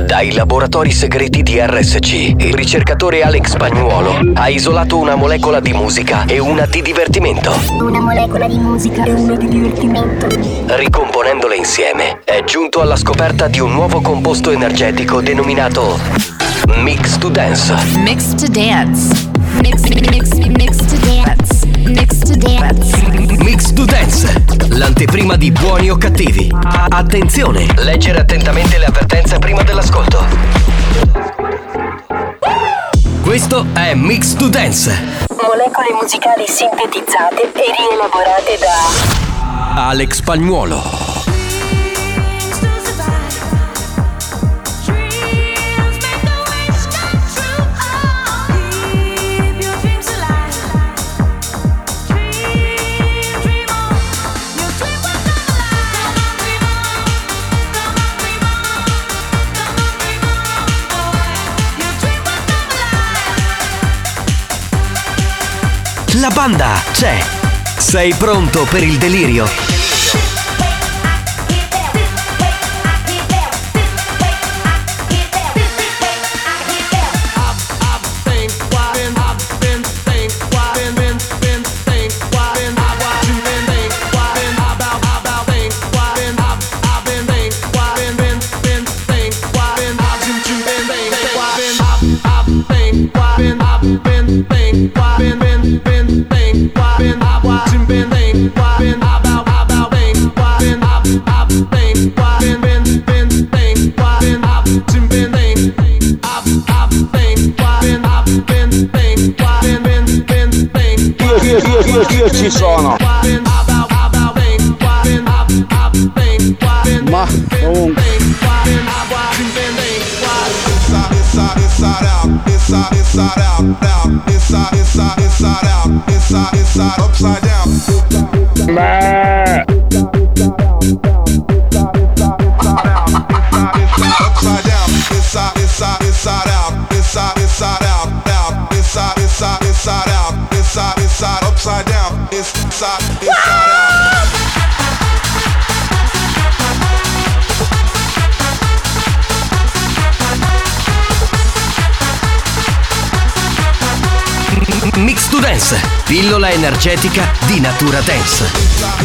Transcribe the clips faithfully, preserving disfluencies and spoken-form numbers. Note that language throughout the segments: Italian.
Dai laboratori segreti di R S C, il ricercatore Alex Spagnuolo ha isolato una molecola di musica e una di divertimento. Una molecola di musica e una di divertimento. Ricomponendole insieme, è giunto alla scoperta di un nuovo composto energetico denominato Mix to Dance. Mix to Dance. Mix, mix, mix to Dance. Mix to Dance. Mix to Dance, l'anteprima di Buoni o Cattivi. Attenzione, leggere attentamente le avvertenze prima dell'ascolto. Questo è Mix to Dance. Molecole musicali sintetizzate e rielaborate da Alex Spagnuolo. La banda c'è. Sei pronto per il delirio? Io, io, io, io ci sono. Ma comunque Beh. Mix to Dance, pillola energetica di Natura Dance.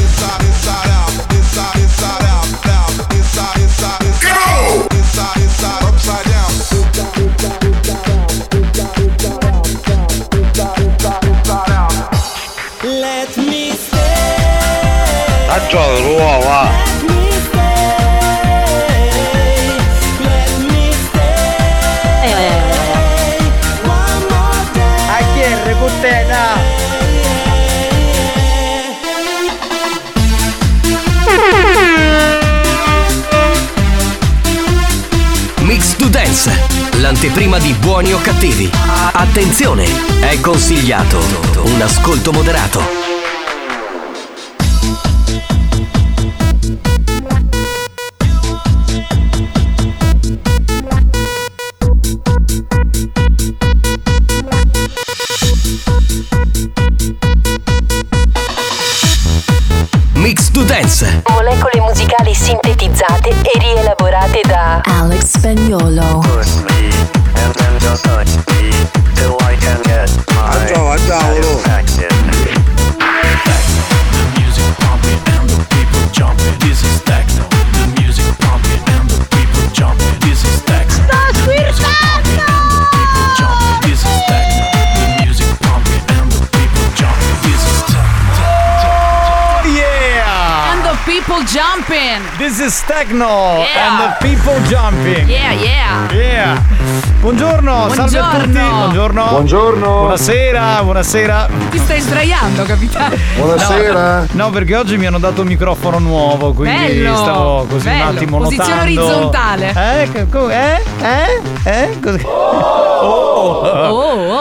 Let me stay. A gioco l'uovo. Mix to Dance, l'anteprima di Buoni o Cattivi. Attenzione, è consigliato un ascolto moderato. Mix to Dance. Molecole musicali sintetizzate e rielaborate da Alex Spagnuolo. Push me and then just touch me till I can get my satisfaction. The music pumping and the people jumping. This is techno. The music pumping and the people jumping. This is techno. Sto squirtando! This is techno. The music pumping and the people jumping. This is techno. Yeah! And the people jumping. This is techno Yeah. and the people jumping. Yeah, yeah. Yeah. Buongiorno, salve a tutti. Buongiorno. Buongiorno. Buongiorno. Buonasera, buonasera. Ti stai sdraiando, capitano? Buonasera. No, perché oggi mi hanno dato un microfono nuovo, quindi Bello, stavo così bello. un attimo Posizione notando. orizzontale. Eh? Che- co- Eh? Eh? Eh? Così. Oh. Oh, oh.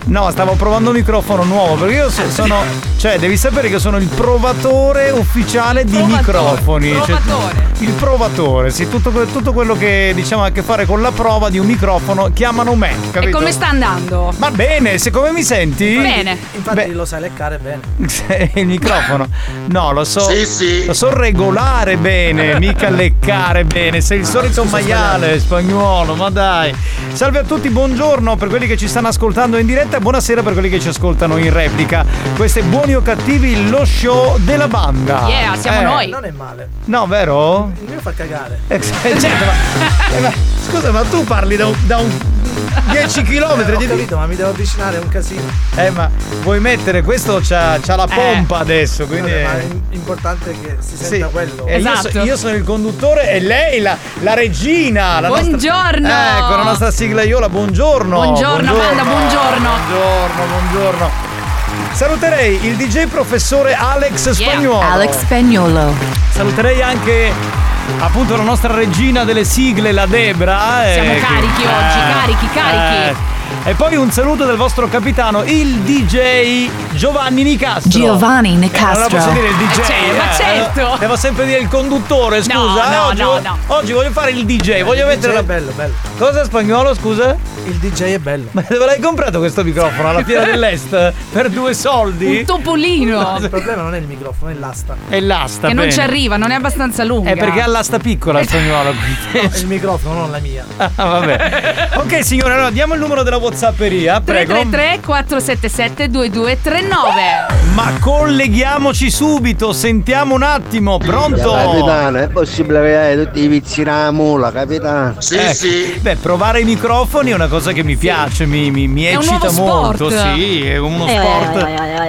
No, stavo provando un microfono nuovo perché io so- sono. Cioè, devi sapere che sono il provatore ufficiale di Provatore, microfoni. provatore. Cioè, il provatore, sì, tutto, que- tutto quello che diciamo ha a che fare con la prova di un microfono chiamano me, capito? E come sta andando? Ma bene, se come mi senti? Bene. Infatti Beh. lo sai leccare bene. Il microfono? No, lo so. Sì, sì. Lo so regolare bene, mica leccare bene. Sei il solito maiale spagnolo, ma dai. Salve a tutti, buongiorno per quelli che ci stanno ascoltando in diretta e buonasera per quelli che ci ascoltano in replica. Questo è Buoni o Cattivi, lo show della banda. Yeah, siamo Eh. noi. Non è male. No, vero? Il mio fa cagare. Eh, certo, ma, eh, ma scusa, ma tu parli da un, da un dieci chilometri Ho di capito, ma mi devo avvicinare, è un casino. Eh, ma vuoi mettere questo? C'ha, c'ha la pompa adesso, quindi. Vabbè, ma è- è importante che si senta Sì. quello. E io, Esatto. so- io sono il conduttore e lei la, la regina. La Buongiorno. Nostra, ecco, la nostra siglaiola, buongiorno. Buongiorno, banda, buongiorno. Buongiorno, buongiorno. Saluterei il D J professore Alex Spagnuolo. Alex Spagnuolo. Saluterei anche appunto la nostra regina delle sigle, la Debra. eh, Siamo che- carichi oggi, carichi, carichi. eh. E poi un saluto del vostro capitano, il D J Giovanni Nicastro. Giovanni Eh, non la Nicastro. posso dire il D J. Eh, certo, ma eh, certo. Devo sempre dire il conduttore, scusa. No, eh, no, oggi, no, voglio- no. oggi voglio fare il D J, voglio il mettere D J la... è bello, bello. Cosa spagnolo, scusa? Il D J è bello. Ma dove l'hai comprato questo microfono? Alla Fiera dell'Est? Per due soldi? Un topolino. Il problema non è il microfono, è l'asta. E l'asta, Che non bene. ci arriva, non è abbastanza lunga. È perché ha l'asta piccola il spagnolo. quindi- È il microfono, non la mia. Ah, vabbè. Ok signore, allora diamo il numero della WhatsApperia, tre prego. tre tre quattro sette sette due due tre nove. Ma colleghiamoci subito, sentiamo un attimo, pronto? Capitano, è possibile avere tutti i vizi nella mula, capitano? Sì, Eh, sì. Beh, provare i microfoni è una cosa che mi piace, mi, mi, mi È un eccita nuovo molto. sport. Sì, è uno sport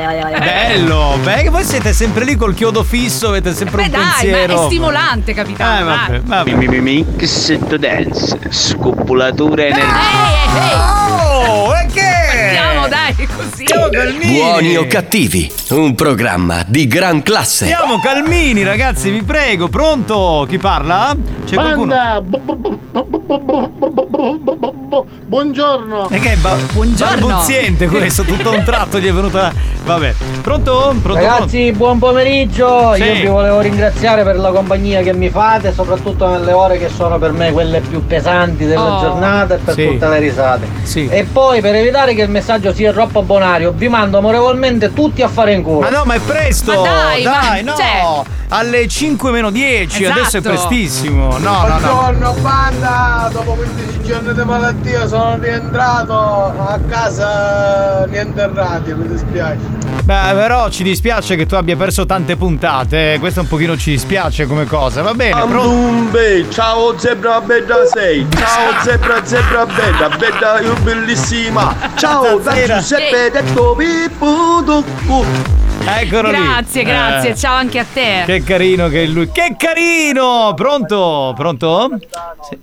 bello. Beh, che voi siete sempre lì col chiodo fisso, avete sempre Beh un dai, ma pensiero. è stimolante, capitano. Eh, vabbè, dai. vabbè. Mix to dance, scopolatura Ehi, energetica. ehi, ehi. Oh, e che? Andiamo, dai, così. Stiamo calmini. Buoni o cattivi, un programma di gran classe. Stiamo calmini, ragazzi, vi prego. Pronto? Chi parla? C'è qualcuno? Banda. bu- bu- bu- bu- bu- bu- bu- bu- bu- bu- bu- bu- Buongiorno. E che è ba- Buongiorno. balbuziente questo, tutto a un tratto gli è venuta. Vabbè. Pronto? Pronto? Ragazzi, buon pomeriggio! Sì. Io vi volevo ringraziare per la compagnia che mi fate, soprattutto nelle ore che sono per me quelle più pesanti della Oh. giornata e per Sì. tutte le risate. Sì. E poi, per evitare che il messaggio sia troppo bonario, vi mando amorevolmente tutti a fare in culo. Ma no, ma è presto! Ma dai, dai, ma- no! cioè- Alle cinque meno dieci, Esatto. adesso è prestissimo. No, no, no. Buongiorno banda, dopo quindici giorni di malattia sono rientrato a casa rienterrati, mi dispiace. Beh, però ci dispiace che tu abbia perso tante puntate. eh. Questo un pochino ci dispiace come cosa. Va bene, pronto? Andumbe, ciao zebra bella sei, ciao zebra zebra bella, bella io bellissima. Ciao da Stasera. Giuseppe detto Pippo Duccu. Eccolo lì. Grazie, grazie. Eh, Ciao anche a te. Che carino che è lui. Che carino! Pronto? Pronto? Sì.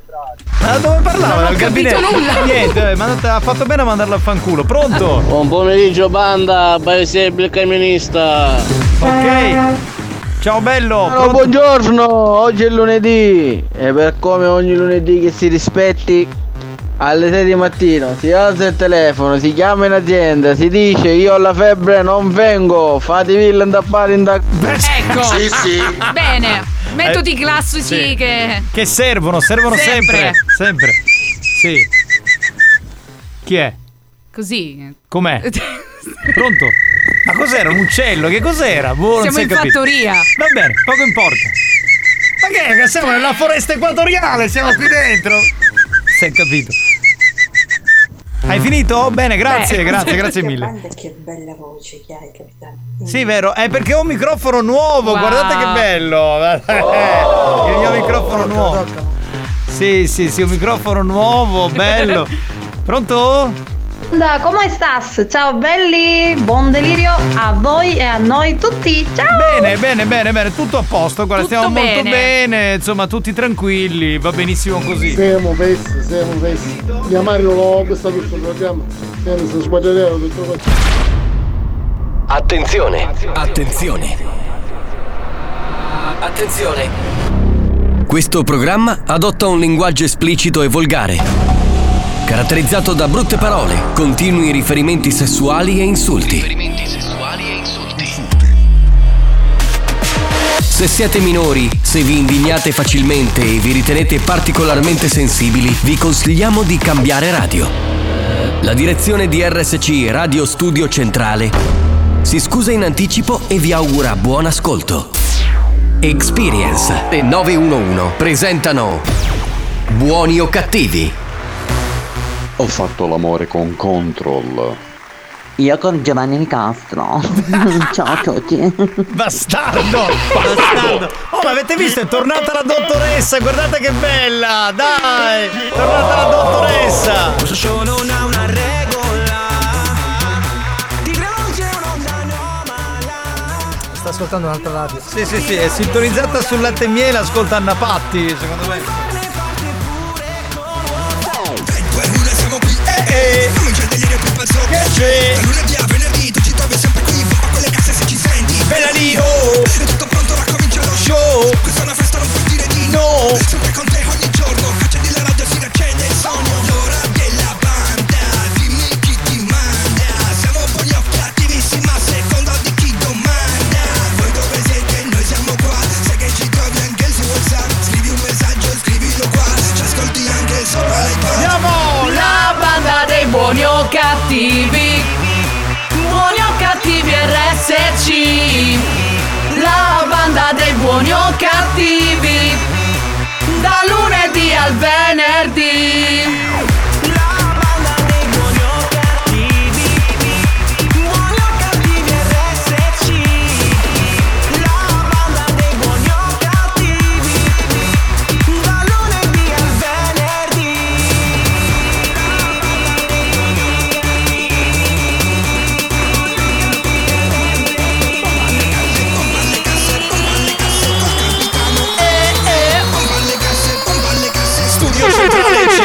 Ma dove parlava? Non ho Dal capito gabinetto? nulla. Niente, ma ha fatto bene a mandarlo a fanculo. Pronto? Buon pomeriggio banda, paesebile il camionista. Ok. Ciao bello. Ciao, Pronto? buongiorno, oggi è lunedì e per come ogni lunedì che si rispetti alle sei di mattino si alza il telefono, si chiama in azienda, si dice io ho la febbre non vengo, fatevi il tappare in da... Ecco. Sì, sì. Bene. Metodi classici sì. che. Che servono, servono sempre. Sempre. Sempre. Sì. Chi è? Così. Com'è? Pronto? Ma cos'era? Un uccello? Che cos'era? Boh, non Siamo si è in capito. fattoria. Va bene, poco importa. Ma che è? Che siamo nella foresta equatoriale, siamo qui dentro. Si è capito. Hai finito? Bene, grazie, Beh. grazie, grazie mille. Che bella voce che hai, capitano. Sì, vero, è perché ho un microfono nuovo, Wow. guardate che bello. Il mio microfono nuovo. Sì, sì, sì, un microfono nuovo, bello. Pronto? Da, come stas? Ciao belli, buon delirio a voi e a noi tutti. Ciao! Bene, bene, bene, bene, tutto a posto, guarda, Tutto stiamo molto bene. bene, insomma, tutti tranquilli, va benissimo così. Siamo pessi, siamo pessi. Mia Mario lo questa questo programma. Si squadreremo tutto questo. Attenzione, attenzione. Attenzione. Questo programma adotta un linguaggio esplicito e volgare. caratterizzato da brutte parole, continui riferimenti sessuali e insulti. Se siete minori, se vi indignate facilmente e vi ritenete particolarmente sensibili, vi consigliamo di cambiare radio. La direzione di R S C Radio Studio Centrale si scusa in anticipo e vi augura buon ascolto. Experience e nove uno uno presentano Buoni o Cattivi. Ho fatto l'amore con Control. Io con Giovanni Nicastro. Ciao a tutti. Bastardo! Bastardo! Oh, ma avete visto? È tornata la dottoressa! Guardate che bella! Dai! È tornata la dottoressa! Questo show non ha una regola. Sta ascoltando un'altra radio. Sì, sì, sì, è sintonizzata sul latte e miele, ascolta Anna Patti, secondo me. Siamo qui, eh, eh. Comincia il delirio più pazzo che c'è. Da lunedì a venerdì tu ci trovi sempre qui. Bomba con le casse se ci senti. Bella lì, oh. È tutto pronto, ora comincia lo show. Questa è una festa, non puoi dire di no. Sempre con te ogni giorno. Accendi la radio, si riaccende il sogno. L'ora della banda, dimmi chi ti manda. Siamo buoni o cattivissimi a seconda di chi domanda. Voi dove siete? Noi siamo qua. Sai che ci trovi anche su WhatsApp. Scrivi un messaggio, scrivilo qua. Ci ascolti anche sopra le tue. Andiamo! La banda dei buoni o cattivi, buoni o cattivi R S C. La banda dei buoni o cattivi, da lunedì al venerdì. La banda dei buoni o cattivi, buoni o cattivi R S C. La banda dei buoni o cattivi, da lunedì al venerdì. Studio Centrale C.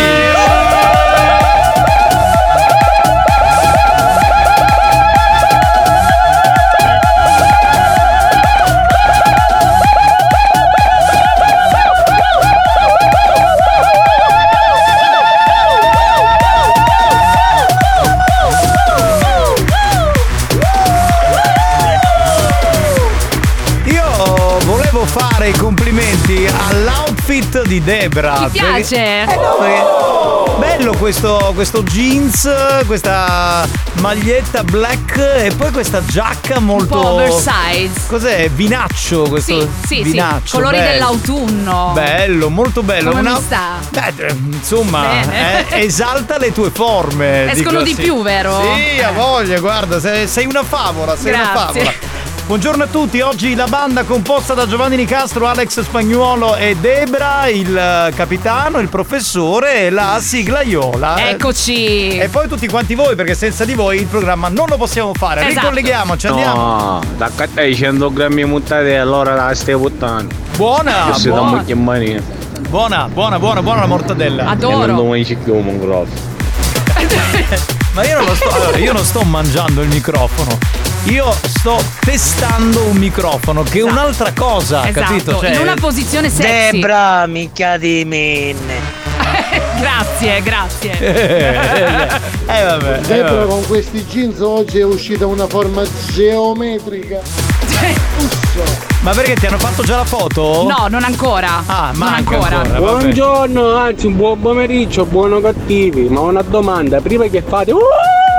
fare i complimenti all'outfit di Debra. Ti piace? Perché, eh no, perché bello questo, questo jeans, questa maglietta black e poi questa giacca molto un po' oversize. Cos'è? Vinaccio questo? Sì, sì, vinaccio, sì. Colori bello. dell'autunno. Bello, molto bello. Come Una... mi sta? Beh, insomma, eh, esalta le tue forme. Escono di sì. più, vero? Sì, a voglia, guarda, sei, sei una favola, sei Grazie. una favola. Buongiorno a tutti, oggi la banda composta da Giovanni Nicastro, Alex Spagnuolo e Debra, il capitano, il professore e la sigla Iola. Eccoci! E poi tutti quanti voi, perché senza di voi il programma non lo possiamo fare. Esatto. Ricolleghiamoci, andiamo. No, da cattare cento grammi muttate allora la stai buttando. Buona! Buona. Buona. buona, buona, buona, buona la mortadella. Adoro. E non domani ci chiudo un grosso. Ma io non lo sto, allora, io non sto mangiando il microfono. Io sto testando un microfono che è esatto. un'altra cosa, esatto. capito? Cioè, in una posizione sexy. Debra, minchia di menne. Grazie, grazie. eh, eh vabbè. Debra, eh, vabbè. con questi jeans oggi è uscita una forma geometrica. Ma perché ti hanno fatto già la foto? No, non ancora. Ah, non manca ancora. ancora. Buongiorno, anzi un buon pomeriggio, buono cattivi. Ma una domanda, prima che fate uh,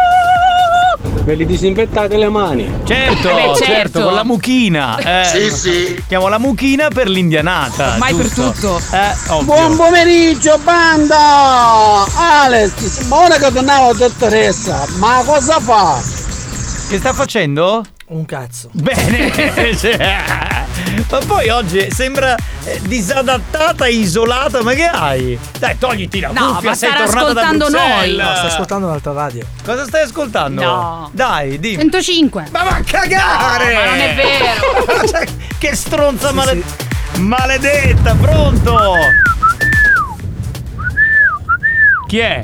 ve li disinfettate le mani? Certo, Eh beh, certo, certo, con la mucchina. Eh, Sì, sì. Chiamo la mucchina per l'indianata. Ormai per giusto? tutto. Eh, ovvio. Buon pomeriggio, banda! Alex, ora che tornavo dottoressa, ma cosa fa? Che sta facendo? Un cazzo. Bene. Cioè, ma poi oggi sembra eh, disadattata, isolata. Ma che hai? Dai, togliti la No, cuffia, ma sei starà tornata da ascoltando Bruxelles. noi. No, sto ascoltando un'altra radio. Cosa stai ascoltando? No. Dai, dimmi. centocinque. Ma va a cagare! No, ma non è vero. Cioè, che stronza Sì, male- sì. maledetta, pronto? Chi è?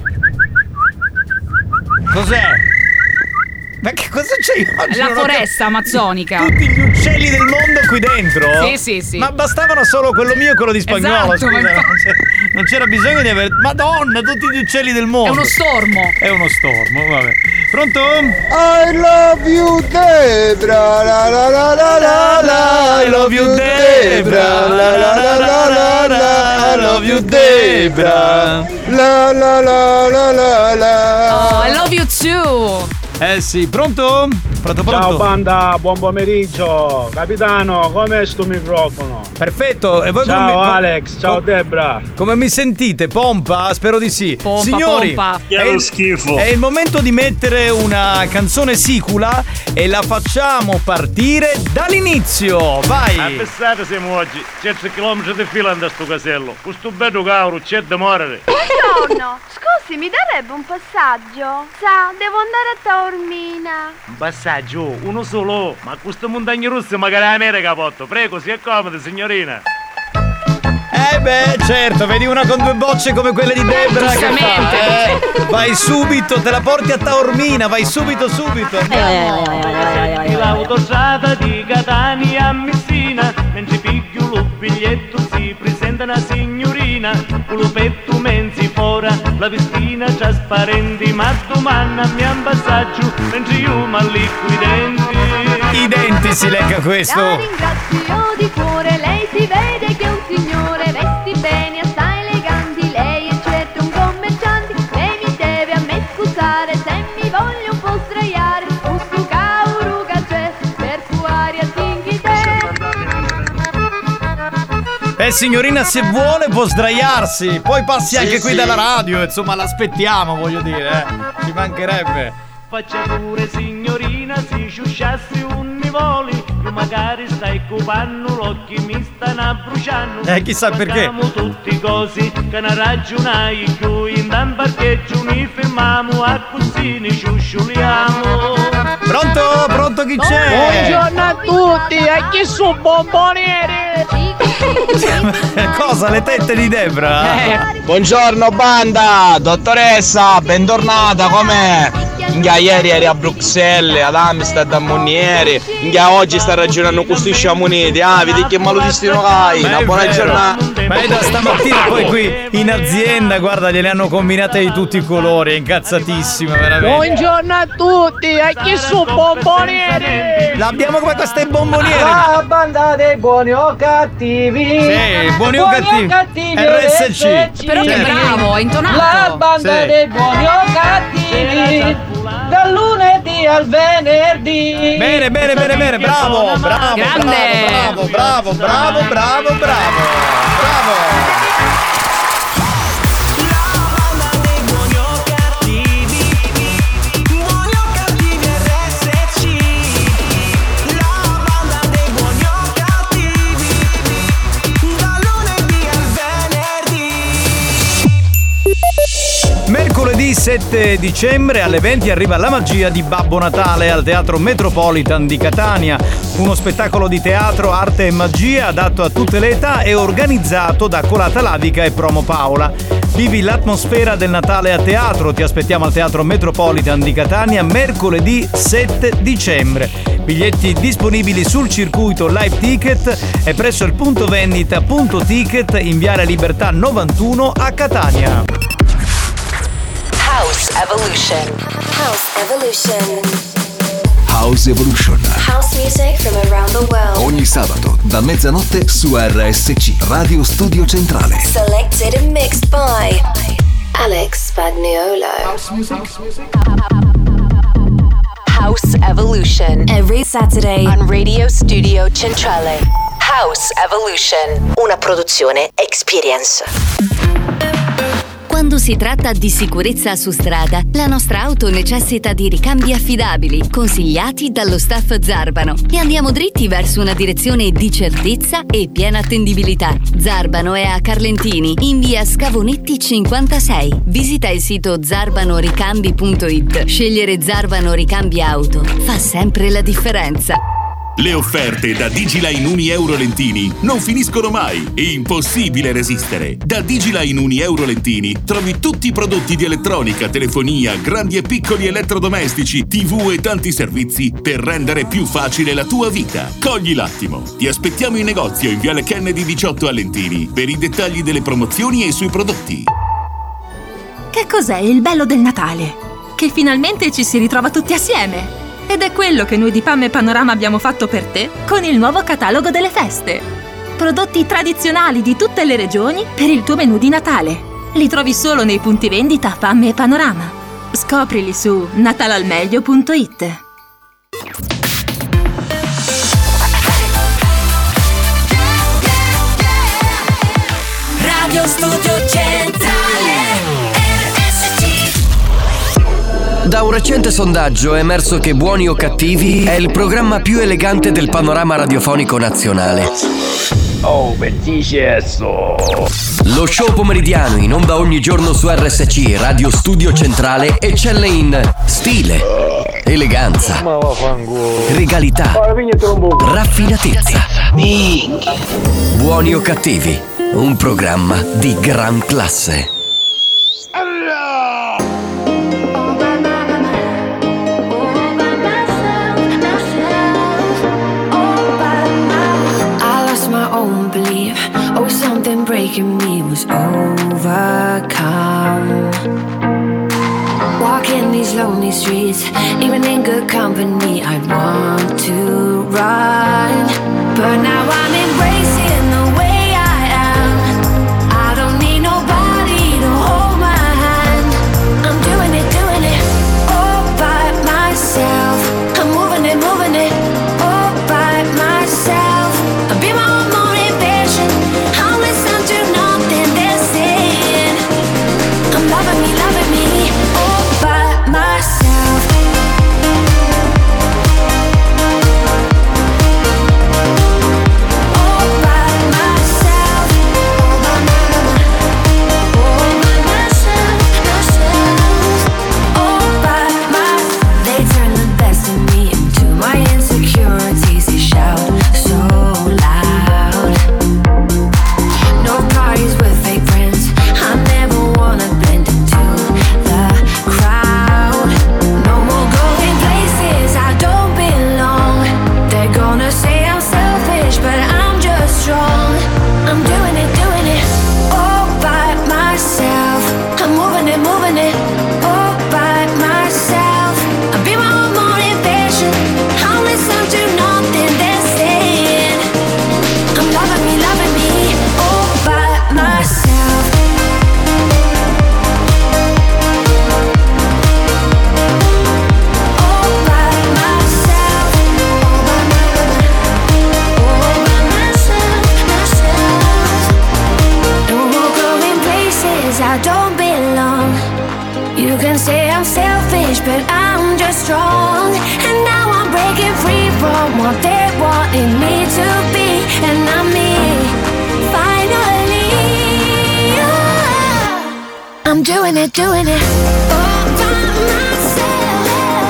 Cos'è? Ma che cosa c'è oggi? La Non ho foresta amazzonica. Tutti gli uccelli del mondo qui dentro? Sì, sì, sì. Ma bastavano solo quello mio e quello di Spagnolo, Esatto, scusa. ma infatti- Cioè, Non c'era bisogno di avere. Madonna, tutti gli uccelli del mondo. È uno stormo. È uno stormo, vabbè. Pronto? I love you Debra, la la la la la la. I love you Debra, la la la la la la. I love you Debra, la la la la la la. Oh, I love you too. Eh sì, pronto? Pronto, pronto? Ciao banda, buon pomeriggio. Capitano, com'è sto microfono? Perfetto. E voi ciao come... Alex, ciao com... Debra. Come mi sentite? Pompa? Spero di sì. Pompa, Signori, pompa. È, il, schifo. è il momento di mettere una canzone sicula e la facciamo partire dall'inizio. Vai! A pensate siamo oggi, cento chilometri di fila da sto casello. Questo bello cauro c'è da morire. Buongiorno, scusi, mi darebbe un passaggio? Sa, devo andare a Taormina. Un passaggio, uno solo. Ma questo montagne russe magari America potto. Prego, sia comoda, signorina. Eh beh, certo, vedi una con due bocce come quelle di Debra che fa, eh? Vai subito, te la porti a Taormina, vai subito, subito. L'autostrada di Catania a Messina, mentre piglio lo biglietto si presenta una signorina, un lupetto menzi fora, la vestina trasparente, ma domanda mi un passaggio, mentre io m'allicco i denti. I denti si lecca questo. La ringrazio di cuore, lei si vede che è un signore, vesti bene, assai eleganti, lei è certo un commerciante, lei mi deve a me scusare se mi voglio un po' sdraiare, questo cauruga c'è, per tua aria tinghi te. Eh signorina, se vuole può sdraiarsi, poi passi anche sì, qui sì. dalla radio, insomma l'aspettiamo, voglio dire, eh. Ci mancherebbe. Faccia pure signorina, si sciusciassi un nivoli, io magari stai cupando l'occhio mi stanno bruciando. Eh, chissà perché. Siamo tutti così, che ne ragionai più in un parcheggio, mi fermiamo a cusini, sciusciuliamo. Pronto? Pronto chi c'è? Buongiorno a tutti, a chi su bombonieri? Cosa? Le tette di Debra? Eh. Buongiorno banda, dottoressa, bentornata, com'è? Inghia ieri eri a Bruxelles, ad Amsterdam, a Monieri. Inghia oggi sta ragionando con questi sciamuniti. Ah, vedi che maludestino hai. Ma Una è buona vero. giornata. Ma è da stamattina poi qui in azienda, guarda, gliele hanno combinate di tutti i colori, è incazzatissima veramente. Buongiorno a tutti, a chi su bombonieri? L'abbiamo come queste bomboniere. La banda dei buoni o cattivi. Sì, buoni o cattivi. R S C. Però che bravo, è intonato. La banda Sì. dei buoni o cattivi. Dal lunedì al venerdì. Bene, bene, bene, bene, bravo, bravo, Grande. bravo, bravo, bravo, bravo, bravo, bravo. Mercoledì sette dicembre alle venti arriva La magia di Babbo Natale al Teatro Metropolitan di Catania, uno spettacolo di teatro, arte e magia adatto a tutte le età e organizzato da Colata Lavica e Promo Paola. Vivi l'atmosfera del Natale a teatro, ti aspettiamo al Teatro Metropolitan di Catania mercoledì sette dicembre. Biglietti disponibili sul circuito Live Ticket e presso il punto vendita punto ticket in Viale Libertà novantuno a Catania. House Evolution. House Evolution. House Evolution. House music from around the world. Ogni sabato da mezzanotte su R S C Radio Studio Centrale. Selected and mixed by Alex Spagnuolo. House music. House Evolution. Every Saturday on Radio Studio Centrale. House Evolution. Una produzione Experience. Quando si tratta di sicurezza su strada, la nostra auto necessita di ricambi affidabili, consigliati dallo staff Zarbano. E andiamo dritti verso una direzione di certezza e piena attendibilità. Zarbano è a Carlentini, in via Scavonetti cinquantasei. Visita il sito zarbanoricambi punto it. Scegliere Zarbano Ricambi Auto fa sempre la differenza. Le offerte da Digiline Uni Euro Lentini non finiscono mai, è impossibile resistere. Da Digiline Uni Euro Lentini trovi tutti i prodotti di elettronica, telefonia, grandi e piccoli elettrodomestici, tivù e tanti servizi per rendere più facile la tua vita. Cogli l'attimo. Ti aspettiamo in negozio in Viale Kennedy diciotto a Lentini per i dettagli delle promozioni e sui prodotti. Che cos'è il bello del Natale? Che finalmente ci si ritrova tutti assieme. Ed è quello che noi di P A M e Panorama abbiamo fatto per te con il nuovo catalogo delle feste. Prodotti tradizionali di tutte le regioni per il tuo menù di Natale. Li trovi solo nei punti vendita P A M e Panorama. Scoprili su natalalmeglio punto it. Radio Studio Centrale. Da un recente sondaggio è emerso che Buoni o Cattivi è il programma più elegante del panorama radiofonico nazionale. Oh, bellissimo! Lo show pomeridiano in onda ogni giorno su R S C Radio Studio Centrale eccelle in stile, eleganza, regalità, raffinatezza. Buoni o Cattivi, un programma di gran classe. Oh, something breaking me was overcome. Walking these lonely streets, even in good company, I want to run. But now I'm embracing the way I am. I don't need nobody to hold my hand. I'm doing it, doing it, all by myself. I'm moving it, moving it, all by myself. I'll be my own motivation. I'll listen to nothing they're saying. I'm loving me, loving me, all by myself. All by myself, all by my, all by myself, myself. All by my. They turn the best in me into my insecurities. They shout so loud. No parties with fake friends. I never wanna blend into the crowd. No more going places I don't belong. They're gonna say I'm selfish, but I'm just strong. I'm doing it, doing it, all by myself. I'm moving it, moving it, all by myself. I'll be my own motivation. I'll listen to nothing they're saying. I'm loving me, loving me, all by myself. All by myself, all by my, all by myself, myself. No more going places I don't belong. You can say I'm selfish, but I'm just strong. And now I'm breaking free from what they wanted me to be. And I'm me, finally. Yeah. I'm doing it, doing it, all by myself.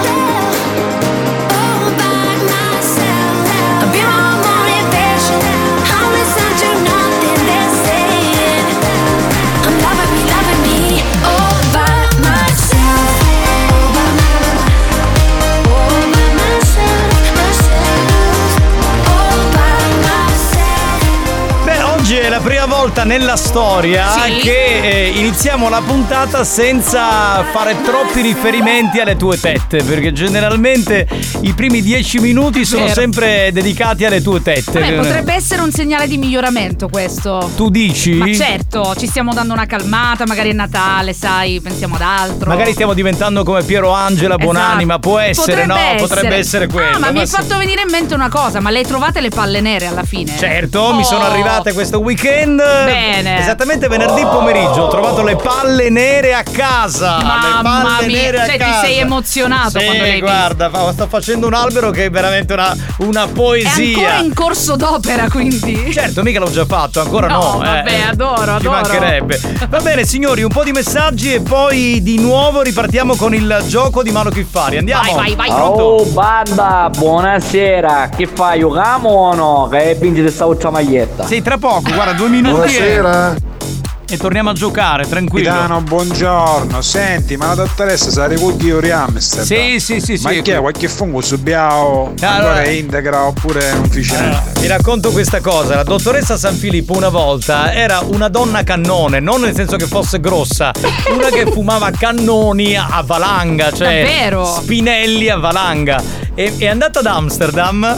All by myself. I'll be my own motivation. I'll listen to nothing they're saying. I'm loving me, loving me, all by myself. All by my, all by myself, myself. All by myself. Beh, oggi è la prima volta nella storia Sì. che eh, iniziamo la puntata senza fare troppi riferimenti alle tue tette, perché generalmente i primi dieci minuti sono Vero. sempre dedicati alle tue tette. Vabbè, potrebbe essere un segnale di miglioramento questo. Tu dici? Ma certo, ci stiamo dando una calmata, magari è Natale, sai, pensiamo ad altro. Magari stiamo diventando come Piero Angela Buonanima, Esatto. può essere, Potrebbe no? essere. Potrebbe essere quello. Ah, ma mi hai sì. fatto venire in mente una cosa, ma le hai trovate le palle nere alla fine? Certo, Oh. mi sono arrivate questo weekend bene. Esattamente venerdì pomeriggio ho trovato le palle nere a casa. Mamma le palle mia, nere a cioè casa. ti sei emozionato sì, quando l'hai guarda, fa- sto facendo un albero che è veramente una, una È poesia. ancora in corso d'opera, quindi. Certo, mica l'ho già fatto, ancora no. No, vabbè, eh. adoro, Ci adoro. mancherebbe. Va bene, signori, un po' di messaggi e poi di nuovo ripartiamo con il gioco di Mano Chiffari. Andiamo. Vai, vai, vai. Pronto? Oh banda, buonasera. Che fai, giocamo o no? Che vinci questa ultima maglietta? Sì, tra poco, guarda, due minuti. Buonasera. E... e torniamo a giocare, tranquillo. Capitano, buongiorno. Senti, ma la dottoressa sa ricogliere ori Amsterdam? Sì, sì, sì, Ma sì. che è? Qualche fungo subiamo? Allora- Allora è integra oppure non fice niente? Allora, vi racconto questa cosa. La dottoressa San Filippo una volta era una donna cannone, non nel senso che fosse grossa, una che fumava cannoni a valanga, cioè Davvero? spinelli a valanga. E è andata ad Amsterdam.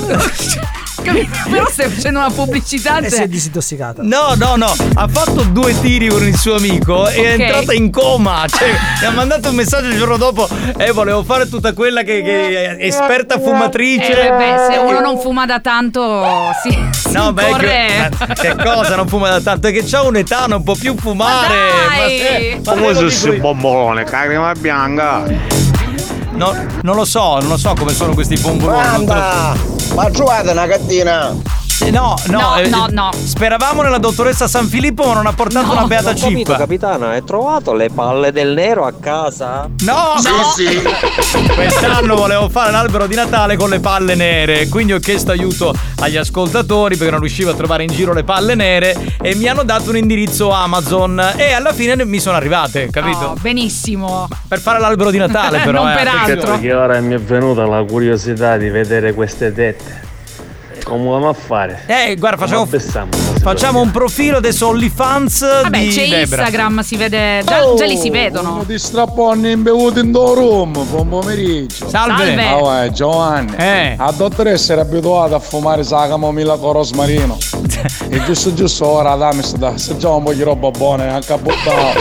Però stai facendo una pubblicità. E si è disintossicata. No, no, no, ha fatto due tiri con il suo amico e è Ok. entrata in coma. Cioè, mi ha mandato un messaggio il giorno dopo. E eh, volevo fare tutta quella che, che è esperta fumatrice. Eh, beh, se uno non fuma da tanto si, si No, beh, corre. che, ma che cosa non fuma da tanto? È che c'ha un'età, non può più fumare. Ma dai! se- ma Come se lo se dico si io- bombolone, crema bianca. No, non lo so, non lo so come sono questi bomboloni. non te lo- Banda, ma trovate una cattina? Eh, No, no, No, eh, no, no. Speravamo nella dottoressa San Filippo, ma non ha portato una beata Ho capito, chip. capitano, hai trovato le palle del nero a casa? No! No. Sì, sì. Quest'anno volevo fare l'albero di Natale con le palle nere, quindi ho chiesto aiuto agli ascoltatori perché non riuscivo a trovare in giro le palle nere e mi hanno dato un indirizzo Amazon e alla fine mi sono arrivate, capito? Oh, benissimo. Per fare l'albero di Natale però. Non eh, per perché- altro. Perché ora mi è venuta la curiosità di vedere queste tette. Come vanno a fare? Eh, guarda, facciamo, Come pensiamo? facciamo un profilo adesso OnlyFans Vabbè, di c'è Debra. Instagram, si vede. Già, già li si vedono. Di strapponi imbevuti in do room, buon pomeriggio. Salve. Salve. Ah, uè, Giovanni. Eh. La dottoressa era abituata a fumare la camomilla con rosmarino. E giusto giusto ora dammi sta, se già un po' di roba buona, anche a buttare.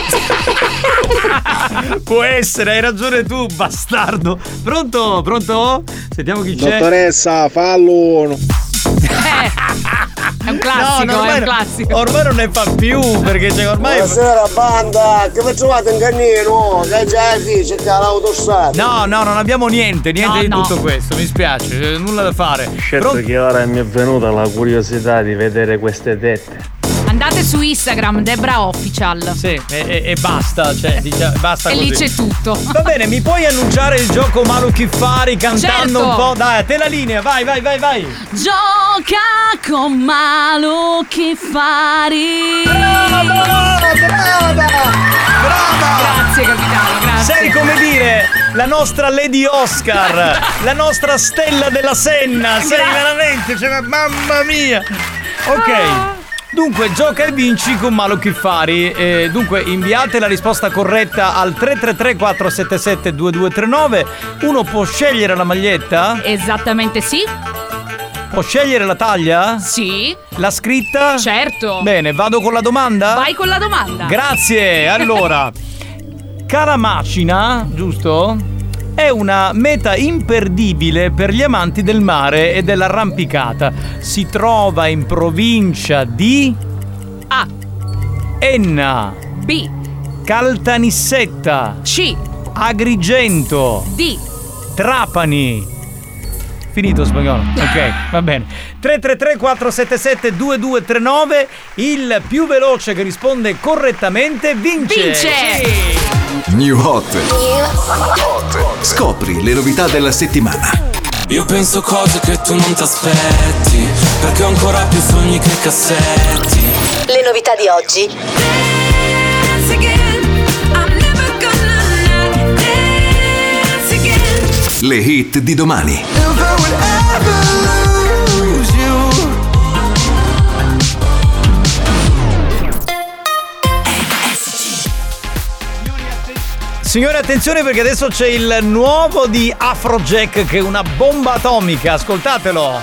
Può essere, hai ragione tu, bastardo. Pronto? Pronto? Sentiamo chi c'è. Dottoressa, fallo. È un classico, No, no, è ormai, un classico. ormai non ne fa più perché cioè, ormai. Buonasera banda, che vi trovate in cammino? Che già dice che l'autostrada. No, no, non abbiamo niente, niente No, di no. tutto questo, mi spiace, eh, nulla da fare. Certo Pronto? che ora mi è venuta la curiosità di vedere queste tette. Andate su Instagram, Debra Official. Sì, e, e- e basta, cioè, dicia- basta E così. lì c'è tutto. Va bene, mi puoi annunciare il gioco Manu Chiffari cantando Certo. un po'? Dai, a te la linea, vai, vai, vai, vai. Gioca con Malo Chiffari. Brava, brava, brava. Grazie capitano, grazie. Sei come dire la nostra Lady Oscar, la nostra Stella della Senna, sei Grazie. veramente, cioè, mamma mia. Ok. Dunque, gioca e vinci con Malo Chiffari. Eh, dunque, inviate la risposta corretta al tre tre tre quattro sette sette due due tre nove. Uno può scegliere la maglietta? Esattamente sì. Può scegliere la taglia? Sì. La scritta? Certo. Bene, vado con la domanda? Vai con la domanda. Grazie. Allora, Calamacina, giusto? È una meta imperdibile per gli amanti del mare e dell'arrampicata. Si trova in provincia di A. Enna, B. Caltanissetta, C. Agrigento, D. Trapani. Finito spagnolo. Ok, va bene. tre tre tre quattro sette sette due due tre nove. Il più veloce che risponde correttamente vince. Vince. Sì. New Hot. Scopri le novità della settimana. Io penso cose che tu non ti aspetti, perché ho ancora più sogni che cassetti. Le novità di oggi. Le hit di domani. Signore, attenzione perché adesso c'è il nuovo di Afrojack che è una bomba atomica. Ascoltatelo.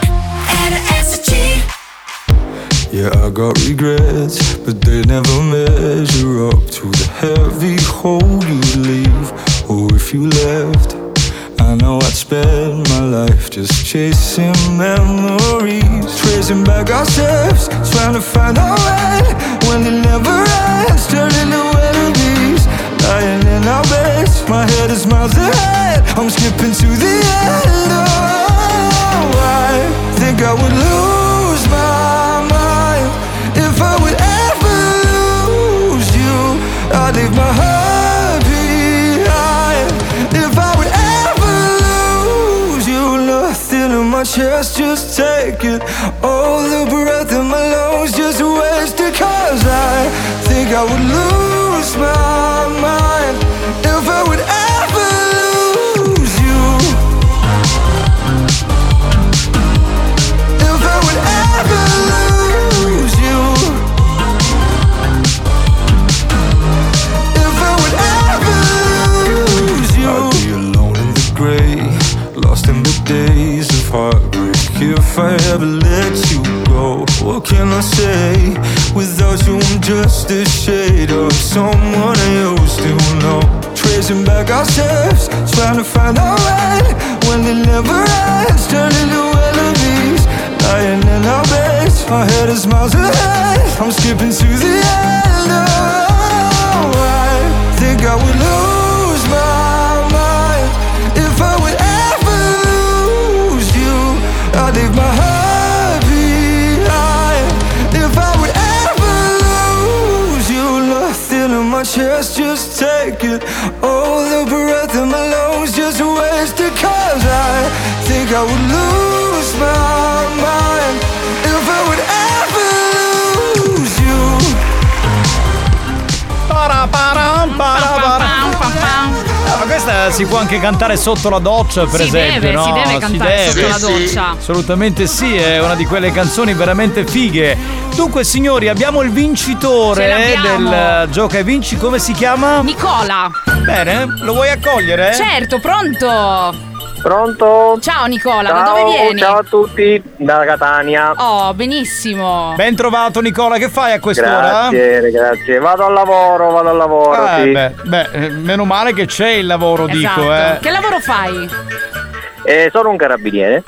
Yeah, I got regrets, but they never measure up to the heavy hole you leave. Oh, if you left, I know I'd spend my life just chasing memories, tracing back our steps, trying to find our way. when it never ends, turning to enemies. Lying in our beds, my head is miles ahead. I'm skipping to the end. Oh, I think I would lose my mind if I would ever lose you. I'd leave my heart behind if I would ever lose you. Nothing in my chest, just take it. All the breath in my lungs, just waste it. Cause I think I would lose my mind if I would ever lose you. If I would ever lose you. If I would ever lose you. I'd be alone in the grey, lost in the days of heartbreak. If I ever let you go, what can I say? Without you I'm just a shade of someone I used to know. Tracing back our steps, trying to find our way. When it never ends, turning to enemies. Lying in our beds, my head is miles ahead. I'm skipping to the end. Oh, I think I would lose my mind if I would ever lose you. I'd leave my heart behind if I would ever lose you. Nothing in my chest, just take it. All the breath in my lungs, just waste it. Cause I think I would lose my mind if I would ever lose you. Paraparam, paraparam. Ma questa si può anche cantare sotto la doccia, per si esempio, deve, no? Si deve cantare si deve. sotto la doccia. Assolutamente sì, è una di quelle canzoni veramente fighe. Dunque, signori, abbiamo il vincitore del Gioca e Vinci. Come si chiama? Nicola. Bene, lo vuoi accogliere? Certo, pronto. Pronto? Ciao Nicola, Ciao, da dove vieni? Ciao a tutti, da Catania. Oh, benissimo. Ben trovato Nicola, che fai a quest'ora? Grazie, grazie. Vado al lavoro, vado al lavoro, Ah, sì. beh, beh, eh, meno male che c'è il lavoro, Esatto. dico, eh. Che lavoro fai? Eh, sono un carabiniere.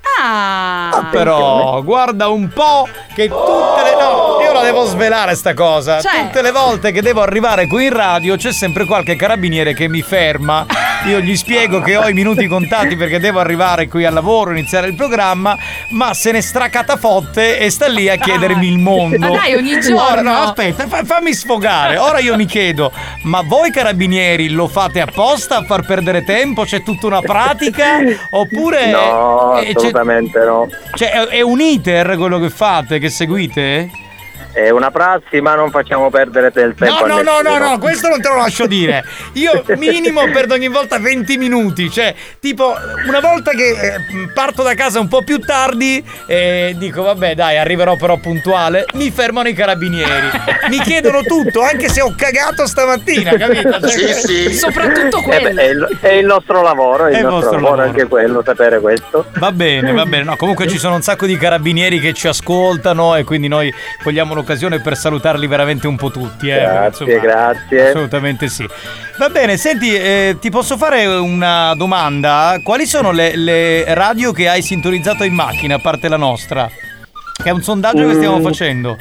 Ah, Però guarda un po' che tutte le no, io la devo svelare sta cosa. Cioè? Tutte le volte che devo arrivare qui in radio c'è sempre qualche carabiniere che mi ferma. Io gli spiego che ho i minuti contati perché devo arrivare qui al lavoro, iniziare il programma, ma se ne stracatafotte e sta lì a chiedermi il mondo. Ma dai, ogni giorno. Ora, no, aspetta, fa- fammi sfogare. Ora io mi chiedo, ma voi carabinieri lo fate apposta a far perdere tempo? C'è tutta una pratica? Oppure No, eh, c'è- assolutamente no. cioè, è, è un iter quello che fate, che seguite? È una prassi, ma non facciamo perdere del tempo. No, a no, no, no, nessuno. no, questo non te lo lascio dire. Io minimo perdo ogni volta venti minuti. Cioè, tipo, una volta che eh, parto da casa un po' più tardi e dico, vabbè, dai, arriverò però puntuale, mi fermano i carabinieri. Mi chiedono tutto, anche se ho cagato stamattina, capito? Cioè, Soprattutto Eh quello. beh, è, il, è il nostro lavoro, è il È il nostro vostro lavoro, lavoro. anche quello, sapere questo. Va bene, va bene. No, comunque ci sono un sacco di carabinieri che ci ascoltano e quindi noi cogliamo l'occasione per salutarli veramente un po' tutti. Eh, Grazie, perché, insomma, grazie. Assolutamente sì. Va bene, senti, eh, ti posso fare una domanda? Quali sono le, le radio che hai sintonizzato in macchina, a parte la nostra? Che è un sondaggio che stiamo Mm. facendo.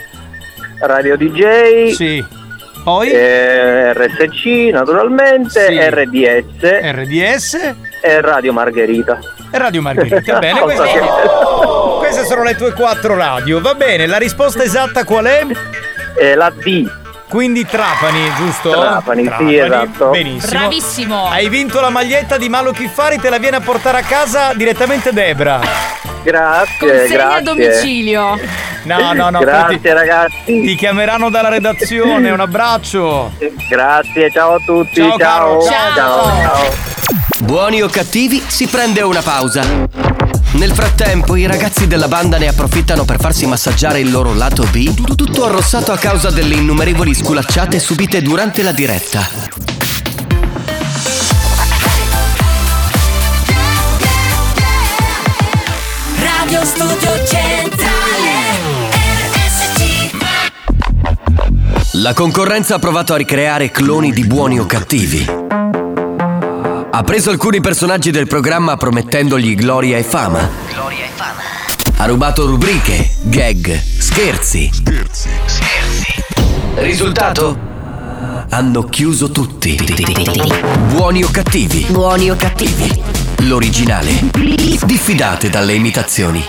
Radio D J. Sì. Poi? eh, R S C naturalmente, Sì. R D S R D S e Radio Margherita. e Radio Margherita. Bene, queste, queste sono le tue quattro radio. Va bene, la risposta esatta qual è? Eh, la D. Quindi Trapani, giusto? Trapani, sì, esatto. Benissimo. Bravissimo. Hai vinto la maglietta di Malo Chiffari, te la viene a portare a casa direttamente Debra. Grazie, Consegna a grazie. domicilio. No, no, no. Grazie, poi ti, ragazzi. ti chiameranno dalla redazione, un abbraccio. Grazie, ciao a tutti. Ciao, caro. ciao. Ciao. ciao. Buoni o cattivi, si prende una pausa. Nel frattempo i ragazzi della banda ne approfittano per farsi massaggiare il loro lato B, tutto arrossato a causa delle innumerevoli sculacciate subite durante la diretta. Radio Studio Centrale R S C. La concorrenza ha provato a ricreare cloni di Buoni o cattivi. Ha preso alcuni personaggi del programma promettendogli gloria e fama. Gloria e fama. Ha rubato rubriche, gag, scherzi. Scherzi. Scherzi. Risultato? Hanno chiuso tutti. Buoni o cattivi? Buoni o cattivi? L'originale. Diffidate dalle imitazioni.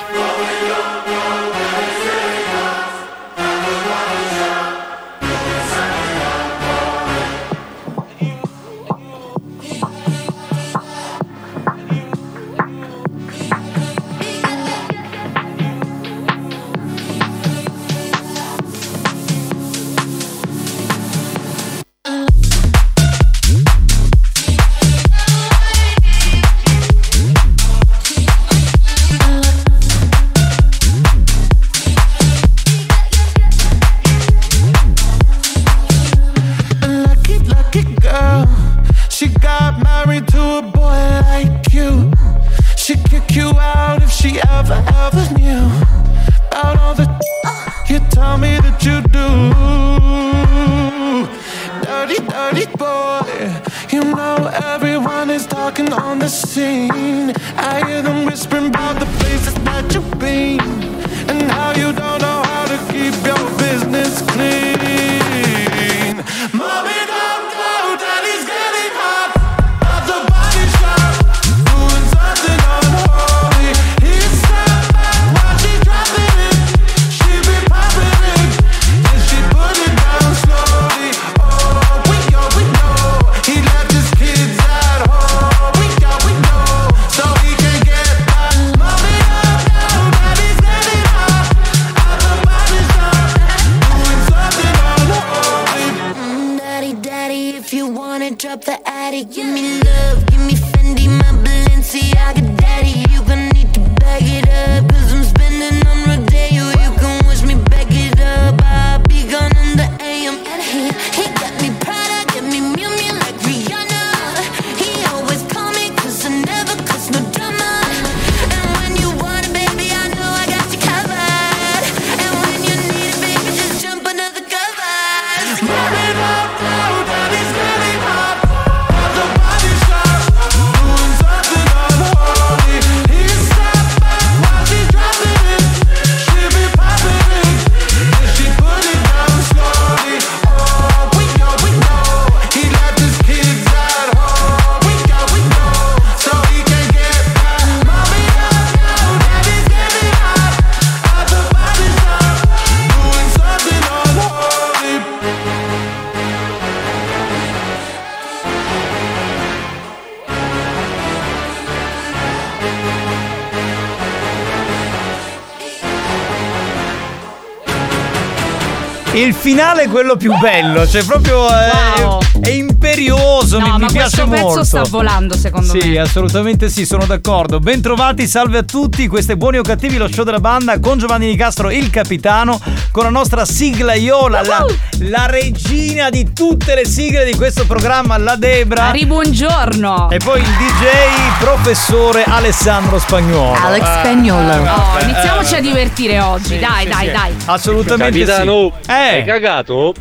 Il finale è quello più bello, cioè proprio è, wow. è imperioso, no, mi, ma mi piace questo pezzo molto. sta volando secondo sì, me. Sì, assolutamente sì, sono d'accordo. Bentrovati, salve a tutti, questo è Buoni o Cattivi, lo show della banda con Giovanni Nicastro, il capitano, con la nostra sigla Iola, la, la regina di tutte le sigle di questo programma, la Debra. Ribuongiorno. E poi il D J professore Alessandro Spagnuolo. Alex eh, Spagnuolo. eh, Oh, eh, iniziamoci a divertire oggi, sì, dai, sì, dai, sì. dai. Assolutamente Capitano, sì. Eh. hai cagato?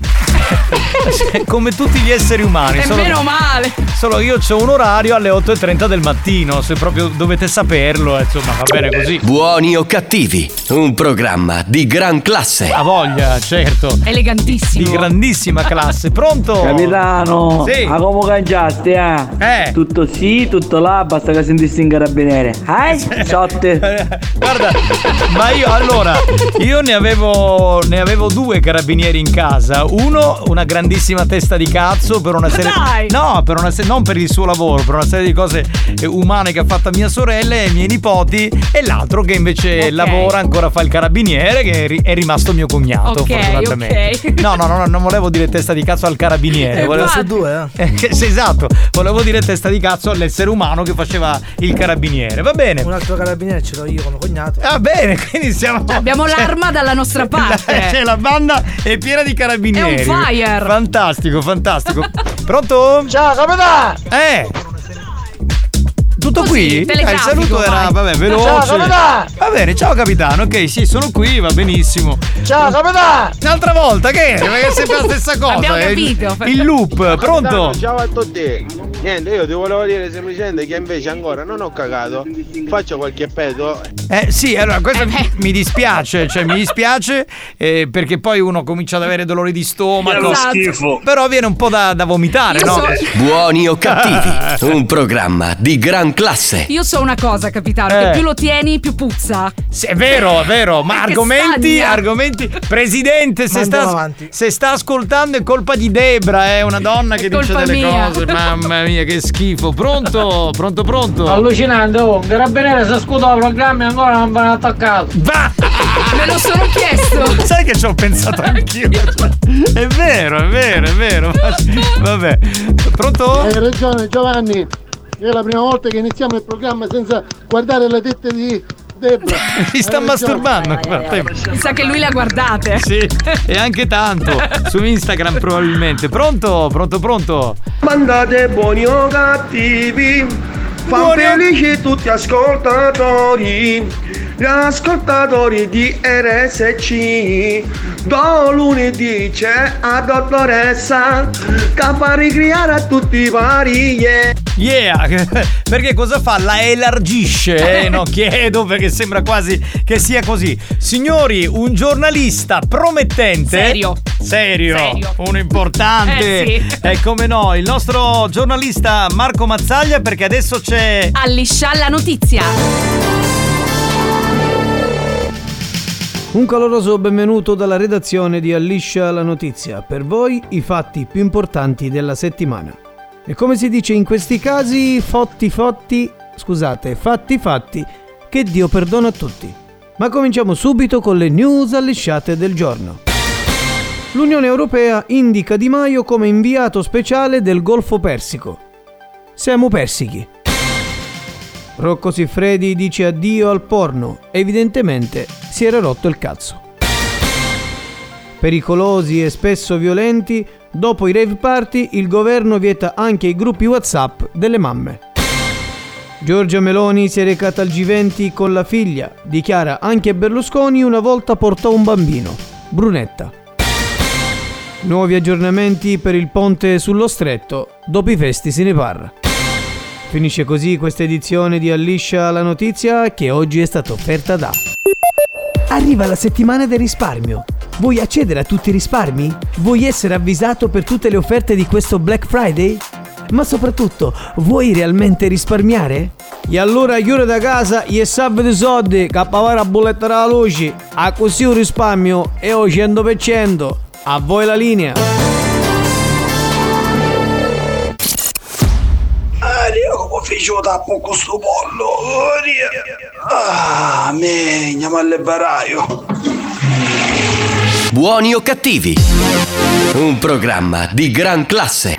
Come tutti gli esseri umani. E solo meno che, male. Solo io c'ho un orario alle otto e trenta del mattino. Se proprio dovete saperlo, insomma, va bene così. Buoni o cattivi, un programma di gran classe. A voglia, certo. Elegantissimo. Di grandissima classe. Pronto? Capitano, sì. a come cangiaste, eh? Eh. Tutto sì, tutto là, basta che sentissi in carabiniere. Eh? Sotte. Guarda, ma io allora, io ne avevo ne avevo due carabinieri in casa. Uno, una grandissima testa di cazzo per una serie Dai! No, per una se- non per il suo lavoro, per una serie di cose eh, umane che ha fatto mia sorella e i miei nipoti, e l'altro che invece okay. lavora, ancora fa il carabiniere, che è, ri- è rimasto mio cognato, okay, fortunatamente. Okay. No, no, no, no, non volevo dire testa di cazzo al carabiniere. Eh, volevo su due, eh. eh, sì, esatto, volevo dire testa di cazzo all'essere umano che faceva il carabiniere. Va bene. Un altro carabiniere ce l'ho io come cognato. Va bene, quindi siamo. Abbiamo cioè, l'arma dalla nostra parte. Cioè, la banda è piena di carabinieri. È un fire. Fantastico, fantastico. Pronto? Ciao, capitano! Eh! Tutto Così, qui? Eh, il saluto era, vai. vabbè, veloce. Ciao, capitano! Va bene, ciao capitano. Ok, sì, sono qui, va benissimo. Ciao, capitano! Un'altra volta, che? Perché è sempre la stessa cosa. Abbiamo è capito. Il, il loop, pronto? Ciao a tutti! Niente, io ti volevo dire semplicemente che invece ancora non ho cagato. Faccio qualche pedo. Eh sì, allora questo mi, mi dispiace, cioè mi dispiace eh, perché poi uno comincia ad avere dolori di stomaco. Esatto. Schifo. Però viene un po' da, da vomitare, Io no? so- Buoni o cattivi, un programma di gran classe. Io so una cosa, capitano, Eh. che più lo tieni più puzza. Sì, è vero, è vero, ma Che argomenti, stagna. argomenti. Presidente, se Ma andiamo sta, avanti. se sta ascoltando è colpa di Debra, è una donna che dice colpa delle mia. cose. Mamma mia, che schifo. Pronto? Pronto, pronto? Allucinante, oh, carabinieri si scudo il programma e ancora non vanno attaccato. Va! Me lo sono chiesto. Sai che ci ho pensato anch'io. È vero, è vero, è vero. Vabbè. Pronto? Hai ragione Giovanni, è la prima volta che iniziamo il programma senza guardare le tette di Debra. Si sta Hai ragione. masturbando nel frattempo. Mi sa che lui le ha guardate. Sì, e anche tanto. Su Instagram probabilmente. Pronto? Pronto, pronto? Mandate buoni o cattivi, fa Buoni o- felici tutti gli ascoltatori. Gli ascoltatori di R S C. Do lunedì c'è a dottoressa che fa ricriare a tutti i vari. Yeah. Yeah, perché cosa fa? La elargisce? Eh, no, chiedo perché sembra quasi che sia così. Signori, un giornalista promettente. Serio. Serio. Serio. Uno importante. Eh, sì. E come no, il nostro giornalista Marco Mazzaglia, perché adesso c'è. Alliscia la notizia. Un caloroso benvenuto dalla redazione di Alliscia la notizia. Per voi i fatti più importanti della settimana. E come si dice in questi casi, fotti fotti, scusate, fatti fatti, che Dio perdona a tutti. Ma cominciamo subito con le news allisciate del giorno. L'Unione Europea indica Di Maio come inviato speciale del Golfo Persico. Siamo persichi. Rocco Siffredi dice addio al porno, evidentemente si era rotto il cazzo. Pericolosi e spesso violenti, dopo i rave party il governo vieta anche i gruppi WhatsApp delle mamme. Giorgia Meloni si è recata al G venti con la figlia, dichiara anche Berlusconi una volta portò un bambino, Brunetta. Nuovi aggiornamenti per il ponte sullo stretto, dopo i festi se ne parla. Finisce così questa edizione di Alliscia la notizia che oggi è stata offerta da... Arriva la settimana del risparmio. Vuoi accedere a tutti i risparmi? Vuoi essere avvisato per tutte le offerte di questo Black Friday? Ma soprattutto, vuoi realmente risparmiare? E allora chiude da casa e salve di soldi che a pagare la bolletta della luce. A così un risparmio è o cento per cento. A voi la linea. Io come faccio tappo con sto pollo? Ah, me, andiamo al baraio. Buoni o cattivi, un programma di gran classe.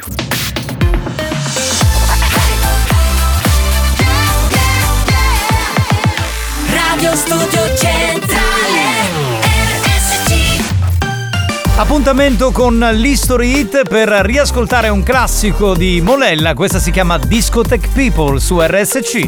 Radio Studio Centrale R S C. Appuntamento con l'History Hit per riascoltare un classico di Molella. Questa si chiama Discotheque People su R S C.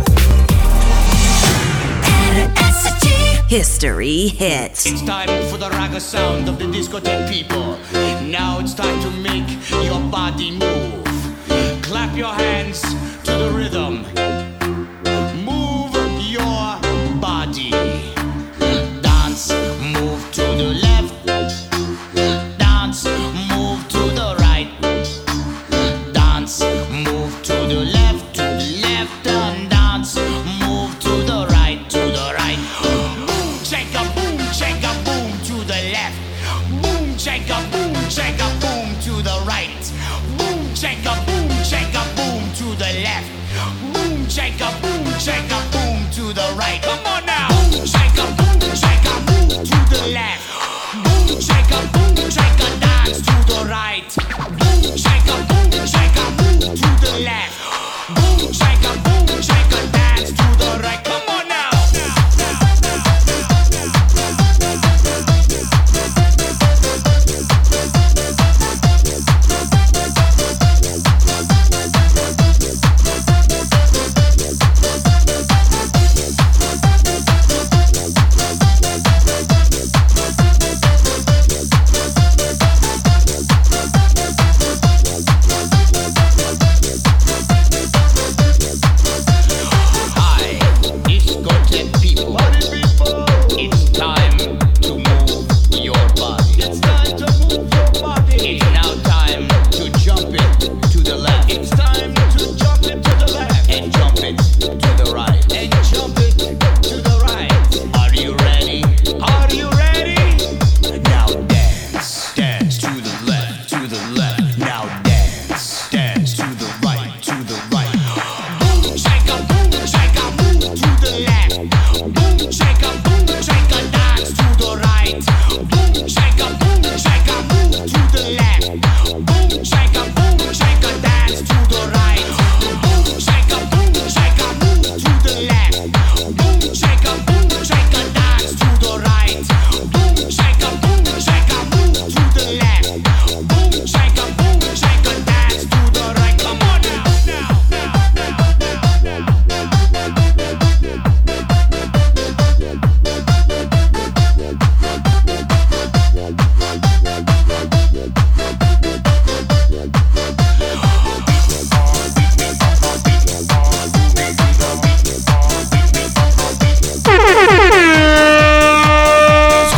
History Hits. It's time for the ragga sound of the discotheque people. Now it's time to make your body move. Clap your hands to the rhythm. Move your body. Dance, move to the left. Dance, move to the right. Dance, move to the left, to the left, and dance, move to the right, to the right. Boom, checka, boom, checka, boom to the left. Boom, checka, boom, checka, boom to the right. Boom, checka, boom, checka, boom to the left. Boom, checka, boom, checka, boom to the right. Come on now. Boom, checka, boom, checka, boom to the left. Boom, checka, boom, checka, dance to the right. Boom, checka, boom, checka, boom to the left. Boom, checka, boom, checka, dance to the right. Come on now.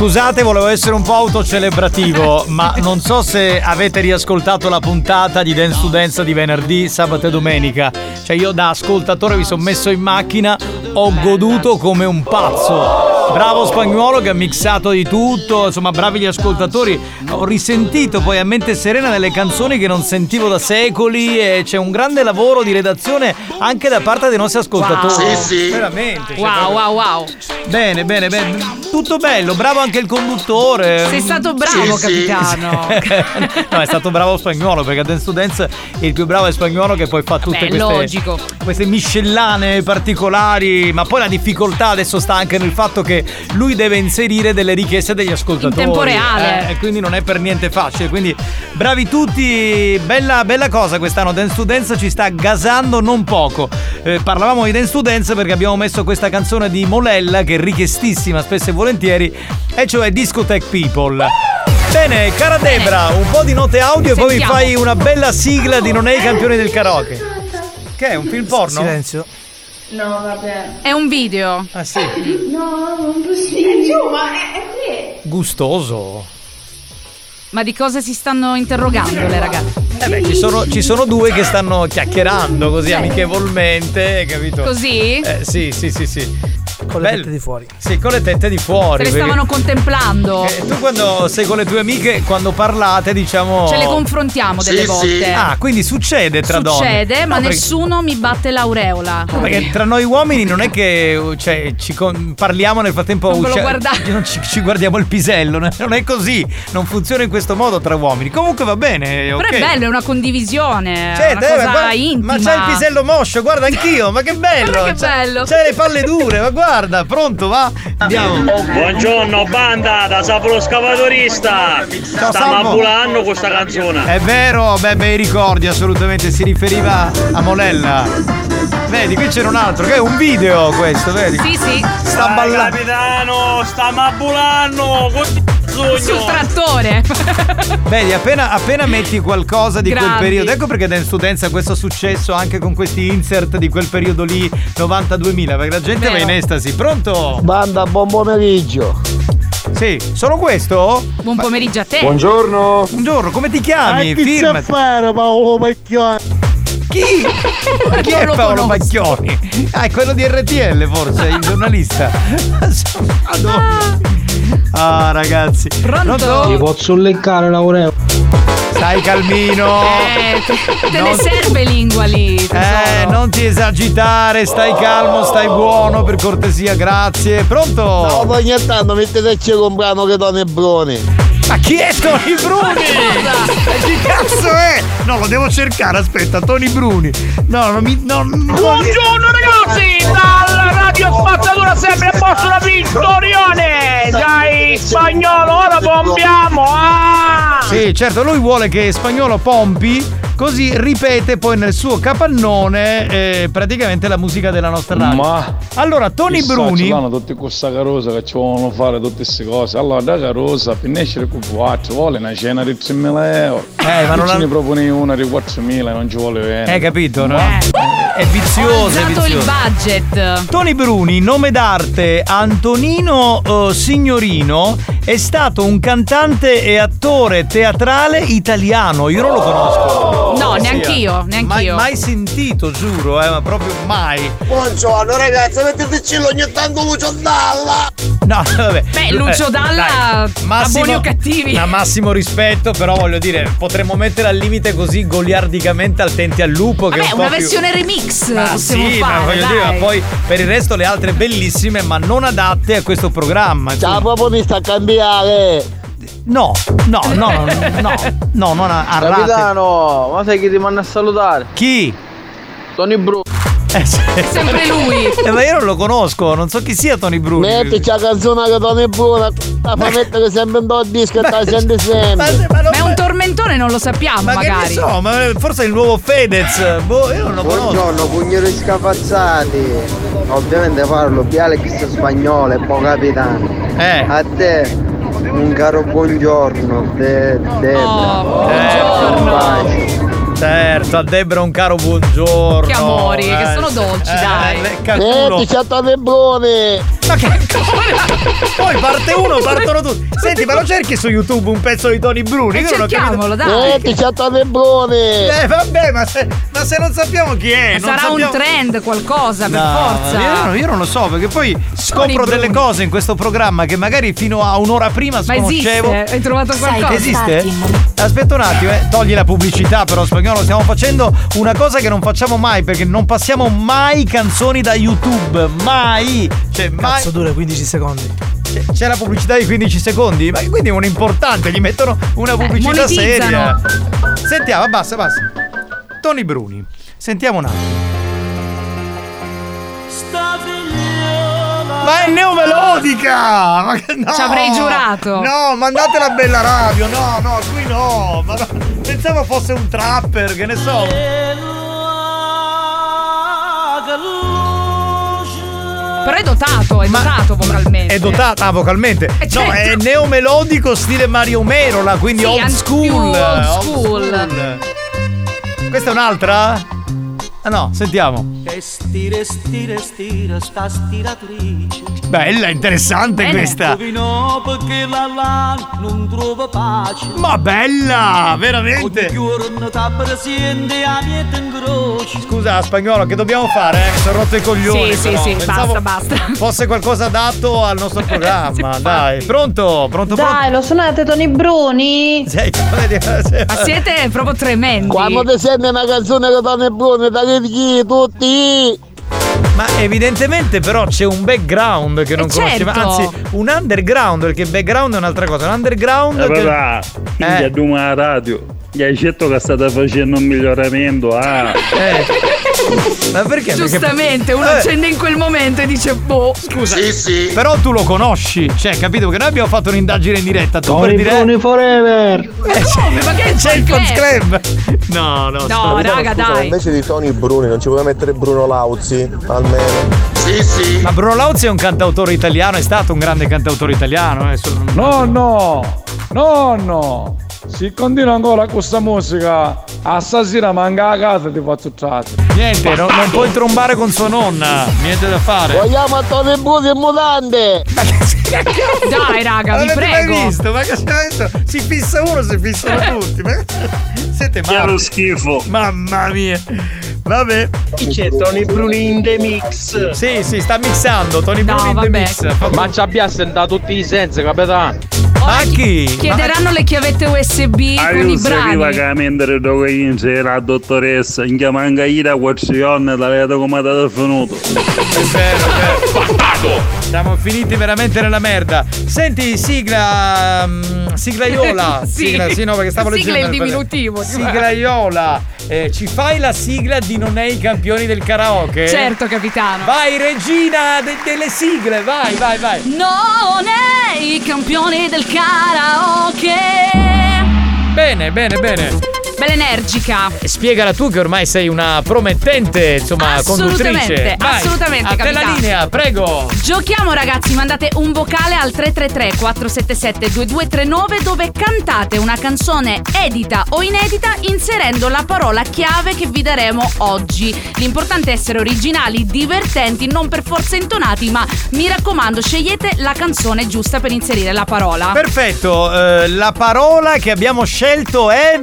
Scusate, volevo essere un po' autocelebrativo, ma non so se avete riascoltato la puntata di Dance to Dance di venerdì, sabato e domenica. Cioè io da ascoltatore mi sono messo in macchina, ho goduto come un pazzo. Bravo Spagnuolo che ha mixato di tutto, insomma bravi gli ascoltatori. Ho risentito poi a mente serena delle canzoni che non sentivo da secoli e c'è un grande lavoro di redazione anche da parte dei nostri ascoltatori. Wow. Sì, sì. Veramente. Wow, cioè, wow, wow. Bene, bene, bene. Tutto bello, bravo anche il conduttore. Sei stato bravo, Sì, sì. capitano. No, è stato bravo Spagnuolo, perché a Dance to Dance il più bravo è Spagnuolo che poi fa tutte Beh, queste, logico. queste miscellane particolari, ma poi la difficoltà adesso sta anche nel fatto che lui deve inserire delle richieste degli ascoltatori. In tempo reale. Eh, e quindi non è per niente facile. Quindi bravi tutti, bella, bella cosa quest'anno. Dance to Dance ci sta gasando non poco. Eh, parlavamo di Dance to Dance perché abbiamo messo questa canzone di Molella che è richiestissima spesso e volentieri, e cioè Discotheque People. Bene, cara Debra, un po' di note audio e poi mi Sentiamo. fai una bella sigla di Non è i campioni del karaoke. Che è un film porno? Silenzio. No, vabbè. È un video. Ah sì. No, non possibile. Giù, ma è, è qui. Gustoso. Ma di cosa si stanno interrogando le ragazze? Eh beh, ci sono, ci sono due che stanno chiacchierando così amichevolmente, capito? Così? Eh, sì, sì, sì, sì. Con le tette di fuori. Sì, con le tette di Se fuori. le perché- stavano contemplando. Eh, tu quando sei con le tue amiche, quando parlate, diciamo. Ce le confrontiamo delle volte. Ah, quindi succede tra donne. Succede, ma No, perché- nessuno mi batte l'aureola. Perché tra noi uomini non è che cioè, ci con- parliamo nel frattempo Non ve lo usci- guardate. non ci, ci guardiamo il pisello, non è così, non funziona in questo modo tra uomini. Comunque va bene, ok. Però è bello, è una condivisione. Cioè, una te, cosa ma, guarda- intima. ma c'è il pisello moscio, guarda anch'io, ma che bello! Guarda che C'è- bello. C'è le palle dure, ma guarda, pronto, va? Andiamo. Buongiorno banda, da Sapolo Scavatorista. Stiamo Salvo. abbulando questa canzone. È vero, beh, bei ricordi, assolutamente, si riferiva a Molella. Vedi, qui c'era un altro, che è un video questo, vedi? Sì, sì. Sta Dai, ballando. capitano, stiamo abbulando. Sul trattore. Vedi, appena, appena metti qualcosa di quel Grandi. periodo, ecco perché Dance to Dance questo è successo anche con questi insert di quel periodo lì, novantaduemila, perché la gente va in estasi. Pronto? Banda, buon pomeriggio. Sì, solo questo? Buon pomeriggio a te. Buongiorno. Buongiorno, come ti chiami? Ma chi c'è a Firmati. fare Paolo Pacchioni? Chi? Chi è Paolo Pacchioni? Ah, è quello di R T L forse, il giornalista. Madonna. Ah, ragazzi. Pronto? Ti posso leccare l'aureola? Stai calmino. Eh, te, te ne Non- serve lingua lì, tesoro. Eh, non ti esagitare, stai calmo, stai buono, per cortesia, grazie. Pronto? No, poi ogni tanto metteteci a comprare che Tony Bruni. Ma chi è Tony Bruni? Eh, chi cazzo è? No, lo devo cercare, aspetta, Tony Bruni. No, non mi. No, no. Buongiorno ragazzi, dalla radio spazzatura sempre a posto la Vittorione. Dai spagnolo, ora pompiamo. Ah! Sì, certo, lui vuole che Spagnolo pompi, così ripete poi nel suo capannone eh, praticamente la musica della nostra radio. Ma allora, Tony chissà, Bruni. ci vanno tutti questa carosa che ci vogliono fare tutte queste cose. Allora da carosa per nascere con quattro vuole una cena di tremila euro. Eh, ma non ce ha- ne proponi una di quattromila e non ci vuole bene. Hai capito, no? Eh. È vizioso, è Alzato il vizioso. budget. Tony Bruni, nome d'arte Antonino eh, Signorino, è stato un cantante e attore teatrale italiano. Io non lo conosco. No, Sia. neanch'io, Mai, neanch'io. mai sentito, giuro, eh, ma proprio mai. Buongiorno ragazzi, metteteci ogni tanto Lucio Dalla. No, vabbè. Beh, Lucio Eh, Dalla, dai, Massimo, a buoni o cattivi. a massimo rispetto, però voglio dire, potremmo mettere al limite così goliardicamente al tenti al lupo. Che Vabbè, è un una po' più- versione remix Ma possiamo sì, fare, ma voglio dai. dire, ma poi per il resto le altre bellissime, ma non adatte a questo programma. Ciao, insomma. proprio mi sta a cambiare. No, no, no, no, no, no, non a, a rate. Capitano, ma sai chi ti manda a salutare? Chi? Tony Bruni. Eh, sì. È sempre lui. Eh, ma io non lo conosco, non so chi sia Tony Bruni. Mettici la canzone che Tony Bruna. La fa mettere sempre in do disco e te la senti sempre. Ma, Ma è un tormentone, non lo sappiamo, ma che ne magari. so, ma forse è il nuovo Fedez. Boh, io non lo conosco. Buongiorno, pugneri scafazzati. Ovviamente parlo di Alex Spagnolo e poi capitano. Eh. A te un caro buongiorno, de, de, Oh, Un bacio. Eh, certo, a Debra un caro buongiorno. Che amori, eh, che sono dolci, eh, dai. leccaculo. Senti, c'è tante buone. Ma che poi parte uno, partono tutti. Senti, ma lo cerchi su YouTube un pezzo di Tony Bruni? E Io non ho cerchiamolo, capito. dai. Senti, c'è tante buone. Eh vabbè, ma se, ma se non sappiamo chi è, non Sarà sappiamo... un trend, qualcosa, per No, forza. Io, non- io non lo so, perché poi scopro delle Bruni. cose in questo programma che magari fino a un'ora prima Ma sconoscevo. esiste? Hai trovato qualcosa? Esiste? Aspetta un attimo, eh. Togli la pubblicità, però Spagnolo, stiamo facendo una cosa che non facciamo mai, perché non passiamo mai canzoni da YouTube. Mai! Cioè, mai. Cazzo dura quindici secondi. C'è- C'è la pubblicità di quindici secondi? Ma quindi è un importante, gli mettono una pubblicità seria. Sentiamo, basta, basta. Tony Bruni. Sentiamo un attimo. Ma è neomelodica! Ma che no! Ci avrei giurato. No, mandate la bella radio, no, no, qui no! Ma no, pensavo fosse un trapper, che ne so! Però è dotato, è dotato vocalmente. È dotata ah, vocalmente. Eh, certo. No, è neomelodico stile Mario Merola, quindi Sì, old anche school. più old old school. school. Questa è un'altra? Ah no, sentiamo. E stira, stira, stira, sta stiratrice. Bella, interessante Bene. questa. No, perché la la non trova pace. Ma bella, veramente. Ogni giorno t'appare siente a miete in croce. Scusa, Spagnolo, che dobbiamo fare? Eh? Mi sono rotto i coglioni. Sì, sì, però. sì, Pensavo basta, basta. fosse qualcosa adatto al nostro programma. Dai, pronto? Pronto, Dai, lo suonate Tony Bruni? Sei, Ma siete proprio tremendi. Quando ti senti una canzone che Tony Bruni, da che chi tutti. Ma evidentemente però c'è un background che non Eh, conosceva, certo. anzi un underground, perché background è un'altra cosa, un underground Eh, che... papà, Eh. eh. Duma la radio. Gli hai detto che state facendo un miglioramento, ah. Eh. Ma perché? Giustamente, uno Eh. accende in quel momento e dice boh. Scusa, però tu lo conosci, cioè capito? Perché noi abbiamo fatto un'indagine in diretta, tu per Tony dire... Bruni forever. Come? Ma che C'è il club? Fans Club! No, no, No, raga, dai. Invece di Tony Bruni non ci vuoi mettere Bruno Lauzi almeno? Sì, sì. Ma Bruno Lauzi è un cantautore italiano, è stato un grande cantautore italiano. Eh. sono- No, no, no, no. Se continua ancora con questa musica, a stasera manca a casa ti faccio tratto. Niente, no- non puoi trombare con sua nonna, niente da fare. Vogliamo a Tony Bruni in mutande. Dai, raga, vi L'avete prego. mai visto? Ma che adesso si fissa uno, si fissano tutti. Ma siete Che lo matti. schifo. Mamma mia. Vabbè. Chi c'è Tony Bruni in the mix? Sì, sì, sta mixando Tony No, Bruni in the vabbè. mix. Fa- Ma ci abbiamo sentato tutti i sensi, capitano. Ma chi? Chiederanno le chiavette U S B Ah, con i io sapeva brani. che mentre dove io c'era la dottoressa, in chiama anche io da quattro giorni, da lei come è venuto. È vero, è vero. Siamo finiti veramente nella merda. Senti, sigla. mm, Siglaiola. Sì. Sigla, sì, no, perché stavo Sigla leggendo. è il diminutivo. Siglaiola. Eh, ci fai la sigla di Non è i campioni del karaoke? Certo, capitano. Vai, regina de- delle sigle, vai, vai, vai. Non è i campioni del karaoke. Bene, bene, bene. Bella energica. Spiegala tu che ormai sei una promettente, insomma, conduttrice. Assolutamente, Vai, assolutamente, a te la capitano. linea, prego. Giochiamo ragazzi, mandate un vocale al tre tre tre quattro sette sette due due tre nove dove cantate una canzone edita o inedita inserendo la parola chiave che vi daremo oggi. L'importante è essere originali, divertenti, non per forza intonati, ma mi raccomando scegliete la canzone giusta per inserire la parola. Perfetto, eh, la parola che abbiamo scelto è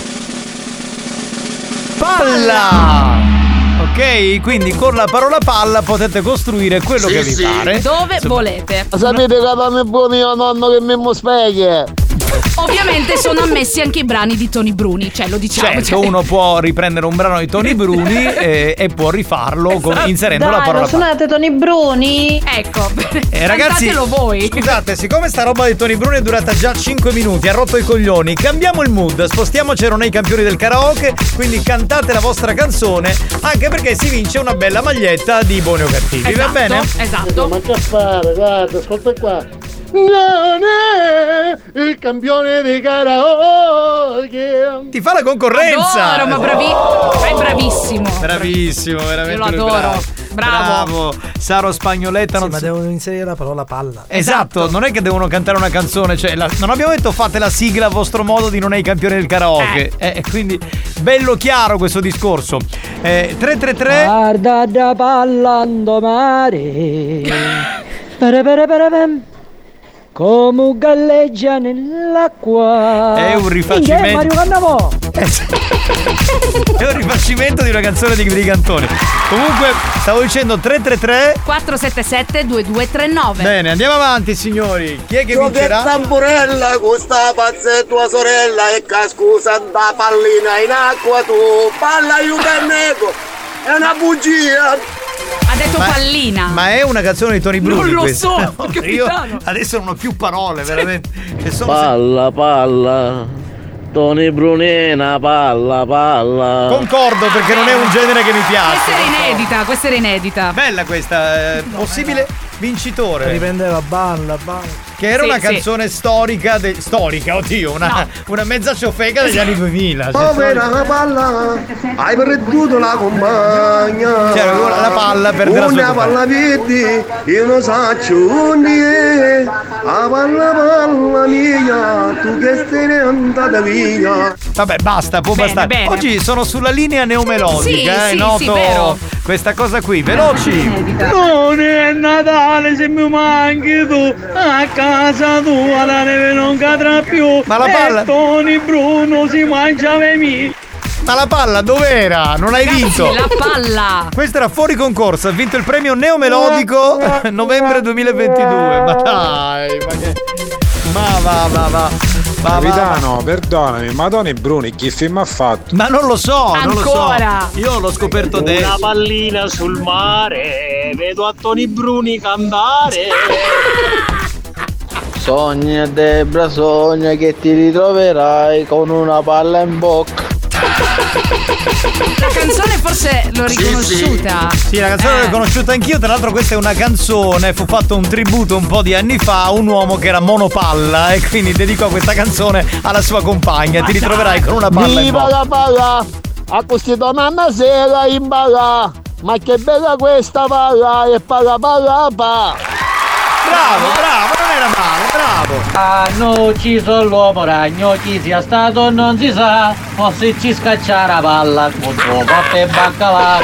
palla. Ok, quindi con la parola palla potete costruire quello Sì, che vi sì. pare. Dove volete. Sapete che Tony Bruni è un nonno che mi spieghe. Ovviamente sono ammessi anche i brani di Tony Bruni, cioè lo diciamo. Certo, cioè- uno può riprendere un brano di Tony Bruni e, e può rifarlo con- inserendo Dai, la parola lo palla. suonate Tony Bruni? Ecco. Eh, ragazzi, Cantatelo voi. Scusate, siccome sta roba di Tony Bruni è durata già cinque minuti, ha rotto i coglioni, cambiamo il mood, spostiamoci nei campioni del karaoke, quindi cantate la vostra canzone, anche perché si vince una bella maglietta di Buoni o Cattivi, va bene? Esatto. Ma che fare? Guarda, ascolta qua. non è il campione dei karaoke. Ti fa la concorrenza. Adoro, ma bravi... è bravissimo. Bravissimo, veramente. Io lo lui adoro. bravo. Bravo. Bravo. Saro Spagnoletta. Sì, non ma so- devono inserire la parola palla. Esatto, non è che devono cantare una canzone, cioè la- non abbiamo detto fate la sigla a vostro modo di Non è i campioni del karaoke. Eh. Eh, quindi bello chiaro questo discorso. Eh, tre tre tre Guarda da ballando mare. Pere pere pere pem. Come galleggia nell'acqua. È un rifacimento. Minchia, Mario Cannavò. È un rifacimento di una canzone di Brigantoni. Comunque, stavo dicendo tre tre tre quattro sette sette due due tre nove. Bene, andiamo avanti, signori. Chi è che Io vincerà? che tamburella con sta pazza e tua sorella e che scusa da pallina in acqua tu palla aiutannego è una bugia. Ha detto Ma- pallina. Ma è una canzone di Tony Non Bruni lo questa. so, No, io capitano. adesso non ho più parole, veramente. Che sono Palla, palla, Tony Brunina, palla, palla. Concordo perché non è un genere che mi piace. Questa era inedita, questa era inedita. Bella questa, eh, possibile vincitore. Riprendeva balla, balla. Che era Sì, una sì. canzone storica, de- storica, oddio, una, No. una mezza ciofeca degli anni duemila. cioè, Povera palla, hai perduto la compagna. C'era la- la palla per della sua Una compagna. palla vedi, io non saccio un'ie. La palla palla mia, tu che te ne andata via. Vabbè, basta, può Bene, bastare. bene. Oggi sono sulla linea neomelodica, Sì, eh, sì, noto sì, vero. questa cosa qui. Veloci. Non è Natale se mi manchi tu, a casa tua la neve non cadrà più. Ma la palla- E Tony Bruno si mangia le mie. Ma la palla dov'era? Non hai Ragazzi, vinto. la palla. Questo era fuori concorso, ha vinto il premio neomelodico novembre duemilaventidue. Ma dai, ma che. Ma va, va, va. Va, va, va. Capitano, perdonami, ma Tony Bruni che film ha fatto? Ma non lo so, non lo Ancora. so. Io l'ho scoperto Una adesso. pallina sul mare, vedo a Tony Bruni cantare. Sogna Debra, sogna che ti ritroverai con una palla in bocca. La canzone forse l'ho riconosciuta. Sì, la canzone Eh. l'ho conosciuta anch'io. Tra l'altro, questa è una canzone. Fu fatto un tributo un po' di anni fa a un uomo che era monopalla. E quindi dedicò questa canzone alla sua compagna. Ti ritroverai con una palla in Viva bocca. la palla, a questi domanda sera in balla. Ma che bella questa palla, e palla palla pa. Bravo, bravo, non era male, bravo. Hanno ucciso l'uomo ragno, chi sia stato non si sa. O se ci scaccia la palla con tuo papà e baccalà.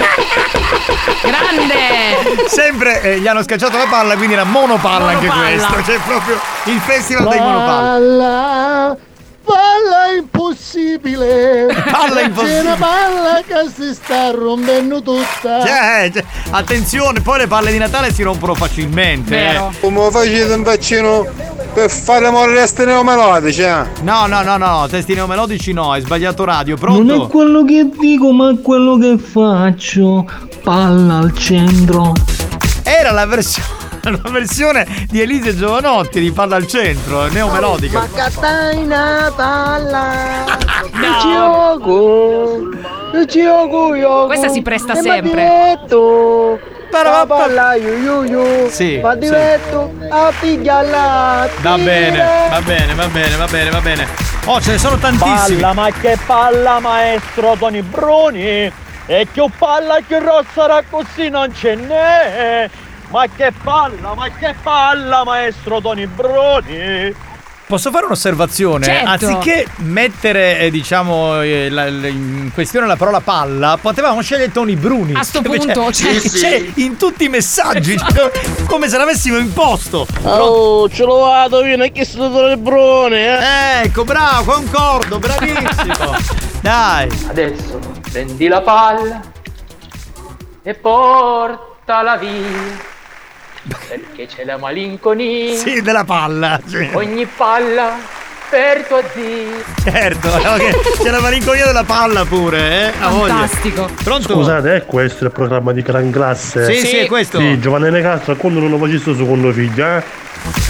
Grande. Sempre eh, gli hanno scacciato la palla, quindi era monopalla, anche Monopalla. questo. C'è proprio il festival dei monopalla. Palla, palla impossibile. Palla impossibile. C'è una palla che si sta rompendo tutta. Cioè, cioè, attenzione, poi le palle di Natale si rompono facilmente. Vero. Eh. Come facete un vaccino per fare morire queste neomelodici, eh? No, no, no, no, testi neomelodici no, hai sbagliato radio. Pronto? Non è quello che dico, ma è quello che faccio. Palla al centro. Era la versione. La versione di Elise Giovanotti di Palla al centro, neomelodica. Ma cattaina palla, No. gioco, gioco io. Questa si presta e sempre. Ma diretto, la palla io io io. Sì, Ma sì. diretto, a pigliala. Va bene, va bene, va bene, va bene, va bene. Oh, ce ne sono tantissimi. Palla, ma che palla, maestro Tony Bruni. E che palla che rossa così non ce n'è. Ma che palla, ma che palla, maestro Tony Bruni. Posso fare un'osservazione? Certo. Anziché mettere, eh, diciamo, eh, la- la- in questione la parola palla, potevamo scegliere Tony Bruni. A sto Invece punto, cioè- c'è in tutti i messaggi, cioè, come se l'avessimo imposto. Oh, ce l'ho vado, vieni, che sto Tony Bruni, eh. Ecco, bravo, concordo, bravissimo. Dai. Adesso prendi la palla e portala via. Perché c'è la malinconia. Sì, della palla. Sì. Ogni palla per tua zia. Certo, no, che c'è la malinconia della palla pure, eh? A voglia. Fantastico. Pronto? Scusate, è questo il programma di Gran Classe? Sì, sì, è questo. Sì, Giovanni Castro, quando non lo facesse suo secondo figlio, eh?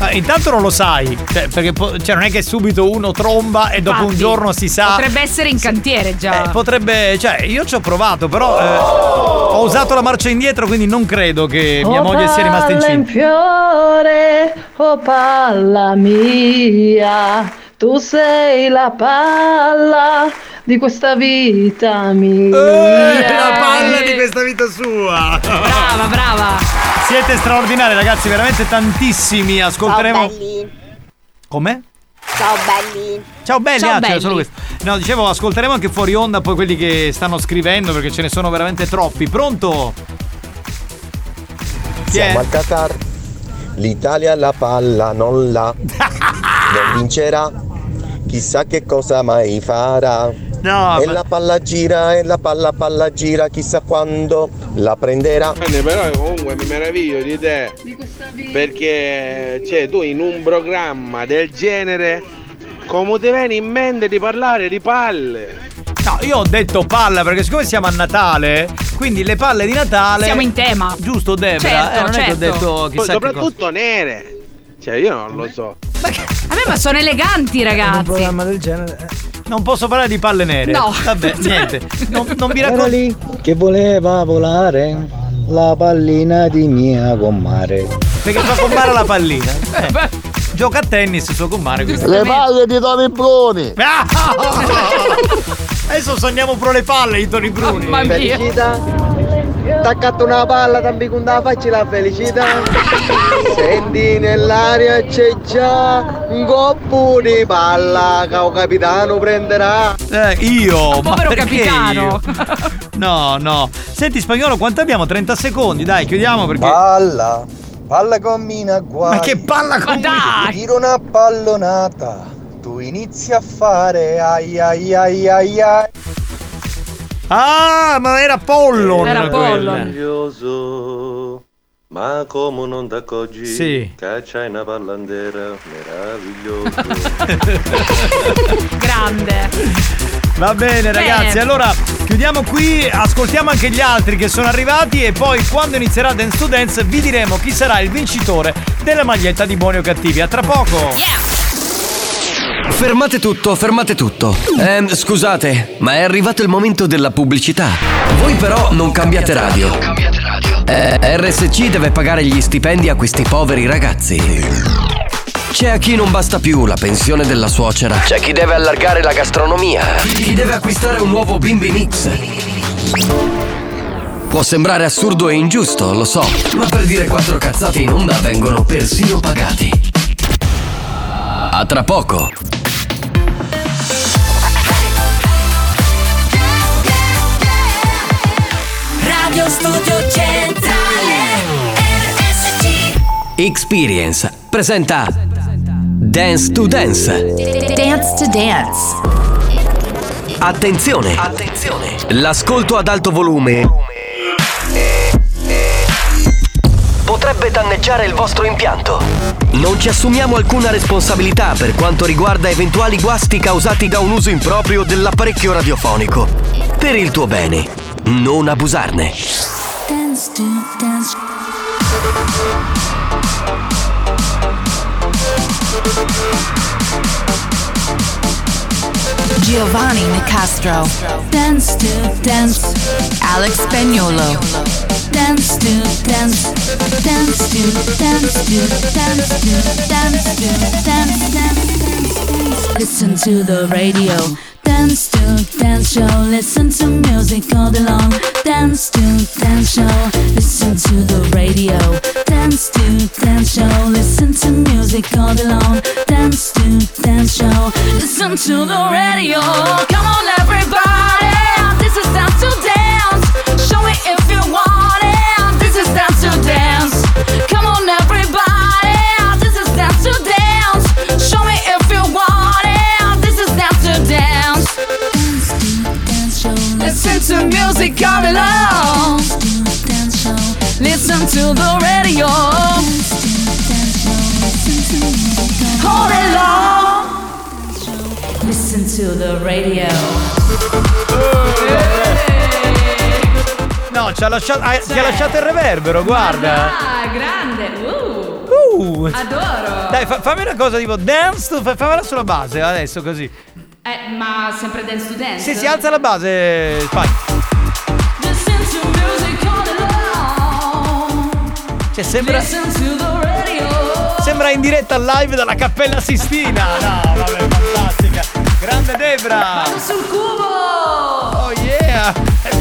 Ah, intanto non lo sai, cioè, perché po- cioè, non è che subito uno tromba e dopo Infatti, un giorno si sa. Potrebbe essere in cantiere già. Eh, potrebbe, cioè, io ci ho provato, però eh, ho usato la marcia indietro, quindi non credo che mia Oh, moglie sia rimasta palla in incinta. fiore, oh palla mia, tu sei la palla di questa vita mia. Eh, la palla di questa vita sua. Brava, brava. Siete straordinari, ragazzi, veramente tantissimi. Ascolteremo. Ciao belli. Come? Ciao belli. Ciao belli, Ciao ah, c'era belli. solo questo. No, dicevo, ascolteremo anche fuori onda poi quelli che stanno scrivendo, perché ce ne sono veramente troppi. Pronto? Chi è? Siamo al Qatar. L'Italia la palla non la non vincerà. Chissà che cosa mai farà. No, e ma- la palla gira e la palla palla gira, chissà quando la prenderà. Però comunque mi meraviglio di te, perché cioè, tu in un programma del genere come ti viene in mente di parlare di palle? No, io ho detto palla perché siccome siamo a Natale, quindi le palle di Natale. Siamo in tema. Giusto, Debra? Certo, eh, non certo. è che ho detto chissà che Soprattutto nere. Cioè io non lo so. Vabbè, ma sono eleganti, ragazzi. Un programma del genere. cosa. Non posso parlare di palle nere. No. Vabbè, niente. Non, non vi Era racconto. lì che voleva volare la pallina di mia commare. Perché sua compare la pallina. Eh, gioca a tennis suo compare. Le palle di Tony Bruni. Adesso sogniamo pro le palle di Tony Bruni. Mamma mia. Felicità. T'accatto una palla, tambi con la faccia la felicità. Senti nell'aria c'è già un coppo di palla che un capitano prenderà. Eh, io, ma Povero perché capitano. io? No, no. Senti, Spagnolo, quanto abbiamo? trenta secondi, dai, chiudiamo perché. Palla, palla combina guai. Ma che palla Ma combina? dai. Tiro una pallonata, tu inizi a fare ai ai ai ai ai. Ah, ma era Pollon. Era quella. Pollon. Meraviglioso, ma come non t'accorgi Sì. che c'hai una pallandera meravigliosa. Grande. Va bene, ragazzi, Bene. allora chiudiamo qui, ascoltiamo anche gli altri che sono arrivati e poi quando inizierà Dance to Dance vi diremo chi sarà il vincitore della maglietta di Buoni o Cattivi. A tra poco. Fermate tutto, fermate tutto. Ehm, scusate, ma è arrivato il momento della pubblicità. Voi però non cambiate radio. Eh, R S C deve pagare gli stipendi a questi poveri ragazzi. C'è a chi non basta più la pensione della suocera. C'è chi deve allargare la gastronomia. Chi deve acquistare un nuovo Bimbi Mix. Può sembrare assurdo e ingiusto, lo so, ma per dire quattro cazzate in onda vengono persino pagati. A tra poco. Radio Studio Centrale R S C. Experience presenta Dance to Dance. Dance to Dance. Attenzione! Attenzione! L'ascolto ad alto volume potrebbe danneggiare il vostro impianto. Non ci assumiamo alcuna responsabilità per quanto riguarda eventuali guasti causati da un uso improprio dell'apparecchio radiofonico. Per il tuo bene, non abusarne. Dance to Dance. Giovanni Nicastro. Dance to Dance. Alex Spagnolo. Dance to Dance. Dance to Dance to Dance to Dance to Dance Dance. Listen to the radio. Dance to Dance Show. Listen to music all day long. Dance to Dance Show. Listen to the radio. Dance to Dance Show. Listen to music all day long. Dance to Dance Show. Listen to the radio. Come on, everybody. This is Dance to Dance. Show it if you want it. This is Dance to Dance. Come on, everybody. This is Dance to Dance. Show me if you want it. This is Dance to Dance. Dance to Dance Show. Listen to music all day long. Dance to Dance Show. Listen to the radio. Dance to Dance Show. Listen to music all day long. Listen to the radio. No, ci ha lasciato, ah, ti ha lasciato il reverbero, guarda. Ah, grande. Uh. Uh! Adoro. Dai, fa- fammi una cosa tipo dance, to, fa- fammela sulla base adesso così. Eh, ma sempre dance to dance? Sì, si alza la base, vai. Cioè sembra Sembra in diretta live dalla Cappella Sistina. No, vabbè, fantastica. Grande Debra. Vado sul cubo. Oh yeah.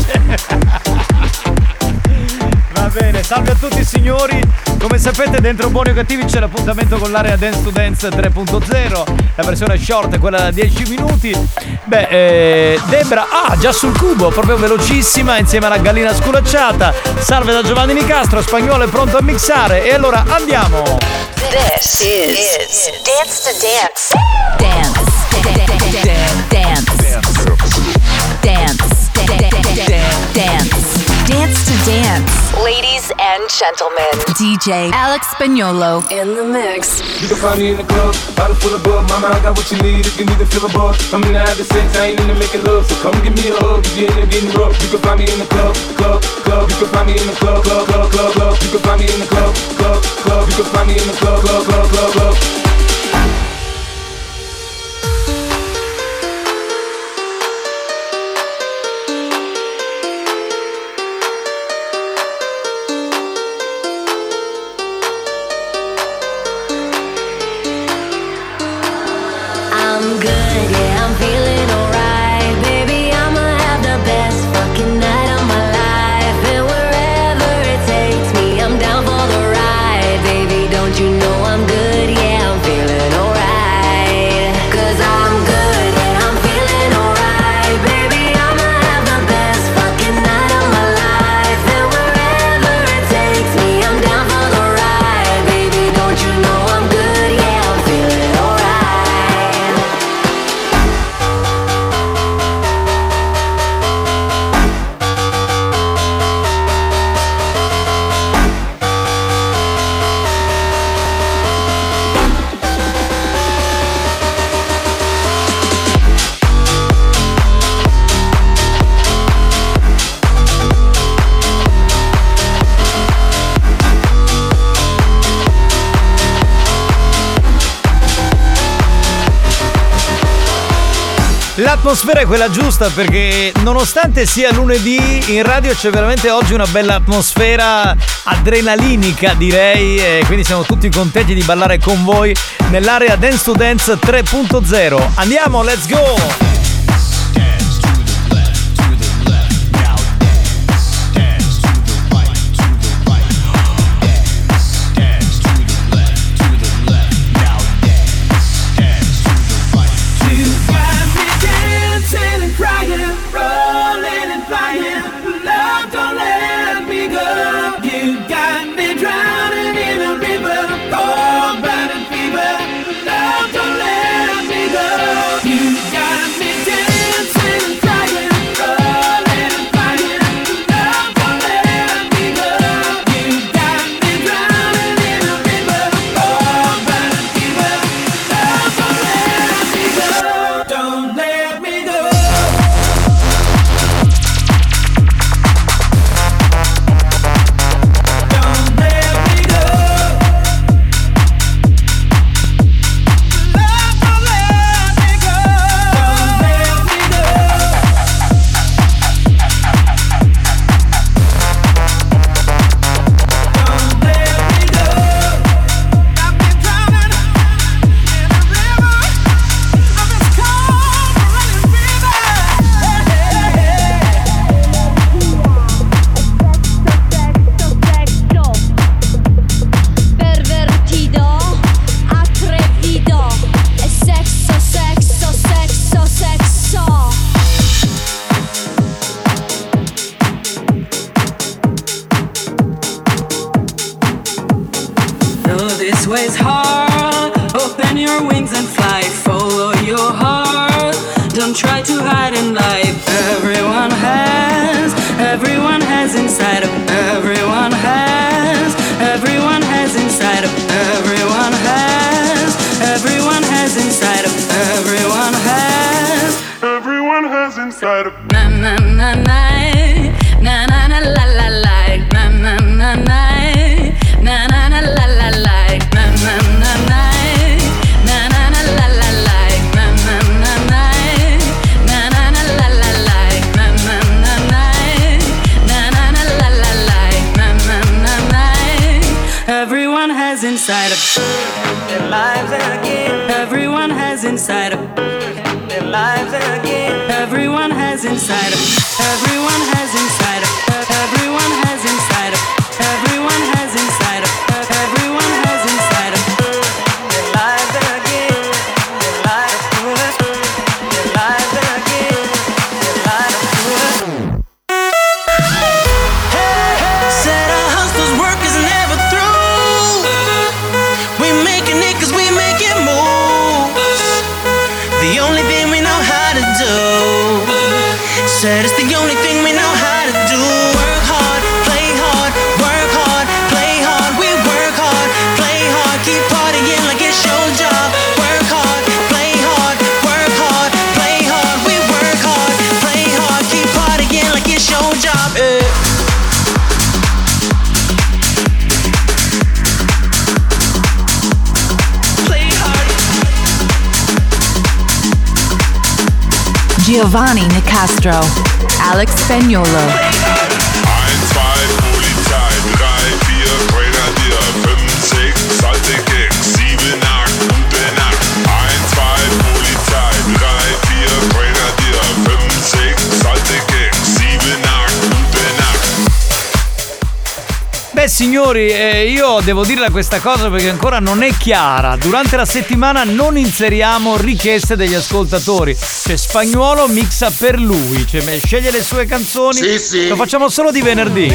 Va bene, salve a tutti signori. Come sapete dentro Buoni o Cattivi c'è l'appuntamento con l'area Dance to Dance tre punto zero. La versione short è quella da dieci minuti. Beh, eh, Debra, ah, già sul cubo, proprio velocissima, insieme alla gallina sculacciata. Salve da Giovanni Nicastro, Spagnolo è pronto a mixare. E allora andiamo. This is, is Dance to Dance. Dance. Dance. Dance. Dance. Dance to Dance. Ladies and gentlemen, D J Alex Spagnolo in the mix. You can find me in the club, bottle full of bug. Mama, I got what you need if you need to feel a bug. I'm in the having sex, I ain't into making love. So come give me a hug if you're in there getting rough. You can find me in the club, club, club. You can find me in the club, club, club, club, club. You can find me in the club, club, club. You can find me in the club, club, club, club, club. I'm good, yeah, I'm feeling alright. Baby, I'ma have the best fucking night of my life. And wherever it takes me, I'm down for the ride. Baby, don't you know I'm good, yeah, I'm feeling alright. Cause I'm good, yeah, I'm feeling alright. Baby, I'ma have the best fucking night of my life. And wherever it takes me, I'm down for the ride. Baby, don't you know I'm good, yeah, I'm feeling alright. L'atmosfera è quella giusta perché nonostante sia lunedì in radio c'è veramente oggi una bella atmosfera adrenalinica direi e quindi siamo tutti contenti di ballare con voi nell'area Dance to Dance tre punto zero. Andiamo, let's go! way's hard. Open your wings and fly. Follow your heart. Don't try to hide in life. Everyone has, everyone has inside of. Everyone has, everyone has inside of. Everyone has, everyone has inside of. Everyone has, everyone has inside of. Na na na na, na na na la la la, na na na na, na na na la la la, na inside of their lives again. Everyone has inside of their lives again. Everyone has inside of. Everyone has inside of. Everyone has inside of. Everyone has inside of. Everyone has inside of their lives again. Their lives good. Their lives again. Their lives good. Hey, hey, said our hustle's work is never through. We making it 'cause we making moves. The only thing we know how to do. Said it's the only thing we know how to do. Work hard, play hard, work hard, play hard. We work hard, play hard, keep partying like it's your job. Work hard, play hard, work hard, play hard. We work hard, play hard, keep partying like it's your job. Eh. Giovanni Nicastro, Alex Spagnuolo. eins, zwei, Polizei, drei, vier, Grenadier, fünf, sechs, Salzig, sieben, acht, gute Nacht. eins, zwei, Polizei, drei, vier, Grenadier, fünf, sechs, Salzig, sieben, acht, gute Nacht. Beh signori, eh, io devo dirle questa cosa perché ancora non è chiara. Durante la settimana non inseriamo richieste degli ascoltatori. Cioè Spagnuolo mixa per lui, cioè sceglie le sue canzoni. Sì, sì. Lo facciamo solo di venerdì.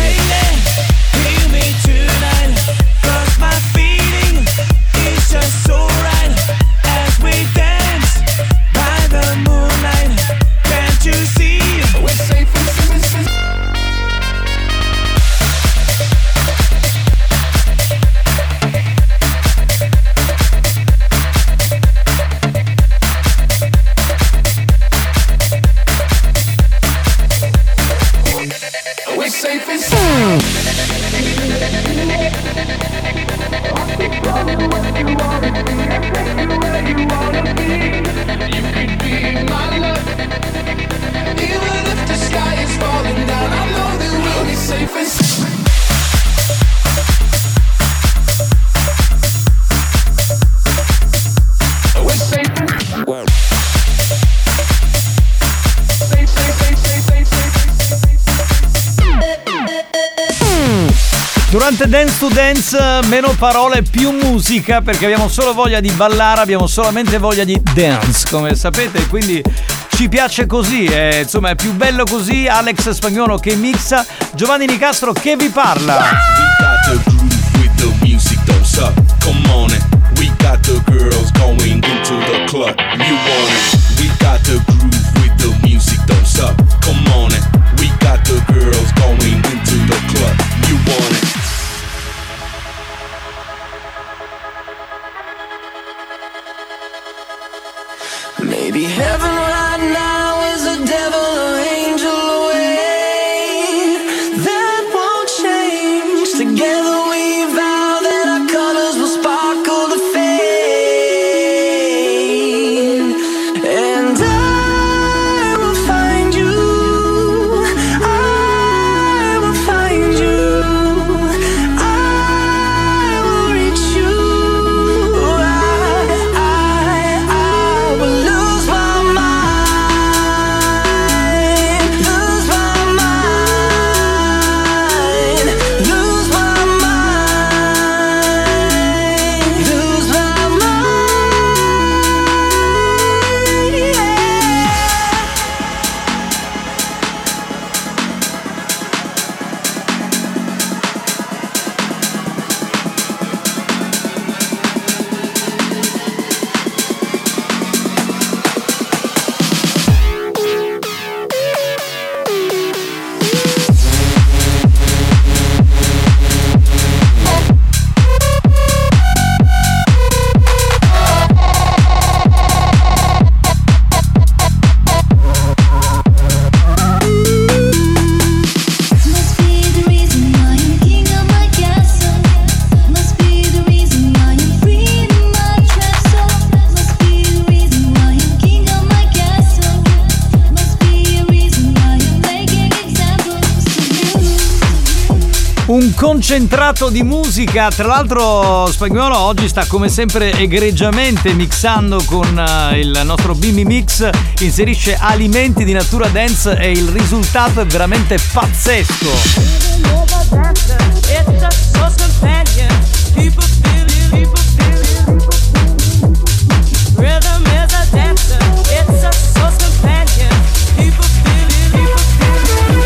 Durante Dance to Dance meno parole, più musica, perché abbiamo solo voglia di ballare, abbiamo solamente voglia di dance, come sapete, quindi ci piace così, eh, insomma è più bello così. Alex Spagnuolo che mixa, Giovanni Nicastro che vi parla. We got the groove with the music, don't suck, come on it. We got the girls going into the club, you want it. We got the groove with the music, don't suck, come on it. We got the girls going into the club, you want it. Maybe heaven right now is a devil or angel away. That won't change. Together we vow that our colors will sparkle to fade. And I will find you un concentrato di musica. Tra l'altro Spagnuolo oggi sta come sempre egregiamente mixando con uh, il nostro Bimbi Mix, inserisce alimenti di natura dance e il risultato è veramente pazzesco. Rhythm is a dancer, it's a source companion. People feel it, people feel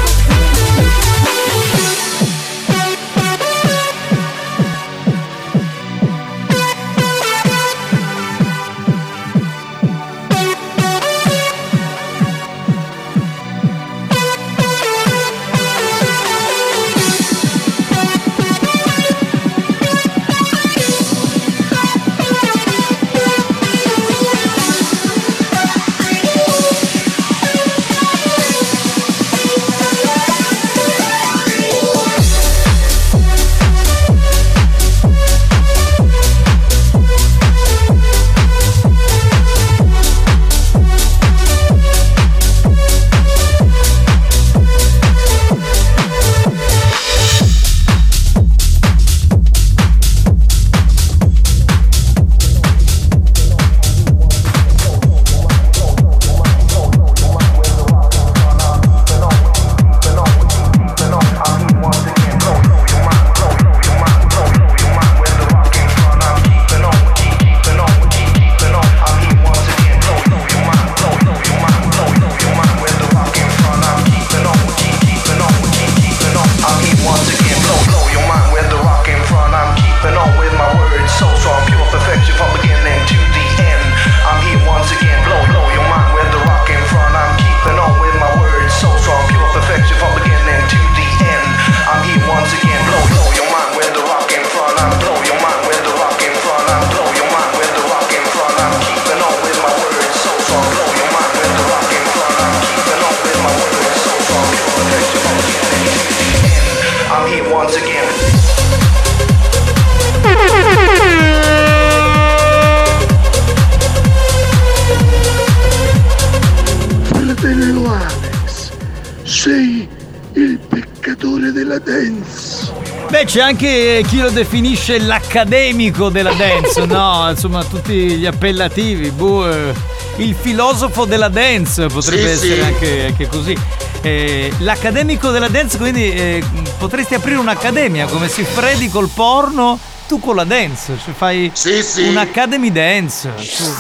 Beh, c'è anche chi lo definisce l'accademico della dance, no? Insomma, tutti gli appellativi. Buh, il filosofo della dance potrebbe Sì, essere sì. Anche, anche così. Eh, l'accademico della dance, quindi eh, potresti aprire un'accademia come si Freddy col porno, tu con la dance, cioè fai Sì, sì. un academy dance.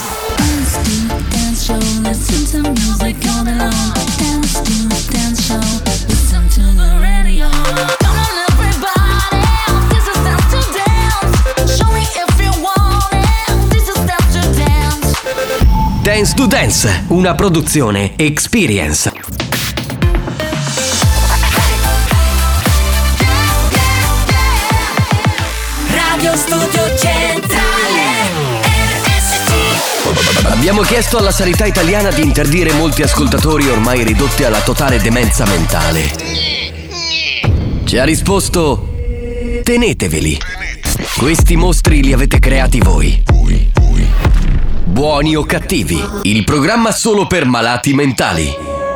Dance show, listen to music all day long. Dance to dance show, listen to the radio. Come on everybody, this is dance to dance. Show me if you want it, this is dance to dance. Dance to Dance, una produzione Experience. Radio Studio Centrale R S C. Abbiamo chiesto alla sanità italiana di interdire molti ascoltatori ormai ridotti alla totale demenza mentale. Ci ha risposto: teneteveli. Questi mostri li avete creati voi. Buoni o cattivi, il programma solo per malati mentali.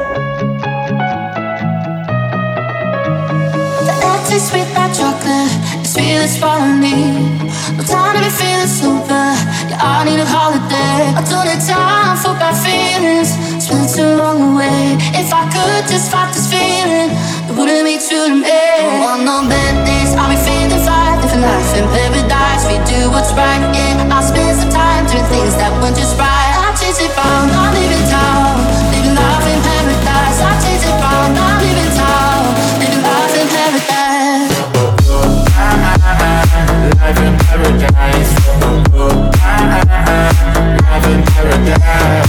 Tastes sweet like chocolate, it's real, it's for me. No time to be feeling super, yeah, I need a holiday. I don't have time for bad feelings, spent too long away. If I could just fight this feeling, it wouldn't be true to me. Don't want no bad days, I'll be feeling fine. Living life in paradise, we do what's right, yeah. I'll spend some time doing things that weren't just right. I'll chase it round, I'm leaving town, living life in paradise. I'll chase it round, I'm leaving town, living life in paradise. Life in paradise. Life in paradise.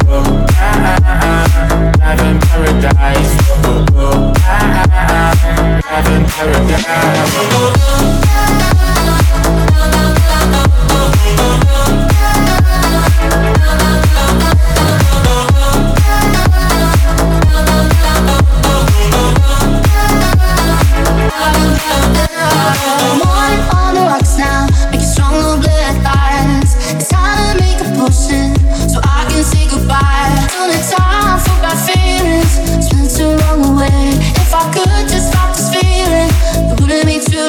Life in paradise. Life in paradise. Morning on the rocks now, making strong no blood thighs. It's time to make a potion, so I can say goodbye. Don't have time for bad feelings, spent too long away. If I could just stop this feeling, it wouldn't be true.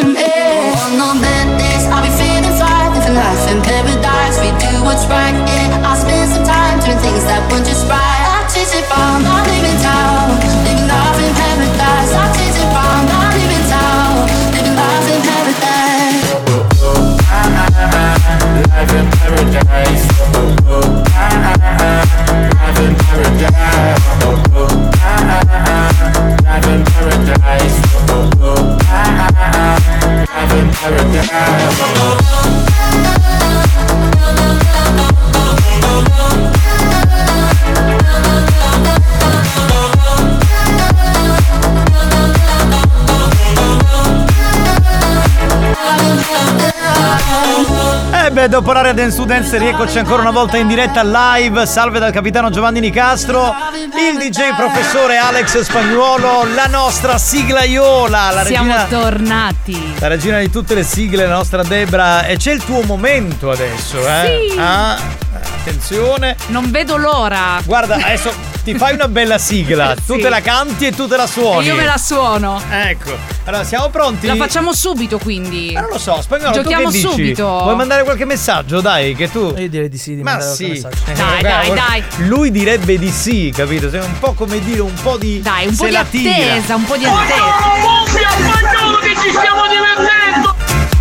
Salve, dopo l'area Dance to Dance rieccoci ancora una volta in diretta live. Salve dal capitano Giovanni Nicastro, il D J professore Alex Spagnuolo, la nostra siglaiola, la Siamo regina, tornati. la regina di tutte le sigle, la nostra Debra. E c'è il tuo momento adesso, eh? Sì. Ah, attenzione. Non vedo l'ora. Guarda, adesso ti fai una bella sigla. Tu Sì. te la canti e tu te la suoni. E io me la suono. Ecco. Allora, siamo pronti? La facciamo subito, quindi. Ma non lo so, Spagnolo, Giochiamo tu che dici? subito. Vuoi mandare qualche messaggio? Dai, che tu. Io direi di sì, di Ma mandare sì. qualche messaggio. Dai, dai, dai. Lui direbbe di sì, capito? Sei un po' come dire un po' di. Dai, un po' se di la tira. attesa, un po' di attesa. Spagnolo che ci stiamo divertendo!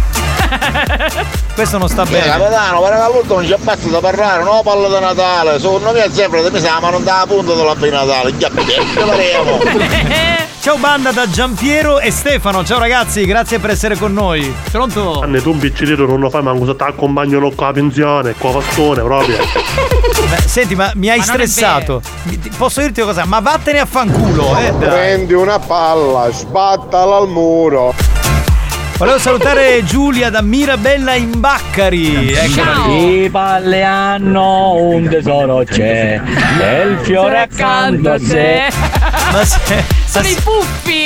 Questo non sta bene. Capitano, per l'ultimo non c'è basta da parlare, no parlo di Natale, secondo me è sempre mi sa, ma non dà punto della di Natale, già parliamo. Ciao banda da Giampiero e Stefano, ciao ragazzi, grazie per essere con noi. Pronto? Anne, tu un piccirino non lo fai, ma cosa ti accompagnano con la pensione, con la bastone proprio. Beh, senti, ma mi hai Ma non è stressato. Mi- ti- Posso dirti una cosa? Ma vattene a fanculo, eh. dai. Prendi una palla, sbattala al muro. Volevo salutare Giulia da Mirabella in Baccari. Eccola lì. I palle hanno un tesoro c'è, e il fiore accanto a sé. Ma se, Sono i puffi.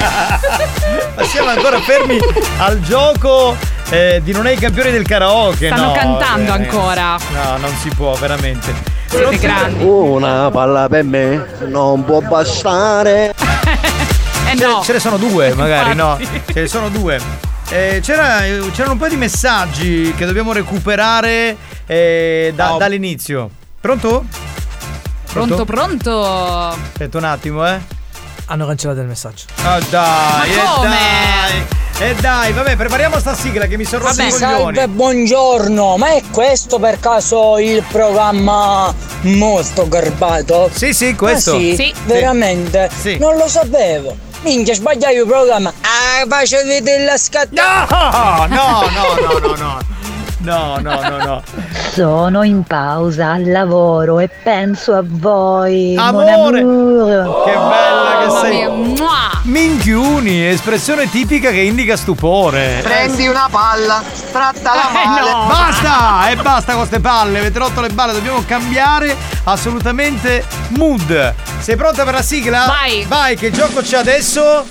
ma siamo ancora fermi al gioco eh, di non è i campioni del karaoke. Stanno no, cantando eh, ancora. No, non si può, veramente. Siete grandi. Una palla per me non può bastare. Eh Ce- no. Ce ne sono due, magari, no? Infatti. Ce ne sono due. Eh, c'era, c'erano un po' di messaggi che dobbiamo recuperare eh, da- dall'inizio. Pronto? Pronto, pronto. Aspetta un attimo, eh. Hanno cancellato il messaggio. Ah dai, Ma e come? dai. E dai, vabbè, prepariamo sta sigla che mi sono rotto i coglioni. Salve, buongiorno, ma è questo per caso il programma molto garbato? Sì, sì, questo. Ah, sì? Sì. Veramente? Sì. Non lo sapevo. Minchia, sbagliai il programma. Ah, facevi della scatta. No, no, no, no, no, no. No, no, no, no. Sono in pausa al lavoro e penso a voi. Amore! Mon amour. Che bella che Mamma sei. mia, mua. Minchiuni, espressione tipica che indica stupore. Prendi una palla, trattala Eh, male. no. Basta! E basta con ste palle, avete rotto le balle, dobbiamo cambiare assolutamente mood. Sei pronta per la sigla? Vai. Vai, che gioco c'è adesso?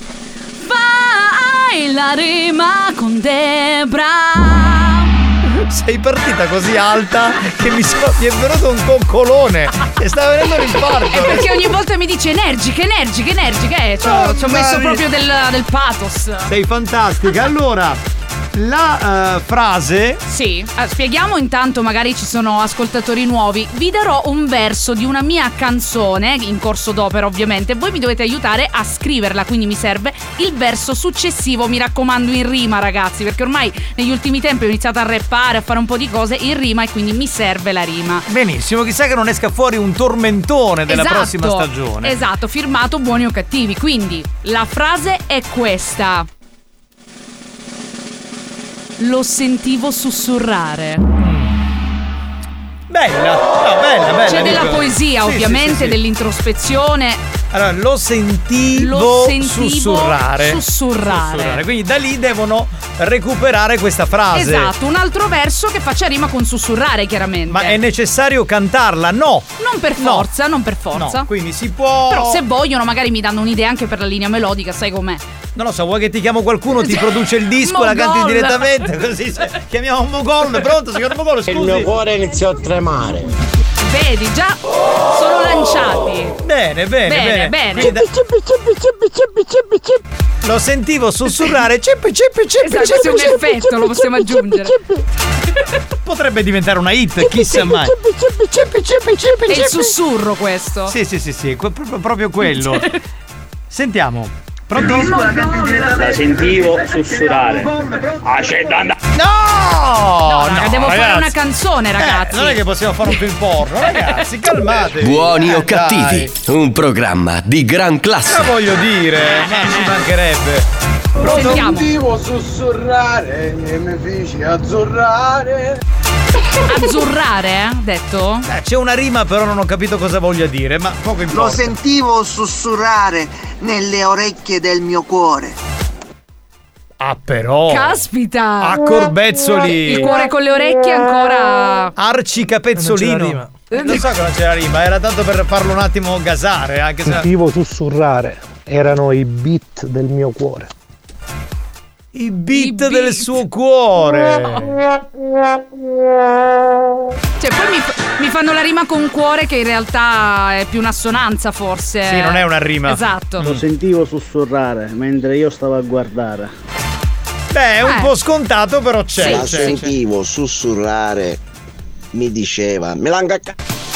Fai la rima con Debra. Sei partita così alta che mi, so, mi è venuto un coccolone e stava venendo l'infarto. È perché ogni volta mi dice energica, energica, energica. Eh, ci ho ci ho messo Mamma proprio mia. del, del pathos. Sei fantastica. Allora, la uh, frase. Sì, eh, spieghiamo intanto, magari ci sono ascoltatori nuovi. Vi darò un verso di una mia canzone, in corso d'opera ovviamente. Voi mi dovete aiutare a scriverla, quindi mi serve il verso successivo, mi raccomando in rima ragazzi, perché ormai negli ultimi tempi ho iniziato a rappare, a fare un po' di cose in rima e quindi mi serve la rima. Benissimo, chissà che non esca fuori un tormentone della Esatto, prossima stagione. Esatto, firmato Buoni o Cattivi. Quindi la frase è questa. Lo sentivo sussurrare. Bella, no, bella, bella. C'è della Nico. poesia, Sì, ovviamente, sì, sì, sì. dell'introspezione. Allora, lo sentivo, Lo sentivo sussurrare. sussurrare. Quindi da lì devono recuperare questa frase. Esatto, un altro verso che faccia rima con sussurrare, chiaramente. Ma è necessario cantarla? No. Non per No. forza, non per forza. No, quindi si può. Però se vogliono magari mi danno un'idea anche per la linea melodica, sai com'è? Non lo so, vuoi che ti chiamo qualcuno, ti produce il disco, la canti Mogol. direttamente, così se- chiamiamo un Mogol, pronto, signor Mogol, scusi. Il mio cuore iniziò a tremare. Vedi, già sono lanciati. Bene, bene, Bene, bene. bene. Quindi da- Lo sentivo sussurrare cippi cippi cippi Esatto, questo è un effetto, lo possiamo aggiungere. Potrebbe diventare una hit, chissà mai. È il sussurro questo. Sì, sì, sì, sì, que- proprio, proprio quello. Sentiamo. Pronto? La sentivo sussurrare. Ah, c'è da andare. No! No, raga, devo fare ragazzi. una canzone, ragazzi. Eh, non è che possiamo fare un film porno, ragazzi, calmatevi. Buoni Eh, o cattivi, un programma di gran Ma classe. voglio dire, ma ci mancherebbe. Pronto? Sentiamo. Sentivo sussurrare e mi feci azzurrare. Azzurrare, eh? Detto? Eh, c'è una rima, però non ho capito cosa voglia dire, ma poco importa. Lo sentivo sussurrare nelle orecchie del mio cuore. Ah, però. Caspita. A Corbezzoli. Il cuore con le orecchie ancora. Arci Capezzolino. Eh, non so che non c'era rima, era tanto per farlo un attimo gasare, anche se. Sentivo sussurrare, erano i beat del mio cuore. I beat, I beat. del suo cuore. Cioè poi mi, mi fanno la rima con cuore che in realtà è più un'assonanza forse. Sì, non è una rima. Esatto. Lo sentivo sussurrare mentre io stavo a guardare. Beh, è un Eh. po' scontato, però c'è. La c'è, c'è. sentivo sussurrare, mi diceva Melangacca.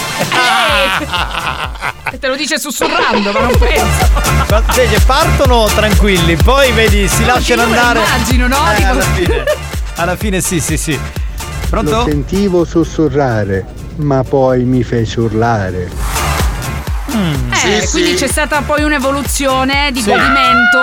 E te lo dice sussurrando, ma non penso. Ma, cioè, partono tranquilli, poi vedi, si No, lasciano io me lo andare. immagino, no? Eh, Tipo- alla fine. Alla fine sì, sì, sì. Pronto? Lo sentivo sussurrare, ma poi mi fece urlare. Mm. Eh, Sì, quindi sì. c'è stata poi un'evoluzione di Sì. godimento.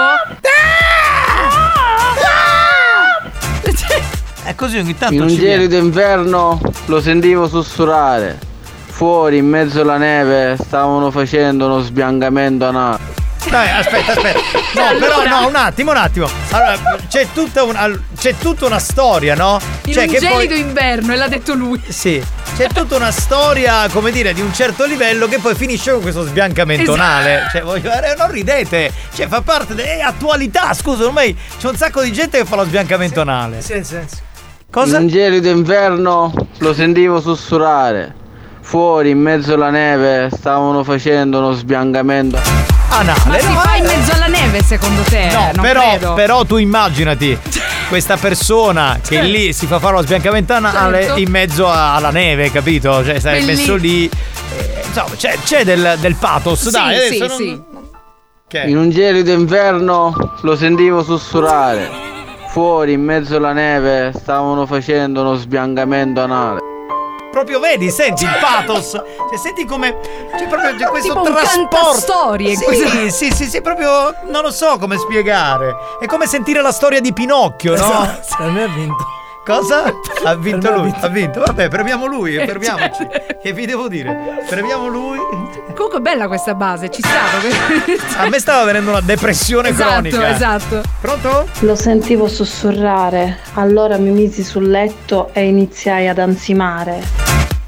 È così ogni tanto In un ci viene. gelido inverno lo sentivo sussurrare. Fuori in mezzo alla neve stavano facendo uno sbiancamento anale. Dai, aspetta, aspetta. No, Allora- però no, un attimo, un attimo. Allora, c'è tutta una c'è tutta una storia, no? In Cioè un che gelido poi inverno, e l'ha detto lui. sì, c'è tutta una storia, come dire, di un certo livello che poi finisce con questo sbiancamento Esatto. anale. Cioè, voglio eh, non ridete. Cioè, fa parte è attualità, scusa, ormai c'è un sacco di gente che fa lo sbiancamento anale. Silenzio, silenzio. Cosa? In un gelido inverno lo sentivo sussurrare. Fuori in mezzo alla neve stavano facendo uno sbiancamento Anale. Ma si no, fa in eh. mezzo alla neve secondo te? No, non però, credo. però tu immaginati questa persona che Certo. lì si fa fare lo sbiancamento anale Certo. in mezzo a- alla neve, capito? Cioè, stai Quelli- messo lì. eh, insomma, c'è, c'è del, del pathos, Sì, dai. sì, adesso non- sì. Che? In un gelido inverno lo sentivo sussurrare. Fuori in mezzo alla neve stavano facendo uno sbiancamento anale. Proprio vedi, senti il pathos. Cioè, senti come. C'è proprio c'è questo Tipo un trasporto. cantastorie, Sì, questo- sì, sì, sì, proprio. Non lo so come spiegare. È come sentire la storia di Pinocchio, no? Esatto, per me ha vinto. Cosa? Ha vinto Per me ha lui, vinto. ha vinto. Vabbè, premiamo lui, Eh, fermiamoci. cioè. Che vi devo dire? Premiamo lui. Comunque è bella questa base, ci sta. A me stava venendo una depressione Esatto, cronica. esatto. Pronto? Lo sentivo sussurrare, allora mi misi sul letto e iniziai ad ansimare.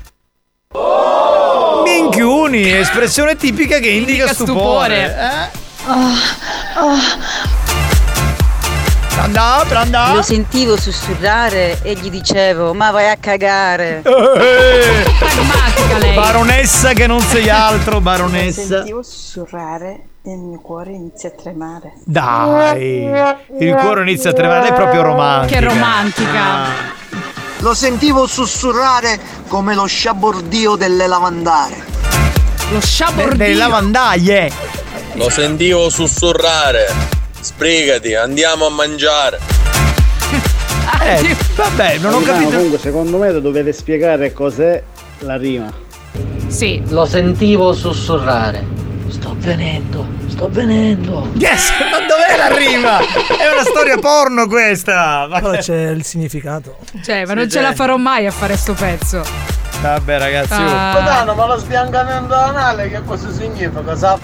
Minchiuni, espressione tipica che indica, Indica stupore. stupore. Eh? Ah, ah. Pranda, pranda. Lo sentivo sussurrare e gli dicevo: ma vai a cagare. Eh, Pragmatica lei. Baronessa che non sei altro, Lo baronessa. sentivo sussurrare e il mio cuore inizia a tremare. Dai, il cuore inizia a tremare, lei è proprio romantica. Che romantica. Ah. Lo sentivo sussurrare come lo sciabordio delle lavandare. Lo De- sciabordio. delle lavandaie. Lo sentivo sussurrare. Sbrigati, andiamo a mangiare. Eh, vabbè, non ho Capitano, capito. comunque secondo me dovete spiegare cos'è la rima. Sì. Lo sentivo sussurrare. Sto venendo, sto venendo. Yes, ma dov'è la rima? È una storia porno questa. Ma Però c'è il significato. Cioè, ma Sì, non ce sì. la farò mai a fare sto pezzo. Vabbè, ragazzi. oh. Ah. Capitano, ma lo sbiancamento anale che cosa significa? Sa?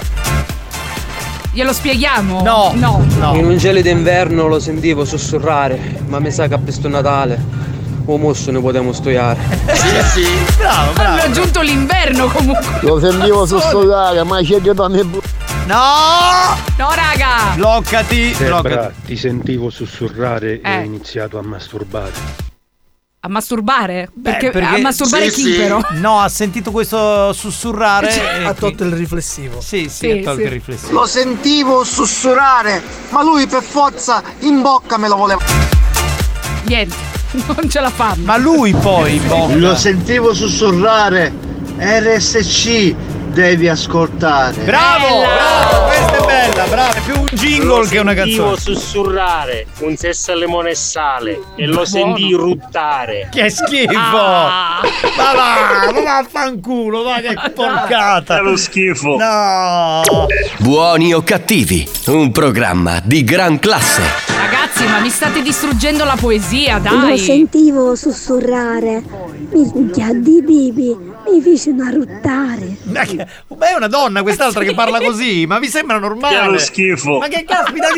Glielo spieghiamo? No, No. no. In un gelido inverno lo sentivo sussurrare, ma mi sa che a questo Natale o mosso ne potremo studiare. Sì, sì. Bravo, bravo. Hanno aggiunto l'inverno comunque. Lo sentivo sussurrare, ma c'è che dammi bu- No! No, raga. Bloccati, bloccati. Debra, ti sentivo sussurrare e Eh. ho iniziato a masturbare. A masturbare? Beh, Perché, perché- a masturbare sì, chi sì. però? No, ha sentito questo sussurrare. e Ha chi- tolto il riflessivo. Sì, sì, Sì, ha tolto sì. il riflessivo. Lo sentivo sussurrare, ma lui per forza in bocca me lo voleva. Niente, non ce la fanno. Ma lui poi in bocca. Lo sentivo sussurrare. R S C devi ascoltare. Bravo, Bella! bravo, questa è bella, bravo, è più un jingle che una canzone. sussurrare un sesso al limone e sale e lo sentì ruttare. Che schifo! Ah. Ma va, ma vaffanculo, va che porcata! È lo schifo. No! Buoni o cattivi, un programma di gran classe. Ragazzi, ma mi state distruggendo la poesia, Lo dai. sentivo sussurrare. Minchia di bibi, mi fece una ruttare. Ma che- ma è una donna quest'altra che parla così, ma vi sembra normale? Che è lo schifo. Ma che caspita di.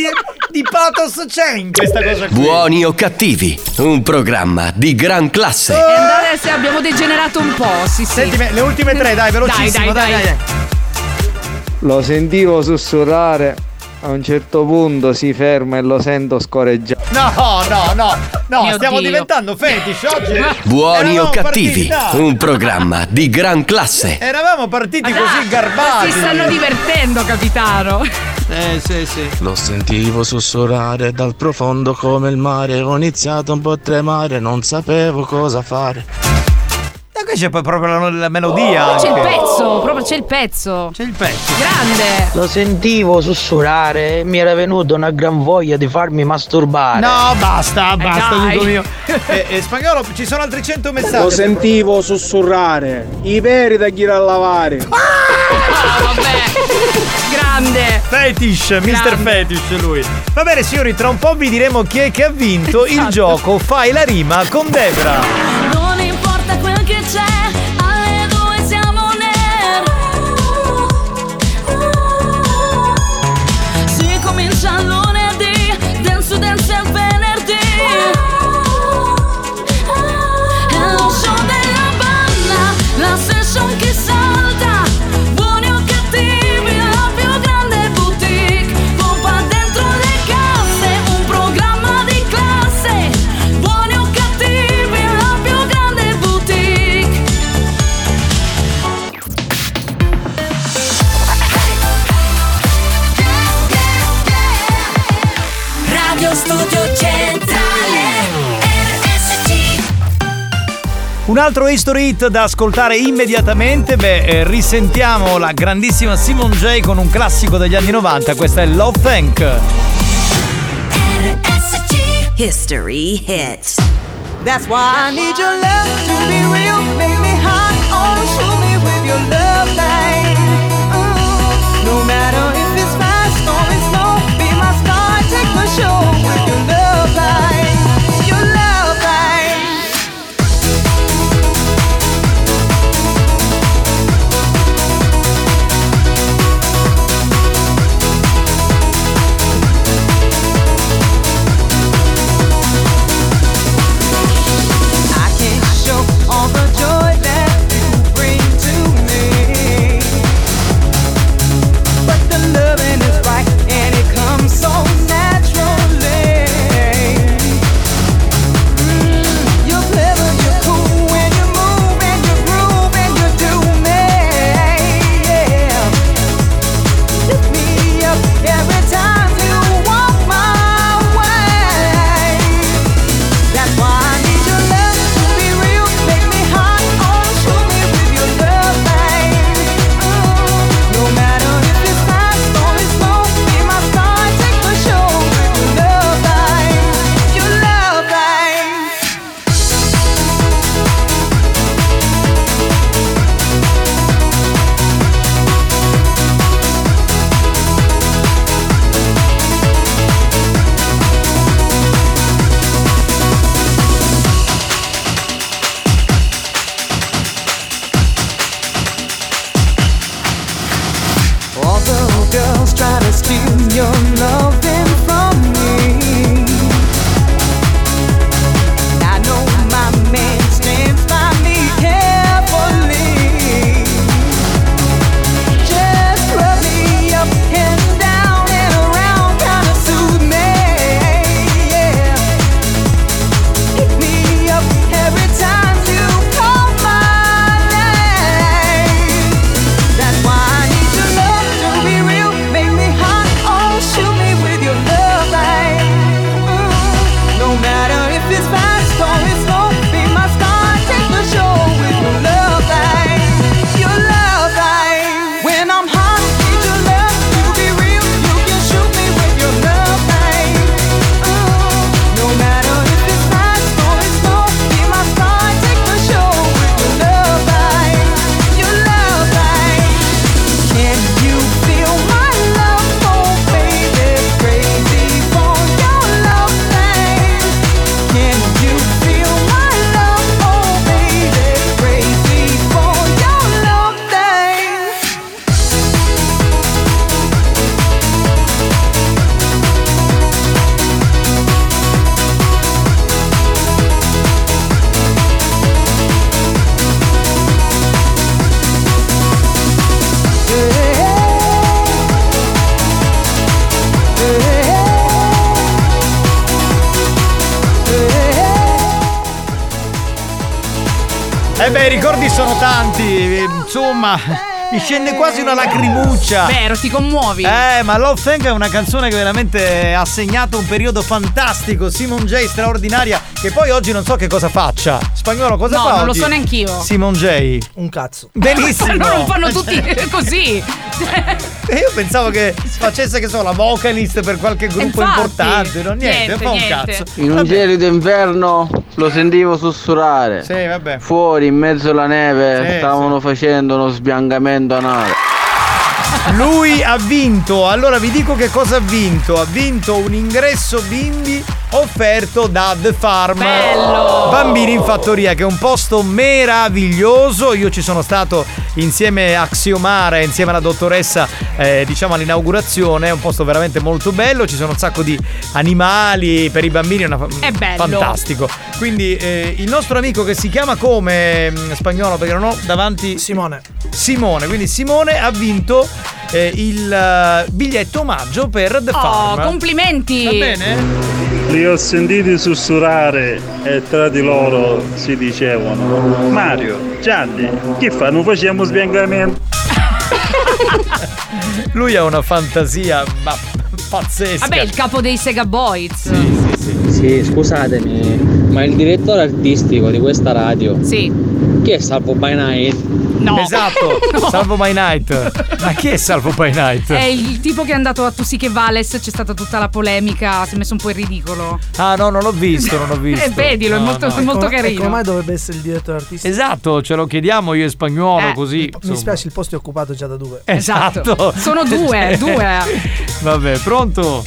di pathos c'è in questa cosa qui? Buoni o cattivi, un programma di gran classe. E andate se abbiamo degenerato un po', sì sì. Senti, le ultime tre, dai, velocissimo, dai, dai, dai, dai. Lo sentivo sussurrare, a un certo punto si ferma e lo sento scorreggiare. No, no, no, no, Mio stiamo Dio. diventando fetish oggi. Buoni o Eravamo cattivi, partiti, un programma di gran classe. Eravamo partiti così Ma garbati. si stanno divertendo, capitano. Eh, sì, sì. Lo sentivo sussurrare dal profondo come il mare. Ho iniziato un po' a tremare, non sapevo cosa fare. E qui c'è poi proprio la, la melodia. C'è il anche. pezzo, proprio c'è il pezzo. C'è il pezzo. Grande. Lo sentivo sussurrare e mi era venuta una gran voglia di farmi masturbare. No, basta, basta, dai. amico mio. E, e Spagnolo, ci sono altri cento messaggi. Lo sentivo sussurrare, i peri da chi a lavare. Ah, vabbè. Grande. Fetish, mister Fetish lui. Va bene signori, tra un po' vi diremo chi è che ha vinto il Esatto. gioco Fai la rima con Debra. Non importa quel che c'è, alle due siamo nerd. Si comincia lunedì, dance dance il venerdì. È lo show della banda, la session che salta. Buoni o cattivi, la più grande boutique. Pompa dentro le casse, un programma di classe. Buoni o cattivi, la più grande boutique. Radio Studio Centrale R S C. Un altro history hit da ascoltare immediatamente. Beh, eh, risentiamo la grandissima Simone J con un classico degli anni novanta. Questa è Love Thank. History hits. That's why I need your love to be real. Make me hot, oh, show me with your love light. Ooh. No matter if it's fast or it's slow, be my star, take the show with your love light. Your love light. I can't show all the joy that you bring to me, but the Eh beh, i ricordi sono tanti, insomma, mi scende quasi una lacrimuccia. Vero, ti commuovi. Eh, ma Love Thang è una canzone che veramente ha segnato un periodo fantastico. Simon J, straordinaria, che poi oggi non so che cosa faccia. Spagnolo, cosa no, fa non oggi? lo so neanch'io. Simon J. Un cazzo. Benissimo. No, non fanno tutti così. E io pensavo che facesse, che so, la vocalist per qualche gruppo Infatti, importante. No, niente, niente, fa un niente. cazzo. In un Vabbè. gelido inverno lo sentivo sussurrare. Sì, vabbè. Fuori in mezzo alla neve Sì, stavano sì. facendo uno sbiancamento anale. Lui ha vinto, allora vi dico che cosa ha vinto. Ha vinto un ingresso bimbi offerto da The Farm. Bello! Bambini in fattoria, che è un posto meraviglioso. Io ci sono stato insieme a Xiomara, insieme alla dottoressa, eh, diciamo all'inaugurazione. È un posto veramente molto bello, ci sono un sacco di animali per i bambini, è, una, È bello. fantastico. Quindi eh, il nostro amico, che si chiama come mh, spagnolo, perché non ho davanti Simone. Simone, quindi Simone ha vinto eh, il eh, biglietto omaggio per The Oh, Farm. complimenti. Va bene? Li ho sentiti sussurrare e tra di loro si dicevano: Mario, Gianni, che fa? Non facciamo sbiancamento? Lui ha una fantasia ma pazzesca. Vabbè, il capo dei Sega Boys. Sì, sì, sì. Sì, scusatemi, ma il direttore artistico di questa radio, Sì. chi è Salvo By Night? No. Esatto, No. Salvo My Night. Ma chi è Salvo My Night? È il tipo che è andato a Tu sì che vales, c'è stata tutta la polemica, si è messo un po' in ridicolo. Ah no, non l'ho visto, non l'ho visto. Eh, vedilo, è No, molto, no. è molto E carino. come mai dovrebbe essere il direttore artistico? Esatto, ce lo chiediamo io e Spagnolo, Eh. così. Mi insomma. spiace, il posto è occupato già da due. Esatto. Sono due, due. Vabbè, pronto?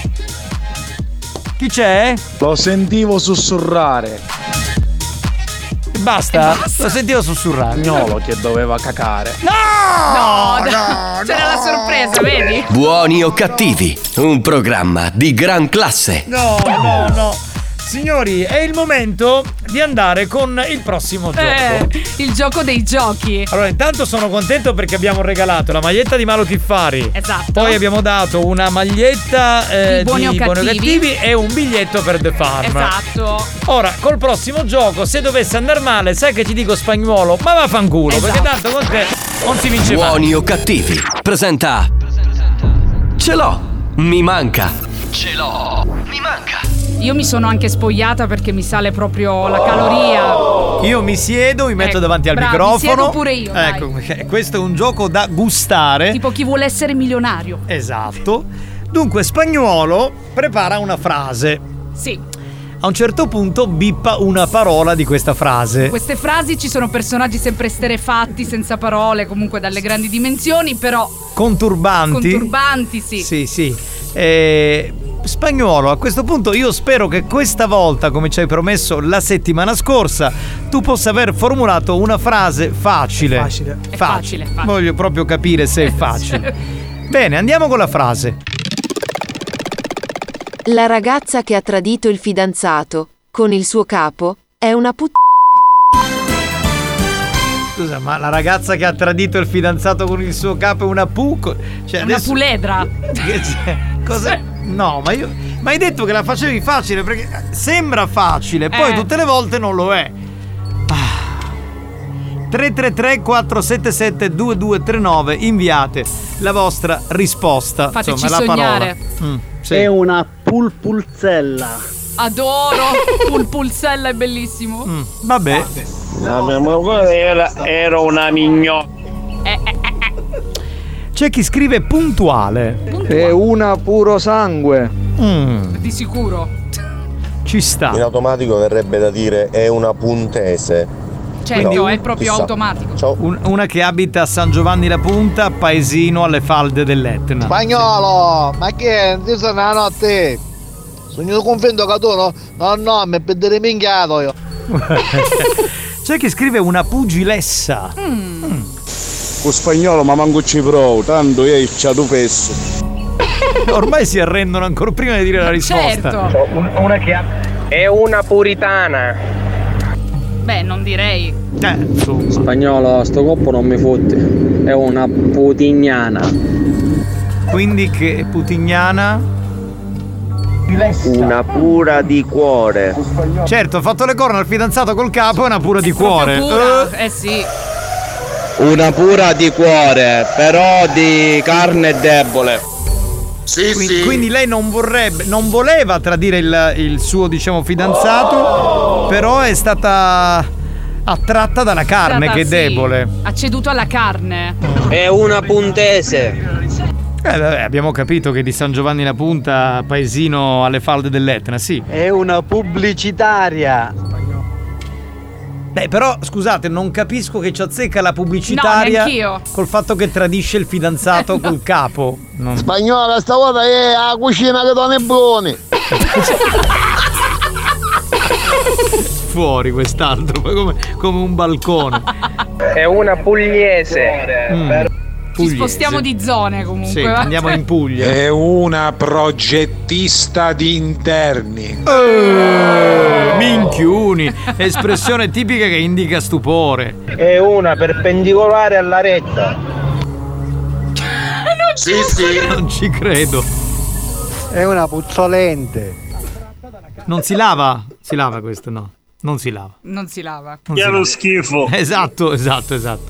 Chi c'è? Lo sentivo sussurrare. Basta? E basta. Lo sentivo sussurrare. Gnolo che doveva cacare. No, no, c'era la sorpresa, vedi? Buoni o cattivi, un programma di gran classe. No, no, no. Signori, è il momento di andare con il prossimo gioco. Eh, il gioco dei giochi. Allora, intanto sono contento perché abbiamo regalato la maglietta di Malo Kiffari. Esatto. Poi abbiamo dato una maglietta eh, Di Buoni o Cattivi. e un biglietto per The Farm. Esatto. Ora, col prossimo gioco, se dovesse andare male, sai che ti dico, Spagnuolo? Ma vaffanculo, Esatto. perché tanto con te non si vince mai. Buoni o cattivi, presenta. Ce l'ho, mi manca. Ce l'ho, mi manca. Io mi sono anche spogliata perché mi sale proprio la caloria. Io mi siedo, mi metto Ecco, davanti al bravi, microfono. siedo pure io, dai. Ecco, perché questo è un gioco da gustare. Tipo chi vuole essere milionario. Esatto. Dunque, Spagnuolo prepara una frase. Sì. A un certo punto bippa una parola di questa frase. Queste frasi ci sono personaggi sempre esterefatti, senza parole, comunque dalle grandi dimensioni, però Conturbanti. conturbanti, sì. Sì, sì. Eh, Spagnuolo, a questo punto io spero che questa volta, come ci hai promesso la settimana scorsa, tu possa aver formulato una frase facile. È facile. È facile, facile. Voglio proprio capire se è facile. Bene, andiamo con la frase. La ragazza che ha tradito il fidanzato con il suo capo è una put... Scusa, ma la ragazza che ha tradito il fidanzato con il suo capo è una puco? Cioè, Una adesso- puledra. Cioè, cosa? No, ma io. Ma hai detto che la facevi facile perché sembra facile, poi Eh. tutte le volte non lo è. Ah. tre tre tre quattro sette sette due due tre nove, inviate la vostra risposta. Fateci insomma, la sognare. parola. Mm, sì. È una pulpulzella. Adoro. Pulpulzella è bellissimo. Mm, vabbè. Era, era una mignotta. Eh, eh, eh, C'è chi scrive puntuale. È una puro sangue. Mm, eh. Di sicuro. ci sta. In automatico verrebbe da dire è una puntese. Certo, No, è proprio chissà. automatico. Ciao. Un- una che abita a San Giovanni la Punta, paesino alle falde dell'Etna. Spagnolo, ma che è? Io sono la notte. Sono convinto che tu no, no, no, mi perdere minchiato io. C'è chi scrive una pugilessa. Con spagnolo ma manco ci provo, tanto io c'ho tu fesso. Ormai si arrendono ancora prima di dire la risposta. Certo. Una che ha... È una puritana. Beh, non direi. Eh, insomma. Spagnolo, sto coppo non mi fotte. È una putignana. Quindi che putignana? Una pura di cuore. Certo, ha fatto le corna al fidanzato col capo e una pura di cuore. Pura. Eh. Eh sì. Una pura di cuore, però di carne debole. Sì, quindi, sì. quindi lei non vorrebbe, non voleva tradire il, il suo, diciamo, fidanzato, però è stata attratta dalla carne Stata, che è sì. debole. Ha ceduto alla carne. È una puntese. Eh, vabbè, abbiamo capito che di San Giovanni la Punta, paesino alle falde dell'Etna, sì. È una pubblicitaria. Beh, però scusate, non capisco che ci azzecca la pubblicitaria No, neanch'io. col fatto che tradisce il fidanzato col capo. Non... Spagnola, stavolta è la cucina che dona i buoni. Fuori quest'altro, poi come, come un balcone. È una pugliese. Mm. Ci Pugliese. spostiamo di zone comunque. Sì, va? andiamo in Puglia. È una progettista di interni. Eh, minchiuni, espressione tipica che indica stupore. È una perpendicolare alla retta. Sì, sì. Non ci credo. È una puzzolente. Non si lava? Si lava questo, no. Non si lava. Non si lava. Non Che si è lo lava. schifo. Esatto, esatto, esatto.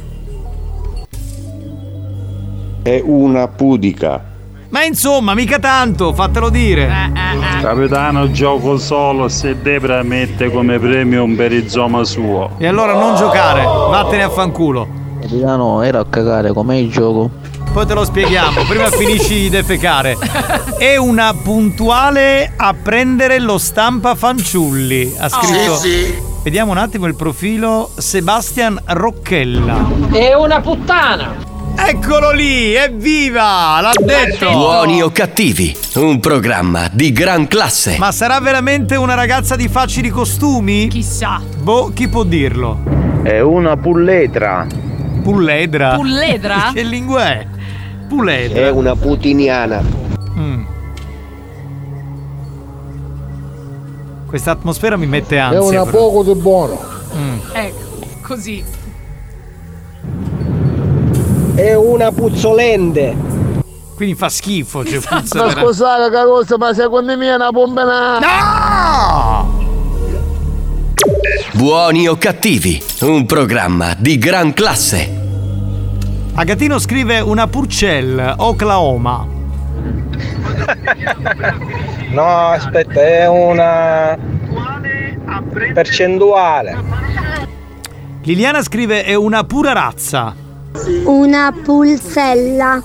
È una pudica. Ma insomma, mica tanto, fatelo dire. Eh, eh, eh. Capitano, gioco solo se Debra mette come premio un perizoma suo. E allora non giocare, vattene a fanculo. Capitano, era a cagare, com'è il gioco? Poi te lo spieghiamo, prima finisci di defecare. È una puntuale a prendere lo stampa fanciulli. Ha scritto. Sì, sì. Vediamo un attimo il profilo Sebastian Rocchella. È una puttana. Eccolo lì, evviva! L'ha detto! Buoni o cattivi, un programma di gran classe. Ma sarà veramente una ragazza di facili costumi? Chissà. Boh, chi può dirlo? È una pulledra. Pulledra? Pulledra? Che lingua è? Pulledra. È una putiniana. Mm. Questa atmosfera mi mette È ansia. una però. poco di buono. Mm. Ecco, così. È una puzzolente. Quindi fa schifo, cioè Esatto. puzza Ma vera- scusate Caruso, ma secondo me è una bomba. No! Buoni o cattivi, un programma di gran classe. Agatino scrive una Purcell, Oklahoma. No, aspetta, è una percentuale. Liliana scrive è una pura razza. Una pulsella.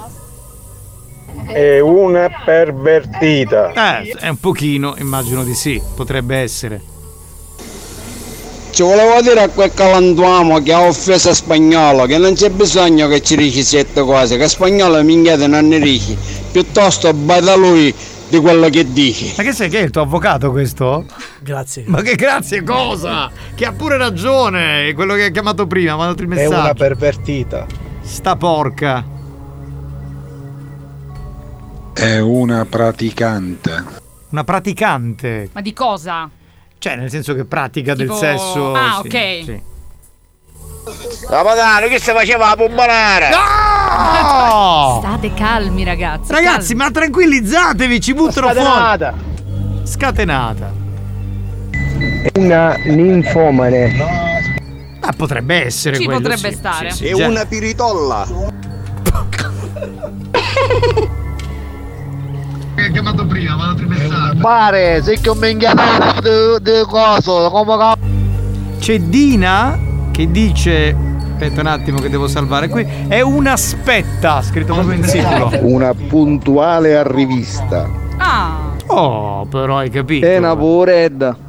È una pervertita. Eh, è un pochino, immagino di sì, potrebbe essere. Ci volevo dire a quel calantuomo che ha offesa spagnolo che non c'è bisogno che ci dici sette cose, che spagnolo minchiate non ne dici, piuttosto bada lui di quello che dici. Ma che sei, che è il tuo avvocato questo? Grazie. Ma che grazie cosa? Che ha pure ragione, quello che ha chiamato prima, ha mandato il È messaggio. una pervertita. Sta porca. È una praticante. Una praticante. Ma di cosa? Cioè, nel senso che pratica Tipo- del sesso. Ah, sì, ok. sì. Capitano, che si faceva a pomponare? No! State calmi, ragazzi. Ragazzi, ma tranquillizzatevi, ci buttano Scatenata. fuori. Scatenata. È una ninfomane. Ah, potrebbe essere Ci quello, potrebbe sì, stare. sì, sì, È già. una piritolla. Pare, sei che un menghianato di, di coso, come C'è Dina che dice. Aspetta un attimo che devo salvare qui. È una spetta, scritto proprio in titolo. una puntuale arrivista. Ah, Oh, però hai capito. È una puredda.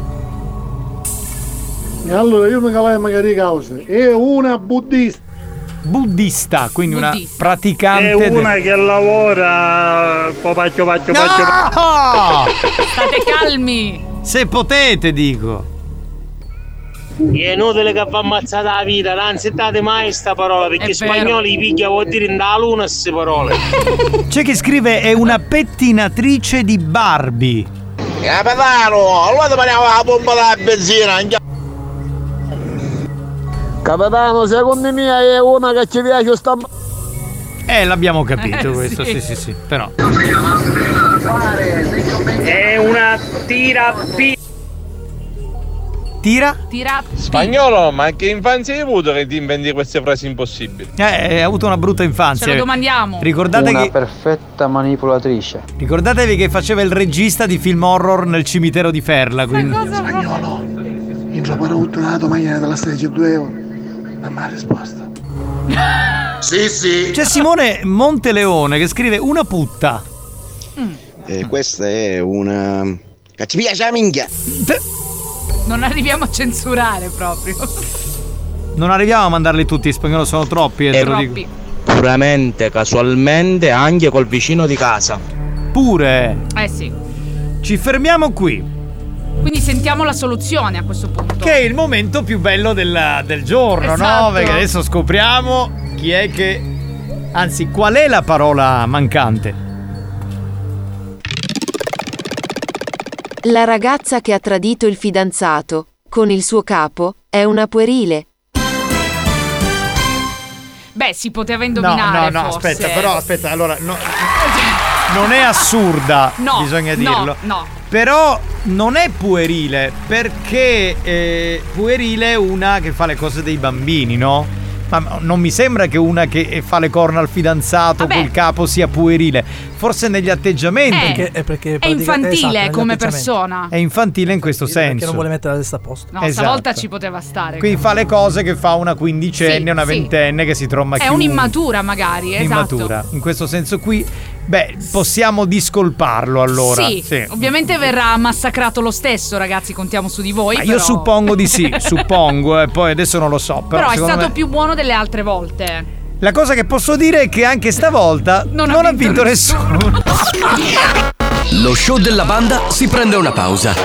E allora io mi calai magari cause. È una buddista. Buddista, quindi una Buddista. praticante. È de- una che lavora. Popacchio, pacchio, No! pacchio. state calmi. Se potete, dico. È inutile che va ammazzata la vita, non sentate mai sta parola, perché È in spagnolo i piglia vuol dire in da luna queste parole. C'è chi scrive è una pettinatrice di Barbie. Capitano, allora domaniamo la pompa della benzina. Capitano, secondo me è una che ci piace sta. Eh, l'abbiamo capito Eh, questo, sì. sì, sì, sì. Però. Tira P. Tira? Tira P. Spagnolo, ma che infanzia hai avuto che ti inventi queste frasi impossibili? Eh, hai avuto una brutta infanzia. Ce lo domandiamo. Ricordate Una che perfetta manipolatrice. Ricordatevi che faceva il regista di film horror nel cimitero di Ferla, quindi Spagnolo, intraparuto una domanda della stage due euro. Non mi ha risposto. Sì, sì. c'è Simone Monteleone che scrive una putta. Eh, questa è una cacciavia c'è la minchia. Non arriviamo a censurare proprio. Non arriviamo a mandarli tutti in spagnolo, sono troppi, eh, te lo dico. Troppi. Puramente, casualmente, anche col vicino di casa. Pure. Eh sì. Ci fermiamo qui, Quindi sentiamo la soluzione a questo punto. che è il momento più bello del, del giorno, Esatto. no? Perché adesso scopriamo chi è che... Anzi, qual è la parola mancante? La ragazza che ha tradito il fidanzato, con il suo capo, è una puerile. Beh, si poteva No, indovinare. no, no, forse. aspetta, però, aspetta, allora, no, non è assurda, No, bisogna no, dirlo. no. Però non è puerile, perché eh, puerile è una che fa le cose dei bambini, no? Ma non mi sembra che una che fa le corna al fidanzato Vabbè. col capo sia puerile. Forse negli atteggiamenti. Eh, Perché, è perché È pratica- infantile esatto, negli come atteggiamenti. persona. È infantile in questo Perché senso. non vuole mettere la testa a posto. No, Esatto. stavolta ci poteva stare. Quindi fa le cose che fa una quindicenne, Sì, una sì. ventenne che si tromba È chiunque. un'immatura magari, esatto. Immatura. In questo senso qui, beh, possiamo discolparlo allora. Sì, ovviamente verrà massacrato lo stesso, ragazzi, contiamo su di voi. Ma però... io suppongo di sì, suppongo, e poi adesso non lo so. Però, Però è secondo stato me- più buono delle altre volte. La cosa che posso dire è che anche stavolta non, Non ha ha vinto vinto nessuno. Lo show della banda si prende una pausa.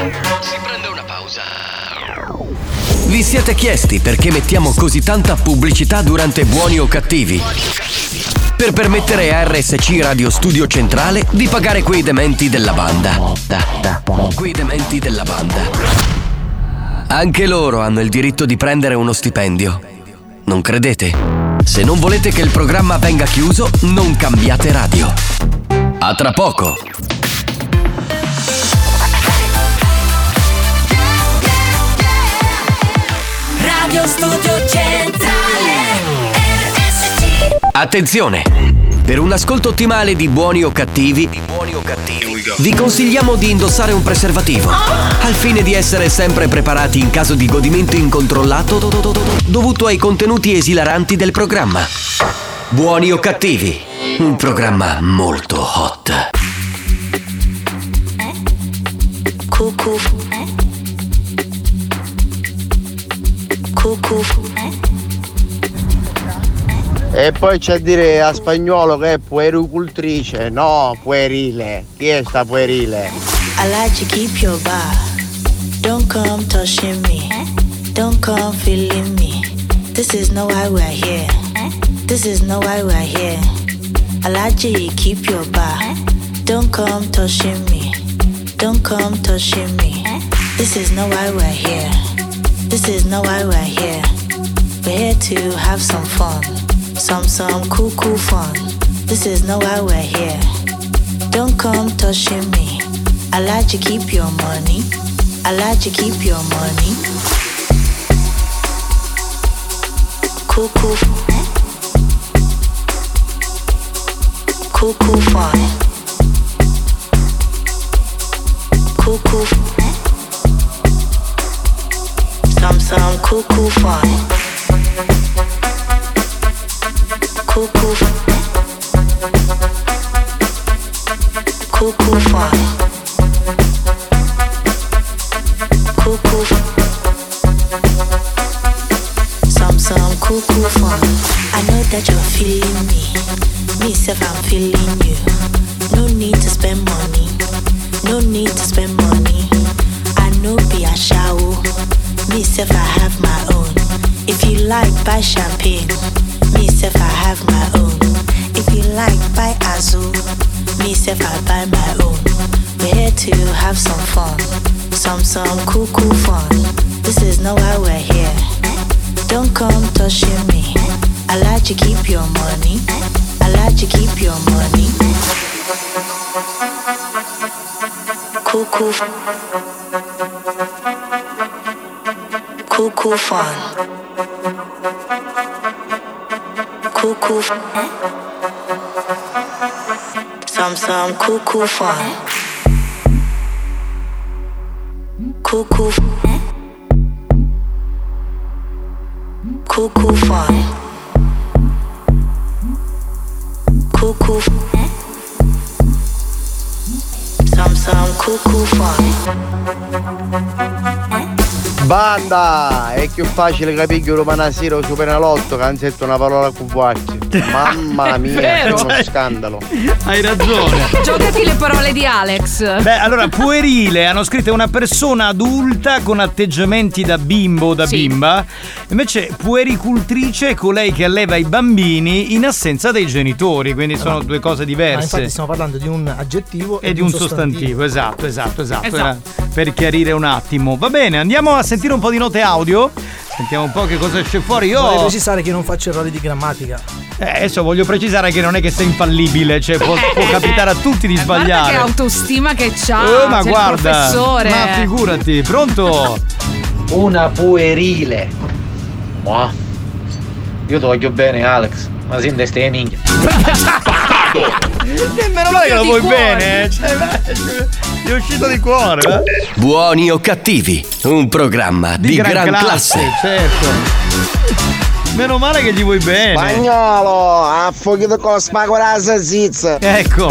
Vi siete chiesti perché mettiamo così tanta pubblicità durante Buoni o Cattivi? Per permettere a R S C Radio Studio Centrale di pagare quei dementi della banda. Da, da, quei dementi della banda. Anche loro hanno il diritto di prendere uno stipendio. Non credete? Se non volete che il programma venga chiuso, non cambiate radio. A tra poco. Radio Studio Centrale R S C. Attenzione! Per un ascolto ottimale di Buoni o Cattivi, vi consigliamo di indossare un preservativo, al fine di essere sempre preparati in caso di godimento incontrollato dovuto ai contenuti esilaranti del programma. Buoni o Cattivi, un programma molto hot. Cucù. Cucù. E poi c'è a dire a spagnolo che è puericultrice, no puerile. Chi è sta puerile? I like to keep your bar. Don't come touching me. Don't come feeling me. This is not why we're here. This is not why we're here. I like to keep your bar. Don't come touching me. Don't come touching me. This is not why we're here. This is not why we're here. We're here to have some fun. Some, some cool, cool fun. This is not why we're here. Don't come touching me. I like to keep your money. I like to keep your money. Cool, cool. Cool, cool fun. Cool, cool. Some, some cool, cool fun. Cool, cool. Cool, cool fun. Cool, cool. Some, some cool, cool fun. I know that you're feeling me. Me, self, I'm feeling you. No need to spend money. No need to spend money. I know be a shower. Me, self, I have my own. If you like, buy champagne. Me, self, I have my own. If you like, buy Azul. Me, self, I buy my own. We're here to have some fun. Some, some cool, cool fun. This is not why we're here. Don't come touching me. I like to keep your money. I like to keep your money. Cuckoo. Cuckoo fun. Cuckoo. Some some cuckoo fun. Cuckoo. Cuckoo fun. Cuckoo. Some some cuckoo fun. Banda, è più facile capire che Romana Sera o Superenalotto che hanno detto una parola con vuarci. Mamma mia, è uno scandalo. Hai ragione. Giocati le parole di Alex. Beh, allora, puerile hanno scritto una persona adulta con atteggiamenti da bimbo o da Sì. bimba. Invece puericultrice è colei che alleva i bambini in assenza dei genitori, quindi sono due cose Ma diverse. infatti stiamo parlando di un aggettivo E di un sostantivo, esatto, esatto, esatto. Esatto. Era per chiarire un attimo. Va bene, andiamo a sentire un po' di note audio. Sentiamo un po' che cosa esce fuori. Io Vorrei precisare che io non faccio errori di grammatica. eh, adesso voglio precisare che non è che sei infallibile, cioè può, può capitare a tutti di Eh, Guarda sbagliare. che autostima che c'ha. Eh, ma c'è guarda, il professore. ma figurati, pronto? Una puerile. Ma io ti voglio bene, Alex. Ma si stai minchia. E meno male che lo Di vuoi cuore. bene, cioè, gli è uscito di cuore, eh? Buoni o cattivi, un programma di, gran, classe. certo. Meno male che gli vuoi bene. Spagnolo, a fuoco con spago la salsiccia. Ecco.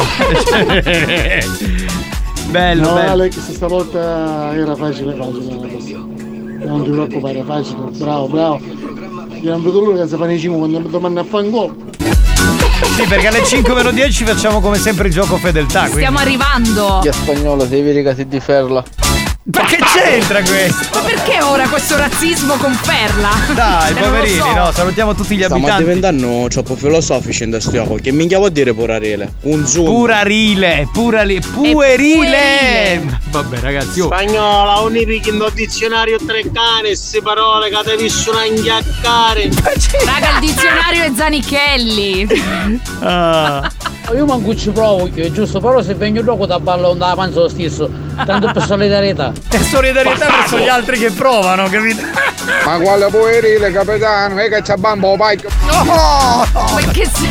bello, No, bello. Alex, stavolta era facile, facile. Non ti preoccupare, facile. Bravo, bravo. Io non vedo l'ora che si fa nei cimo quando mi domanda a fangolo. Sì, perché alle cinque meno dieci facciamo come sempre il gioco fedeltà. Quindi. Stiamo arrivando. Chi è spagnolo, sei veri che si di ferla. Ma che c'entra questo? Ma perché ora questo razzismo con Perla? Dai, Eh, non lo poverini, so. no, salutiamo tutti gli Stiamo abitanti. diventando troppo filosofici in questo gioco. Che minchia vuol dire purarile? Un zoom. Purarile, purali, puerile. Vabbè, ragazzi, oh. Spagnola, un picchi in dizionario tre cane, queste parole che devi inghiaccare. Raga, il dizionario è Zanichelli. Ah. Io manco ci provo, è giusto, però se vengo dopo da ballo da panza lo stesso. Tanto per solidarietà. È solidarietà verso gli altri che provano, capito? Ma quale puerile, capitano? E che c'ha bambo pike. Perché se...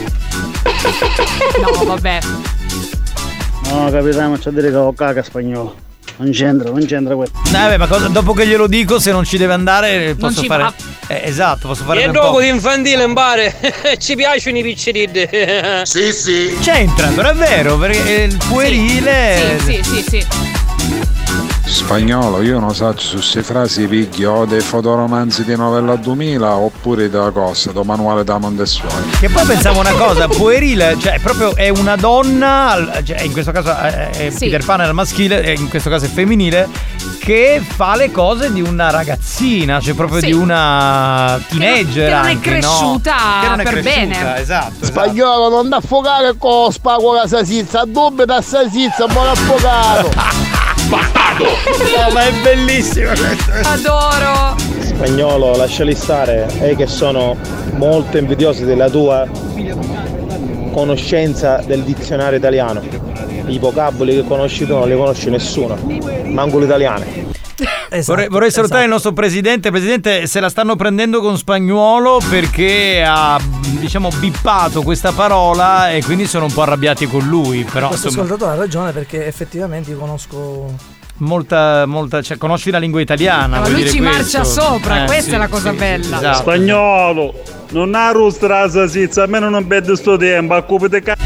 No, vabbè. No, capitano, c'è da dire che ho caga spagnolo. Non c'entra, non c'entra questo. No, vabbè, ma cosa, dopo che glielo dico, se non ci deve andare, posso ci fare. va. Eh, esatto, posso fare E un dopo po'. di infantile in bare. Ci piacciono i picceriddi. Sì, sì. C'entra, però è vero, perché il puerile. Sì, sì, sì, sì. Spagnolo, io non so su queste frasi picchi o dei fotoromanzi di Novella duemila oppure da cosa, da manuale da Montessori. Che poi pensavo una cosa, puerile, cioè proprio è una donna, al- cioè in questo caso è, è Sì. Peter Pan è al maschile, e in questo caso è femminile, che fa le cose di una ragazzina, cioè proprio Sì. di una teenager che non è anche, no? cresciuta Che non è per cresciuta, bene. Esatto, esatto. Spagnolo, non da affogare con spago la salsiccia, dubbi da salsiccia, buon affogato. No, ma è bellissimo questo. Adoro. Spagnolo, lasciali stare, è che sono molto invidiosi della tua conoscenza del dizionario italiano. I vocaboli che conosci tu non li conosce nessuno, manco l'italiano. Esatto, Vorrei, vorrei salutare esatto. il nostro presidente. Presidente, se la stanno prendendo con Spagnuolo perché ha, diciamo, bippato questa parola e quindi sono un po' arrabbiati con lui. Però Questo insomma, ascoltatore ha ragione perché effettivamente io conosco. molta, molta, cioè, conosci la lingua italiana. Ma vuol lui dire ci questo. marcia sopra, Eh, questa sì, è la cosa sì, bella. esatto. Spagnolo, non ha rustra la salsiccia, a me non perdo sto tempo, a copite ca...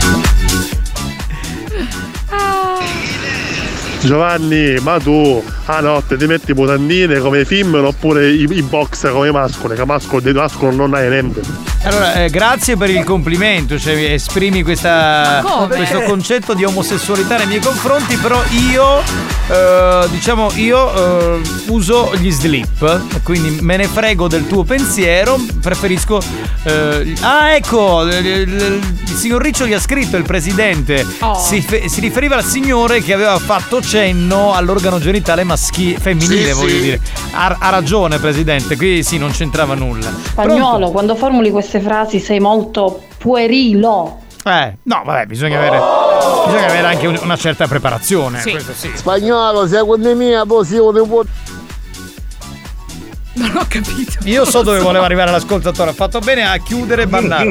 Giovanni, ma tu a notte ti metti mutandine come i film oppure i, i box come i mascoli, che mascolo di mascolo non hai niente. Allora, eh, grazie per il complimento, cioè esprimi questa, Ma come? questo concetto di omosessualità nei miei confronti, però io, eh, diciamo, io eh, uso gli slip, quindi me ne frego del tuo pensiero, preferisco... eh, ah, ecco, il, il- il signor Riccio gli ha scritto, il presidente, Oh. si, fe- si riferiva al signore che aveva fatto cenno all'organo genitale maschile, femminile, Sì, voglio sì. dire. Ha, ha ragione, presidente, qui sì, non c'entrava nulla. Spagnolo, quando formuli queste frasi sei molto puerilo. Eh, no, vabbè, bisogna avere bisogna avere anche un- una certa preparazione. Sì. Questo sì. Spagnolo, secondo me, poi si vuole può. Non ho capito. Io so dove voleva arrivare l'ascoltatore, ha fatto bene a chiudere e bannare.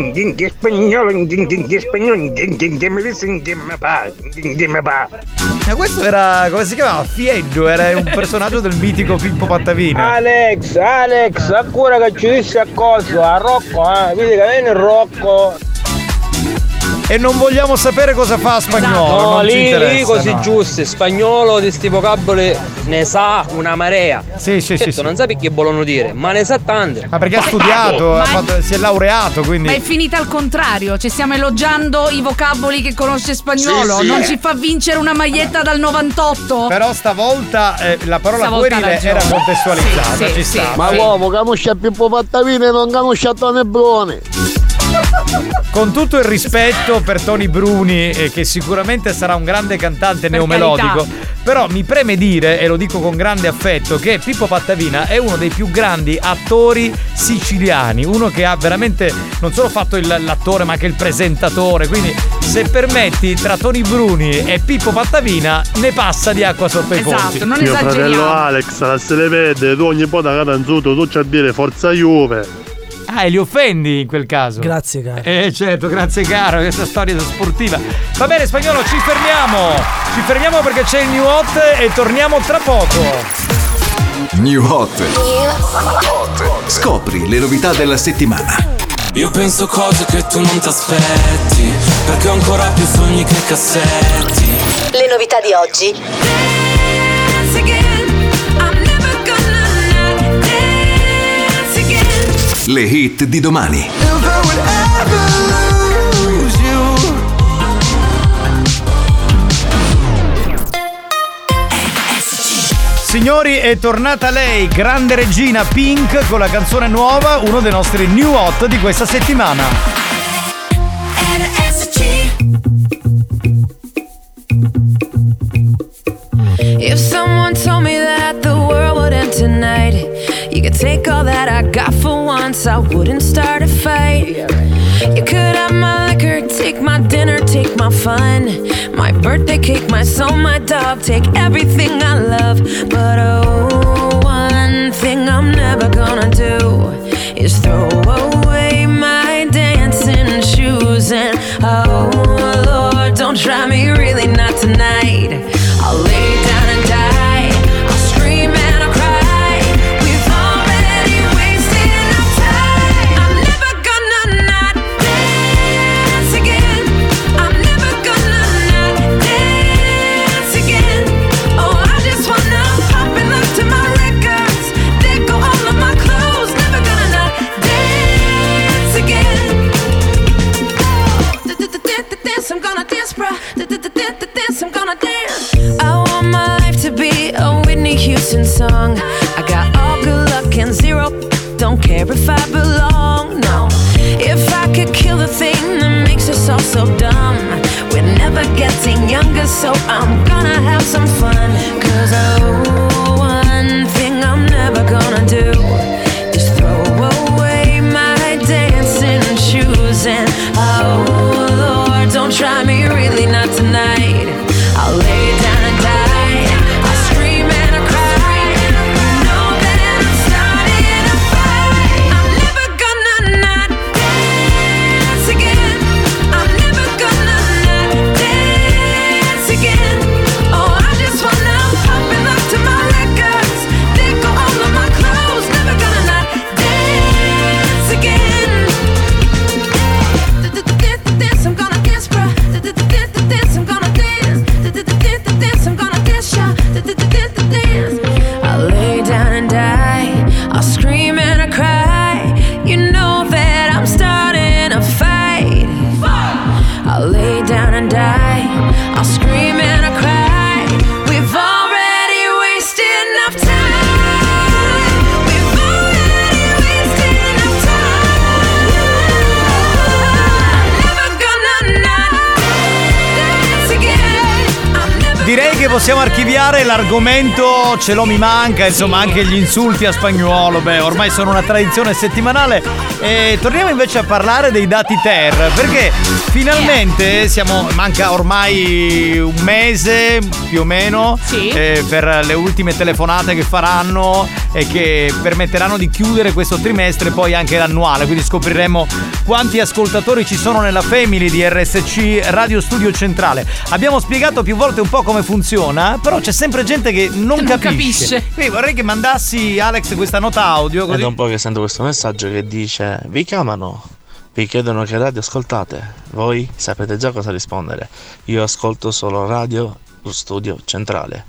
Ma questo era, come si chiamava? Fieddo, era un personaggio del mitico Pippo Pattavina. Alex, Alex, ancora che ci disse a cosa? A Rocco, eh? Vedi che viene il Rocco. E non vogliamo sapere cosa fa Spagnolo. No, non ci lì, interessa, lì così no. giusto, spagnolo di sti vocaboli ne sa una marea. Sì, sì, certo, sì, non sa che vogliono dire, ma ne sa tante. Ma perché ha studiato, ha fatto- si è laureato, quindi. Ma è finita al contrario, cioè stiamo elogiando i vocaboli che conosce Spagnolo, Sì, sì. non ci fa vincere una maglietta dal novantotto? Però stavolta eh, la parola Stavolta ha puerile ragione. era contestualizzata, Sì, sì, ci sì. sta. Ma uomo, camuscia Pippo Pattavini e non camuscia Tone Bruni. Con tutto il rispetto per Tony Bruni, eh, che sicuramente sarà un grande cantante neomelodico, però mi preme dire, e lo dico con grande affetto, che Pippo Pattavina è uno dei più grandi attori siciliani, uno che ha veramente non solo fatto il- l'attore ma anche il presentatore, quindi se permetti tra Tony Bruni e Pippo Pattavina ne passa di acqua sotto i ponti. Mio fratello Alex, la se le vede, tu ogni volta che canzuto, tu c'è a dire forza Juve. Ah, e li offendi in quel caso? Grazie, caro. Eh certo, grazie caro, questa storia sportiva. Va bene Spagnolo, ci fermiamo. Ci fermiamo perché c'è il New Hot e torniamo tra poco. New Hot. Scopri le novità della settimana. Io penso cose che tu non ti aspetti, perché ho ancora più sogni che cassetti. Le novità di oggi. Le hit di domani. Signori, è tornata lei, grande regina Pink, con la canzone nuova, uno dei nostri New Hot di questa settimana. If someone told me that the world would end tonight, you could take all that I got for once, I wouldn't start a fight. You could have my liquor, take my dinner, take my fun, my birthday cake, my soul, my dog, take everything I love. But oh, one thing I'm never gonna do is throw away my dancing shoes. And oh Lord, don't try me, really not tonight. I'll lay down and die, I'll scream and I'll cry. We've already wasted enough time. I'm never gonna not dance again. I'm never gonna not dance again. Oh, I just wanna pop and look to my records. They go all of my clothes. Never gonna not dance again. Dance, I'm gonna dance, bruh. Dance, I'm gonna dance. I want my life to be a Whitney Houston song. I got all good luck and zero. Don't care if I belong, no. If I could kill the thing that makes us all so dumb, we're never getting younger, so I'm gonna have some fun. Cause oh, one thing I'm never gonna do is throw away my dancing shoes. And oh Lord, don't try me, really not tonight. I'll lay down and die, I'll scream and I'll cry. You know that I'm starting a fight. I'm never gonna not dance again. I'm never gonna not dance again. possiamo archiviare l'argomento ce l'ho mi manca, insomma anche gli insulti a Spagnuolo, beh ormai sono una tradizione settimanale. E torniamo invece a parlare dei dati T E R, perché finalmente siamo, manca ormai un mese più o meno sì. eh, per le ultime telefonate che faranno e che permetteranno di chiudere questo trimestre e poi anche l'annuale, quindi scopriremo quanti ascoltatori ci sono nella family di R S C Radio Studio Centrale. Abbiamo spiegato più volte un po' come funziona, però c'è sempre gente che non, non capisce. capisce. Quindi vorrei che mandassi, Alex, questa nota audio così. È da un po' che sento questo messaggio che dice: vi chiamano, vi chiedono che radio ascoltate, voi sapete già cosa rispondere. Io ascolto solo Radio Studio Centrale.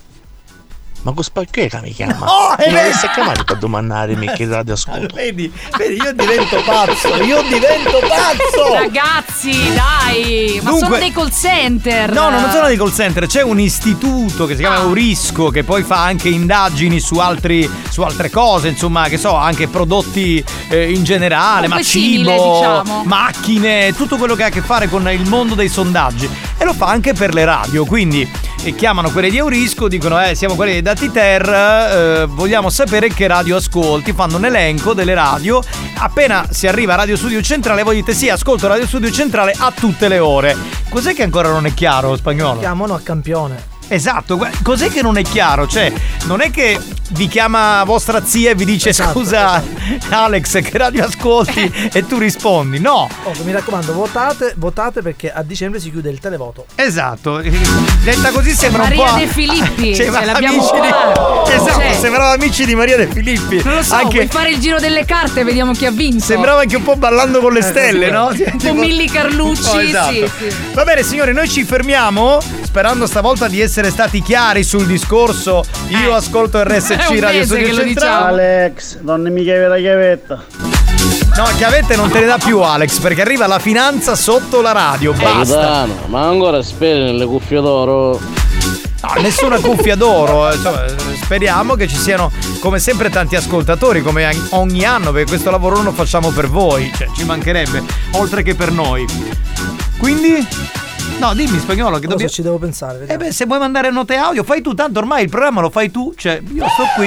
Ma che mi chiama? Oh, mi volesse chiamare per domandarmi che radio ascolto. Vedi, vedi, io divento pazzo, io divento pazzo! Ragazzi, dai, ma Dunque, sono dei call center. No, no, non sono dei call center, c'è un istituto che si chiama Ah. Eurisco che poi fa anche indagini su altri su altre cose, insomma, che so, anche prodotti eh, in generale, Comunque ma cibo, simile, diciamo. macchine, tutto quello che ha a che fare con il mondo dei sondaggi. E lo fa anche per le radio, quindi eh, chiamano quelli di Eurisco, dicono eh siamo quelli dei dati T E R, eh, vogliamo sapere che radio ascolti, fanno un elenco delle radio, appena si arriva a Radio Studio Centrale voi dite sì, ascolto Radio Studio Centrale a tutte le ore. Cos'è che ancora non è chiaro, Spagnolo? Chiamano a campione. Esatto, gu- cos'è che non è chiaro? Cioè, non è che vi chiama vostra zia e vi dice Esatto, scusa Alex che radio ascolti e tu rispondi no. Oh, mi raccomando, votate, votate perché a dicembre si chiude il televoto. Esatto, detta così sembra Maria un po'. De Filippi, Cioè, ce l'abbiamo amici qua. di... Esatto, Cioè, sembrava amici di Maria De Filippi. non lo so, anche... vuoi fare il giro delle carte, vediamo chi ha vinto. Sembrava anche un po' ballando con le stelle, no? Un po' Milli Carlucci, Oh, esatto. sì, sì. Va bene signori, noi ci fermiamo sperando stavolta di essere stati chiari sul discorso. Io Eh. ascolto R S È C un Radio mese Studio che lo Centrale. Alex, non mi chiavi la chiavetta. No, chiavette non te ne dà più Alex, perché arriva la finanza sotto la radio, basta. Capitano, ma ancora speri nelle cuffie d'oro? No, nessuna cuffia d'oro, eh, insomma, speriamo che ci siano come sempre tanti ascoltatori come an- ogni anno, perché questo lavoro non lo facciamo per voi, cioè ci mancherebbe, oltre che per noi. Quindi no, dimmi Spagnolo che Non dobbiamo... so, ci devo pensare. Eh vediamo. beh, se vuoi mandare note audio fai tu, tanto ormai il programma lo fai tu, cioè io sto qui.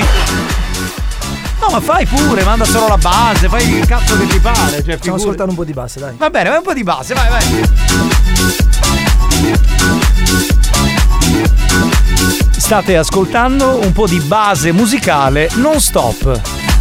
No, ma fai pure, manda solo la base, fai il cazzo che ti pare, cioè Stiamo figurati. ascoltando un po' di base, dai. Va bene, vai un po' di base, vai, vai. State ascoltando un po' di base musicale non stop.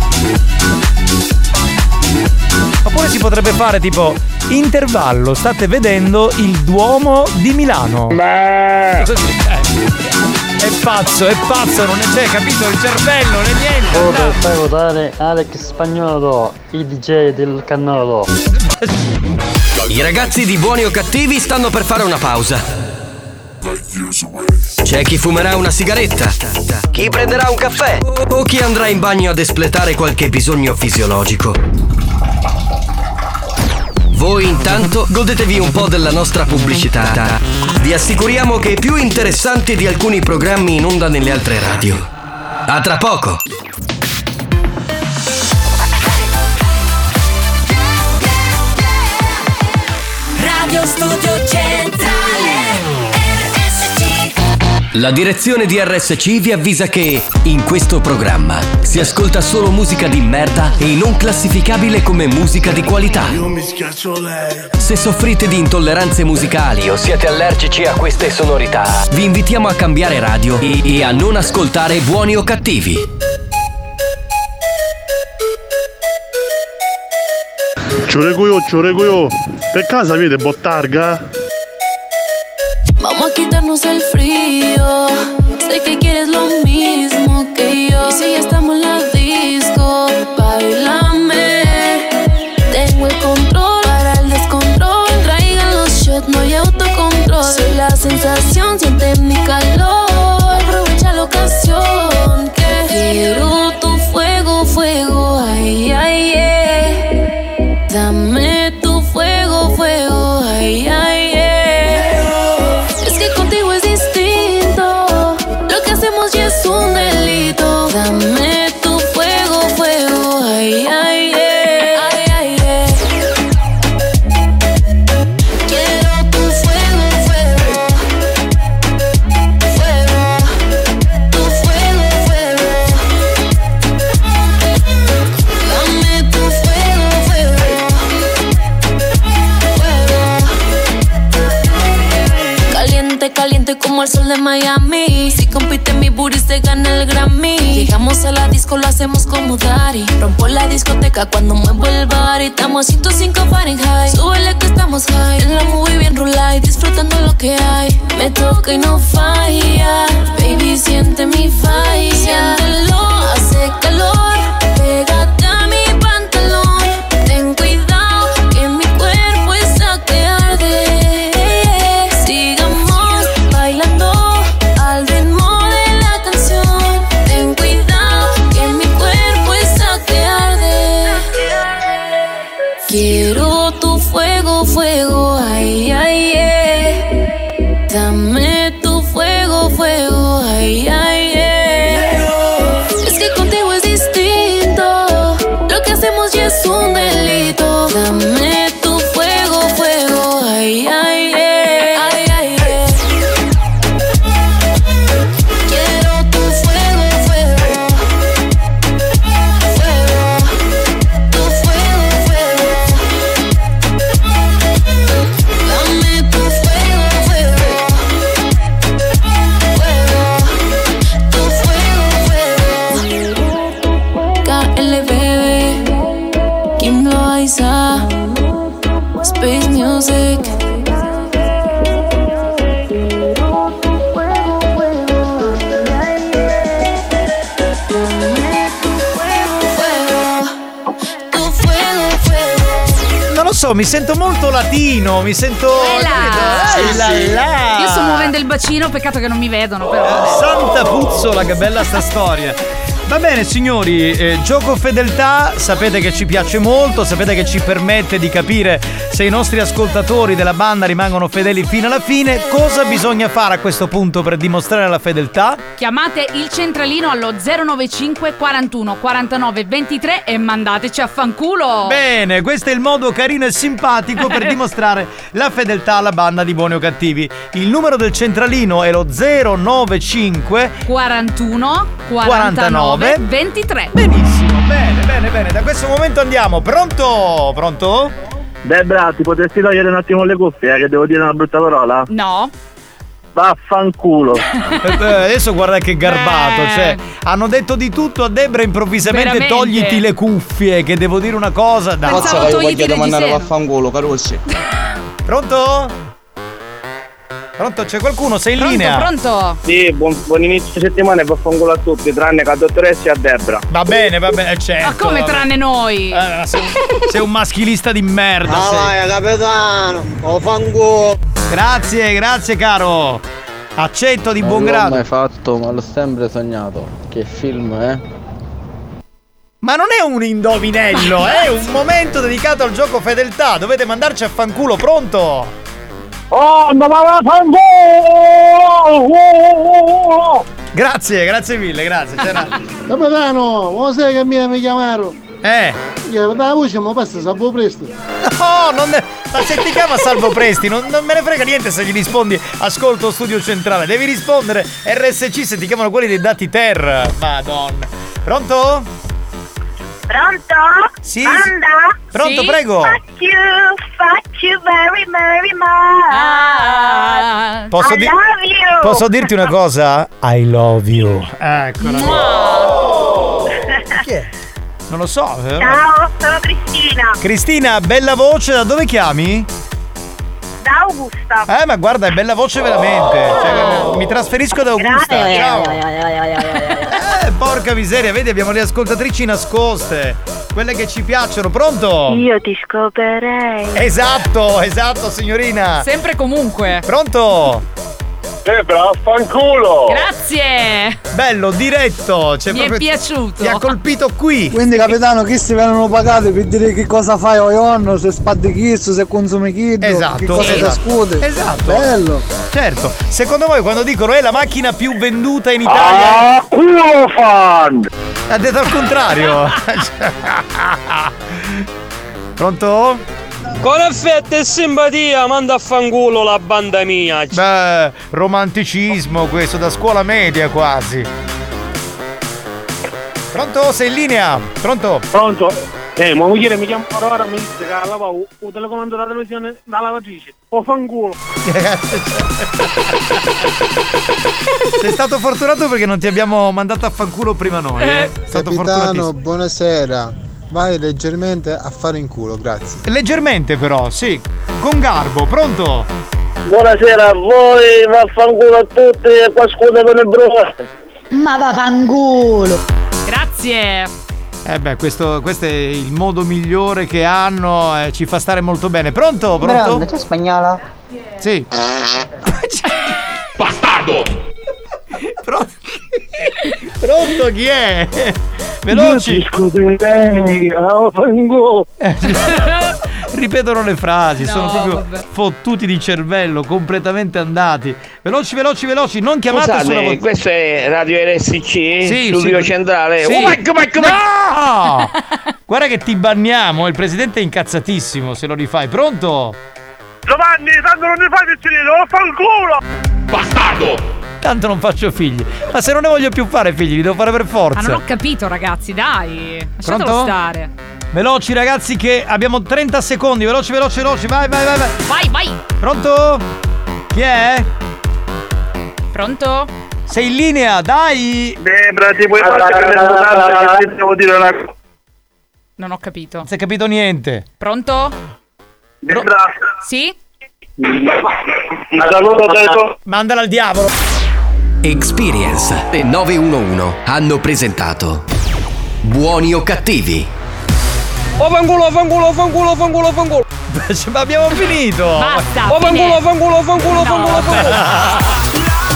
Oppure si potrebbe fare tipo intervallo, state vedendo il Duomo di Milano. Così, eh. È pazzo, è pazzo, non è, c'è, capito? Il cervello, non è niente. Oh, no. per far votare Alex Spagnolo, il D J del cannolo. I ragazzi di Buoni o Cattivi stanno per fare una pausa. C'è chi fumerà una sigaretta, chi prenderà un caffè o chi andrà in bagno ad espletare qualche bisogno fisiologico. Voi intanto godetevi un po' della nostra pubblicità. Vi assicuriamo che è più interessante di alcuni programmi in onda nelle altre radio. A tra poco! Radio Studio Centrale R S C. La direzione di R S C vi avvisa che in questo programma si ascolta solo musica di merda e non classificabile come musica di qualità. Io mi schiaccio lei. Se soffrite di intolleranze musicali o siete allergici a queste sonorità, vi invitiamo a cambiare radio e, e a non ascoltare Buoni o Cattivi. Ciureguio, ciureguio, per casa avete bottarga? Vamos a quitarnos el frío. Sé que quieres lo mismo que yo. Y si ya estamos en la disco, bailame. Tengo el control para el descontrol. Traigan los shots, no hay autocontrol. Soy la sensación, siente mi calor. Aprovecha la ocasión que quiero tu fuego, fuego. Ay, ay, ay. Dame tu fuego, fuego. Ay, ay, ay. Es que contigo es distinto. mí. Si compite mi booty se gana el Grammy. Llegamos a la disco, lo hacemos como Daddy. Rompo la discoteca cuando muevo el body. Estamos a ciento cinco Fahrenheit. Súbele que estamos high. En la movie bien rulay, disfrutando lo que hay. Me toca y no falla. Baby, siente mi falla. Siéntelo, hace calor. Pégate a mi pantalón. Ten cuidado que mi cuerpo está que arde. Sigamos bailando al ritmo de la canción. Ten cuidado que mi cuerpo está que arde. Quiero tu fuego, fuego, ay, ay, eh. Dame tu fuego, fuego, ay, ay, eh. Es que contigo es distinto. Lo que hacemos ya es un delito. Dame tu fuego, fuego, ay, ay, eh. Ay, ay, eh. Quiero tu fuego, fuego. Fuego. Tu fuego, fuego. Dame tu fuego, fuego. Fuego. Tu fuego, fuego. K L B B, Kim Loaiza, Space Music. Non lo so, mi sento molto latino, mi sento. Sì, là, sì. là. Io sto muovendo il bacino, peccato che non mi vedono, però. Santa puzzola, che bella sta storia. Va bene signori, eh, gioco fedeltà, sapete che ci piace molto, sapete che ci permette di capire se i nostri ascoltatori della banda rimangono fedeli fino alla fine. Cosa bisogna fare a questo punto per dimostrare la fedeltà? Chiamate il centralino allo zero nove cinque quarantuno quarantanove ventitré e mandateci a fanculo. Bene, questo è il modo carino e simpatico per dimostrare la fedeltà alla banda di Buoni o Cattivi. Il numero del centralino è lo zero nove cinque quarantuno quarantanove ventitré. Benissimo, bene, bene, bene. Da questo momento andiamo. Pronto? Pronto? Debra, ti potresti togliere un attimo le cuffie, eh, che devo dire una brutta parola? No. Vaffanculo. Eh, adesso guarda che garbato, Eh. cioè hanno detto di tutto a Debra, improvvisamente Veramente. togliti le cuffie, che devo dire una cosa. Dai. Pensavo Forza che io togliti voglio domandare reggiseno. vaffanculo, Carussi. Pronto? Pronto, c'è qualcuno? Sei in Pronto, linea? pronto? Sì, buon, buon inizio settimana e vaffanculo a tutti, tranne che a dottoressa e a Debra. Va bene, va bene, certo. Ma come vabbè. tranne noi? Eh, sei, un, sei un maschilista di merda. Ah, sei. vai, capitano, oh fanculo. Grazie, grazie caro. Accetto di buon Non l'ho grado. mai fatto, ma l'ho sempre sognato. Che film, eh? Ma non è un indovinello, è un momento dedicato al gioco fedeltà. Dovete mandarci a fanculo, pronto? Oh, no, ma vaffanculo! Grazie, grazie mille, grazie. C'era... Capitano, ma sai che mi, mi chiamarono? Eh. Io da voce mi passa salvo presto. No, non ne... ma se ti chiama Salvo Presti, non, non me ne frega niente se gli rispondi ascolto studio centrale. Devi rispondere R S C se ti chiamano quelli dei dati Ter. Madonna. Pronto? Pronto? Sì. Banda? Pronto, Sì? prego. Fuck you, fuck you very, very much. Posso, I di- love you. posso dirti una cosa? I love you. Eccola. No. Chi è? Non lo so. eh. Ciao, sono Cristina. Cristina, bella voce, da dove chiami? Da Augusta. Eh, ma guarda, è bella voce veramente. Cioè, mi trasferisco da Augusta. Grazie. Ciao. Eh, porca miseria, vedi, abbiamo le ascoltatrici nascoste. Quelle che ci piacciono, pronto? Io ti scoperei. Esatto, esatto, signorina. Sempre e comunque. Pronto? Debra, affanculo! Grazie. Bello, diretto. Cioè, Mi è proprio piaciuto. Ti ha colpito qui. Quindi capitano, chi si vengono pagati per dire che cosa fai o nonno, se spaddi chissù, se consumi chiddo, Esatto, che cosa esatto. ti scude. Esatto. Bello. Certo. Secondo voi quando dicono è la macchina più venduta in Italia? Ah, culo fan! Ha detto al contrario. Pronto? Con affetto e simpatia manda a fanculo la banda mia. Beh, romanticismo questo, da scuola media quasi. Pronto? Sei in linea? Pronto? Pronto? Eh, mia moglie mi chiama ora, mi dice che lava il telecomando della televisione dalla lavatrice. O fanculo. Sei stato fortunato perché non ti abbiamo mandato a fanculo prima noi. Eh? Sei stato Capitano, buonasera. Vai leggermente a fare in culo, grazie. Leggermente però, sì. Con garbo, pronto? Buonasera a voi, vaffanculo a tutti e qualcuno con il bruno. Ma vaffanculo. Grazie. Eh beh, questo, questo è il modo migliore che hanno, eh, ci fa stare molto bene. Pronto? Pronto? Grande, c'è spagnolo? Sì. Bastardo! Pronto? Pronto, chi è? Veloci! Ripetono le frasi, No, sono proprio vabbè. fottuti di cervello, completamente andati. Veloci, veloci, veloci, non chiamate Scusate, sulla vo- questo è Radio R S C, Sì, studio sì. centrale. Sì. Oh my God, my God, my No! Guarda che ti banniamo, il presidente è incazzatissimo se lo rifai. Pronto? Giovanni, tanto non ne fai piccinino, lo fa il culo! Bastardo! Tanto non faccio figli. Ma se non ne voglio più fare figli, li devo fare per forza. Ma non ho capito, ragazzi, dai. Lasciatelo Pronto? stare. Veloci ragazzi che abbiamo trenta secondi. Veloci, veloci, veloci. Vai, vai, vai, vai. Vai, vai. Pronto? Chi è? Pronto? Sei in linea, dai. Debra, ti puoi fare che devo dire una cosa. Non ho capito. Non si è capito niente. Pronto? Debra. Sì? Un saluto detto. Mandala al diavolo. Experience e nove uno uno hanno presentato Buoni o cattivi? Oh fanculo, fanculo, fanculo, fanculo, fanculo. Ma abbiamo finito. Basta. Oh fine. fanculo, fanculo, fanculo, fanculo, fanculo.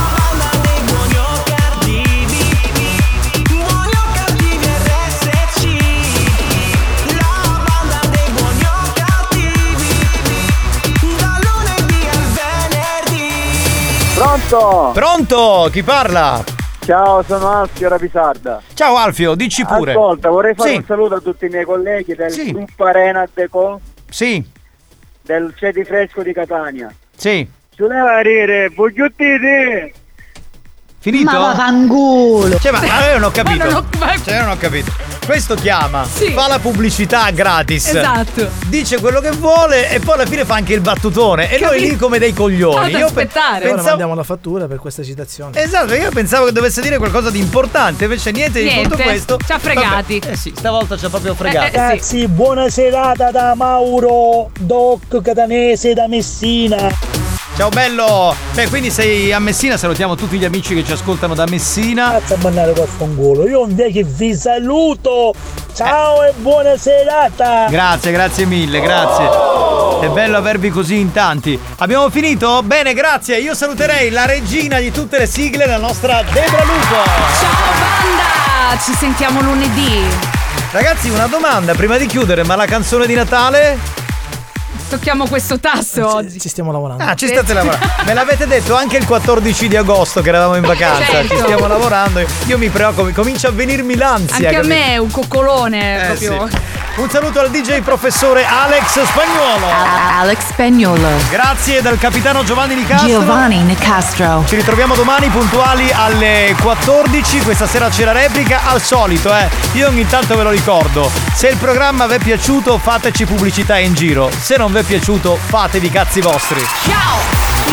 Pronto? Pronto? Chi parla? Ciao, sono Alfio Rapisarda. Ciao Alfio, dici pure. Ascolta, vorrei fare Sì. un saluto a tutti i miei colleghi del Sì. gruppo Arena Deco Sì, del Cedi Fresco di Catania. sì. Ci leva a dire, vogliottiti! Finito? Ma vaffanculo. Cioè, ma ma io non ho capito. Ma non ho- ma- Cioè, io non ho capito. Questo chiama, Sì. fa la pubblicità gratis. Esatto. Dice quello che vuole e poi alla fine fa anche il battutone. E noi Capito? lì come dei coglioni. Fate Io pe- aspettare. Ora pensavo. mandiamo la fattura per questa citazione. Esatto, io pensavo che dovesse dire qualcosa di importante, invece niente, di Niente, tutto questo. ci ha fregati. Vabbè, eh sì, stavolta ci ha proprio fregato. Eh, eh, Ragazzi, buona serata da Mauro, Doc Catanese da Messina. Ciao bello! Beh, quindi sei a Messina, salutiamo tutti gli amici che ci ascoltano da Messina. Cazzo a bannare quel fangolo, io invece vi saluto. Ciao e buona serata. Grazie, grazie mille, grazie. È bello avervi così in tanti. Abbiamo finito? Bene, grazie. Io saluterei la regina di tutte le sigle, la nostra Debra Lupo. Ciao banda, ci sentiamo lunedì. Ragazzi, una domanda prima di chiudere, ma la canzone di Natale? Tocchiamo questo tasto oggi. Ci stiamo lavorando. Ah, ci state lavorando. Me l'avete detto anche il quattordici di agosto che eravamo in vacanza. Certo. Ci stiamo lavorando. Io mi preoccupo, comincia a venirmi l'ansia. Anche a capito? me è un coccolone Eh, proprio. sì. Un saluto al D J professore Alex Spagnuolo. Alex Spagnuolo. Grazie dal capitano Giovanni Nicastro. Giovanni Nicastro. Ci ritroviamo domani puntuali alle quattordici. Questa sera c'è la replica al solito, eh. Io ogni tanto ve lo ricordo. Se il programma vi è piaciuto, fateci pubblicità in giro. Se non vi è piaciuto, fatevi i cazzi vostri. Ciao!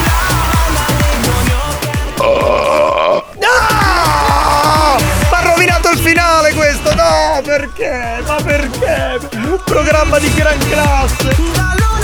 No! Ma ha rovinato il finale questo! No, perché? Ma perché? Un programma di gran classe!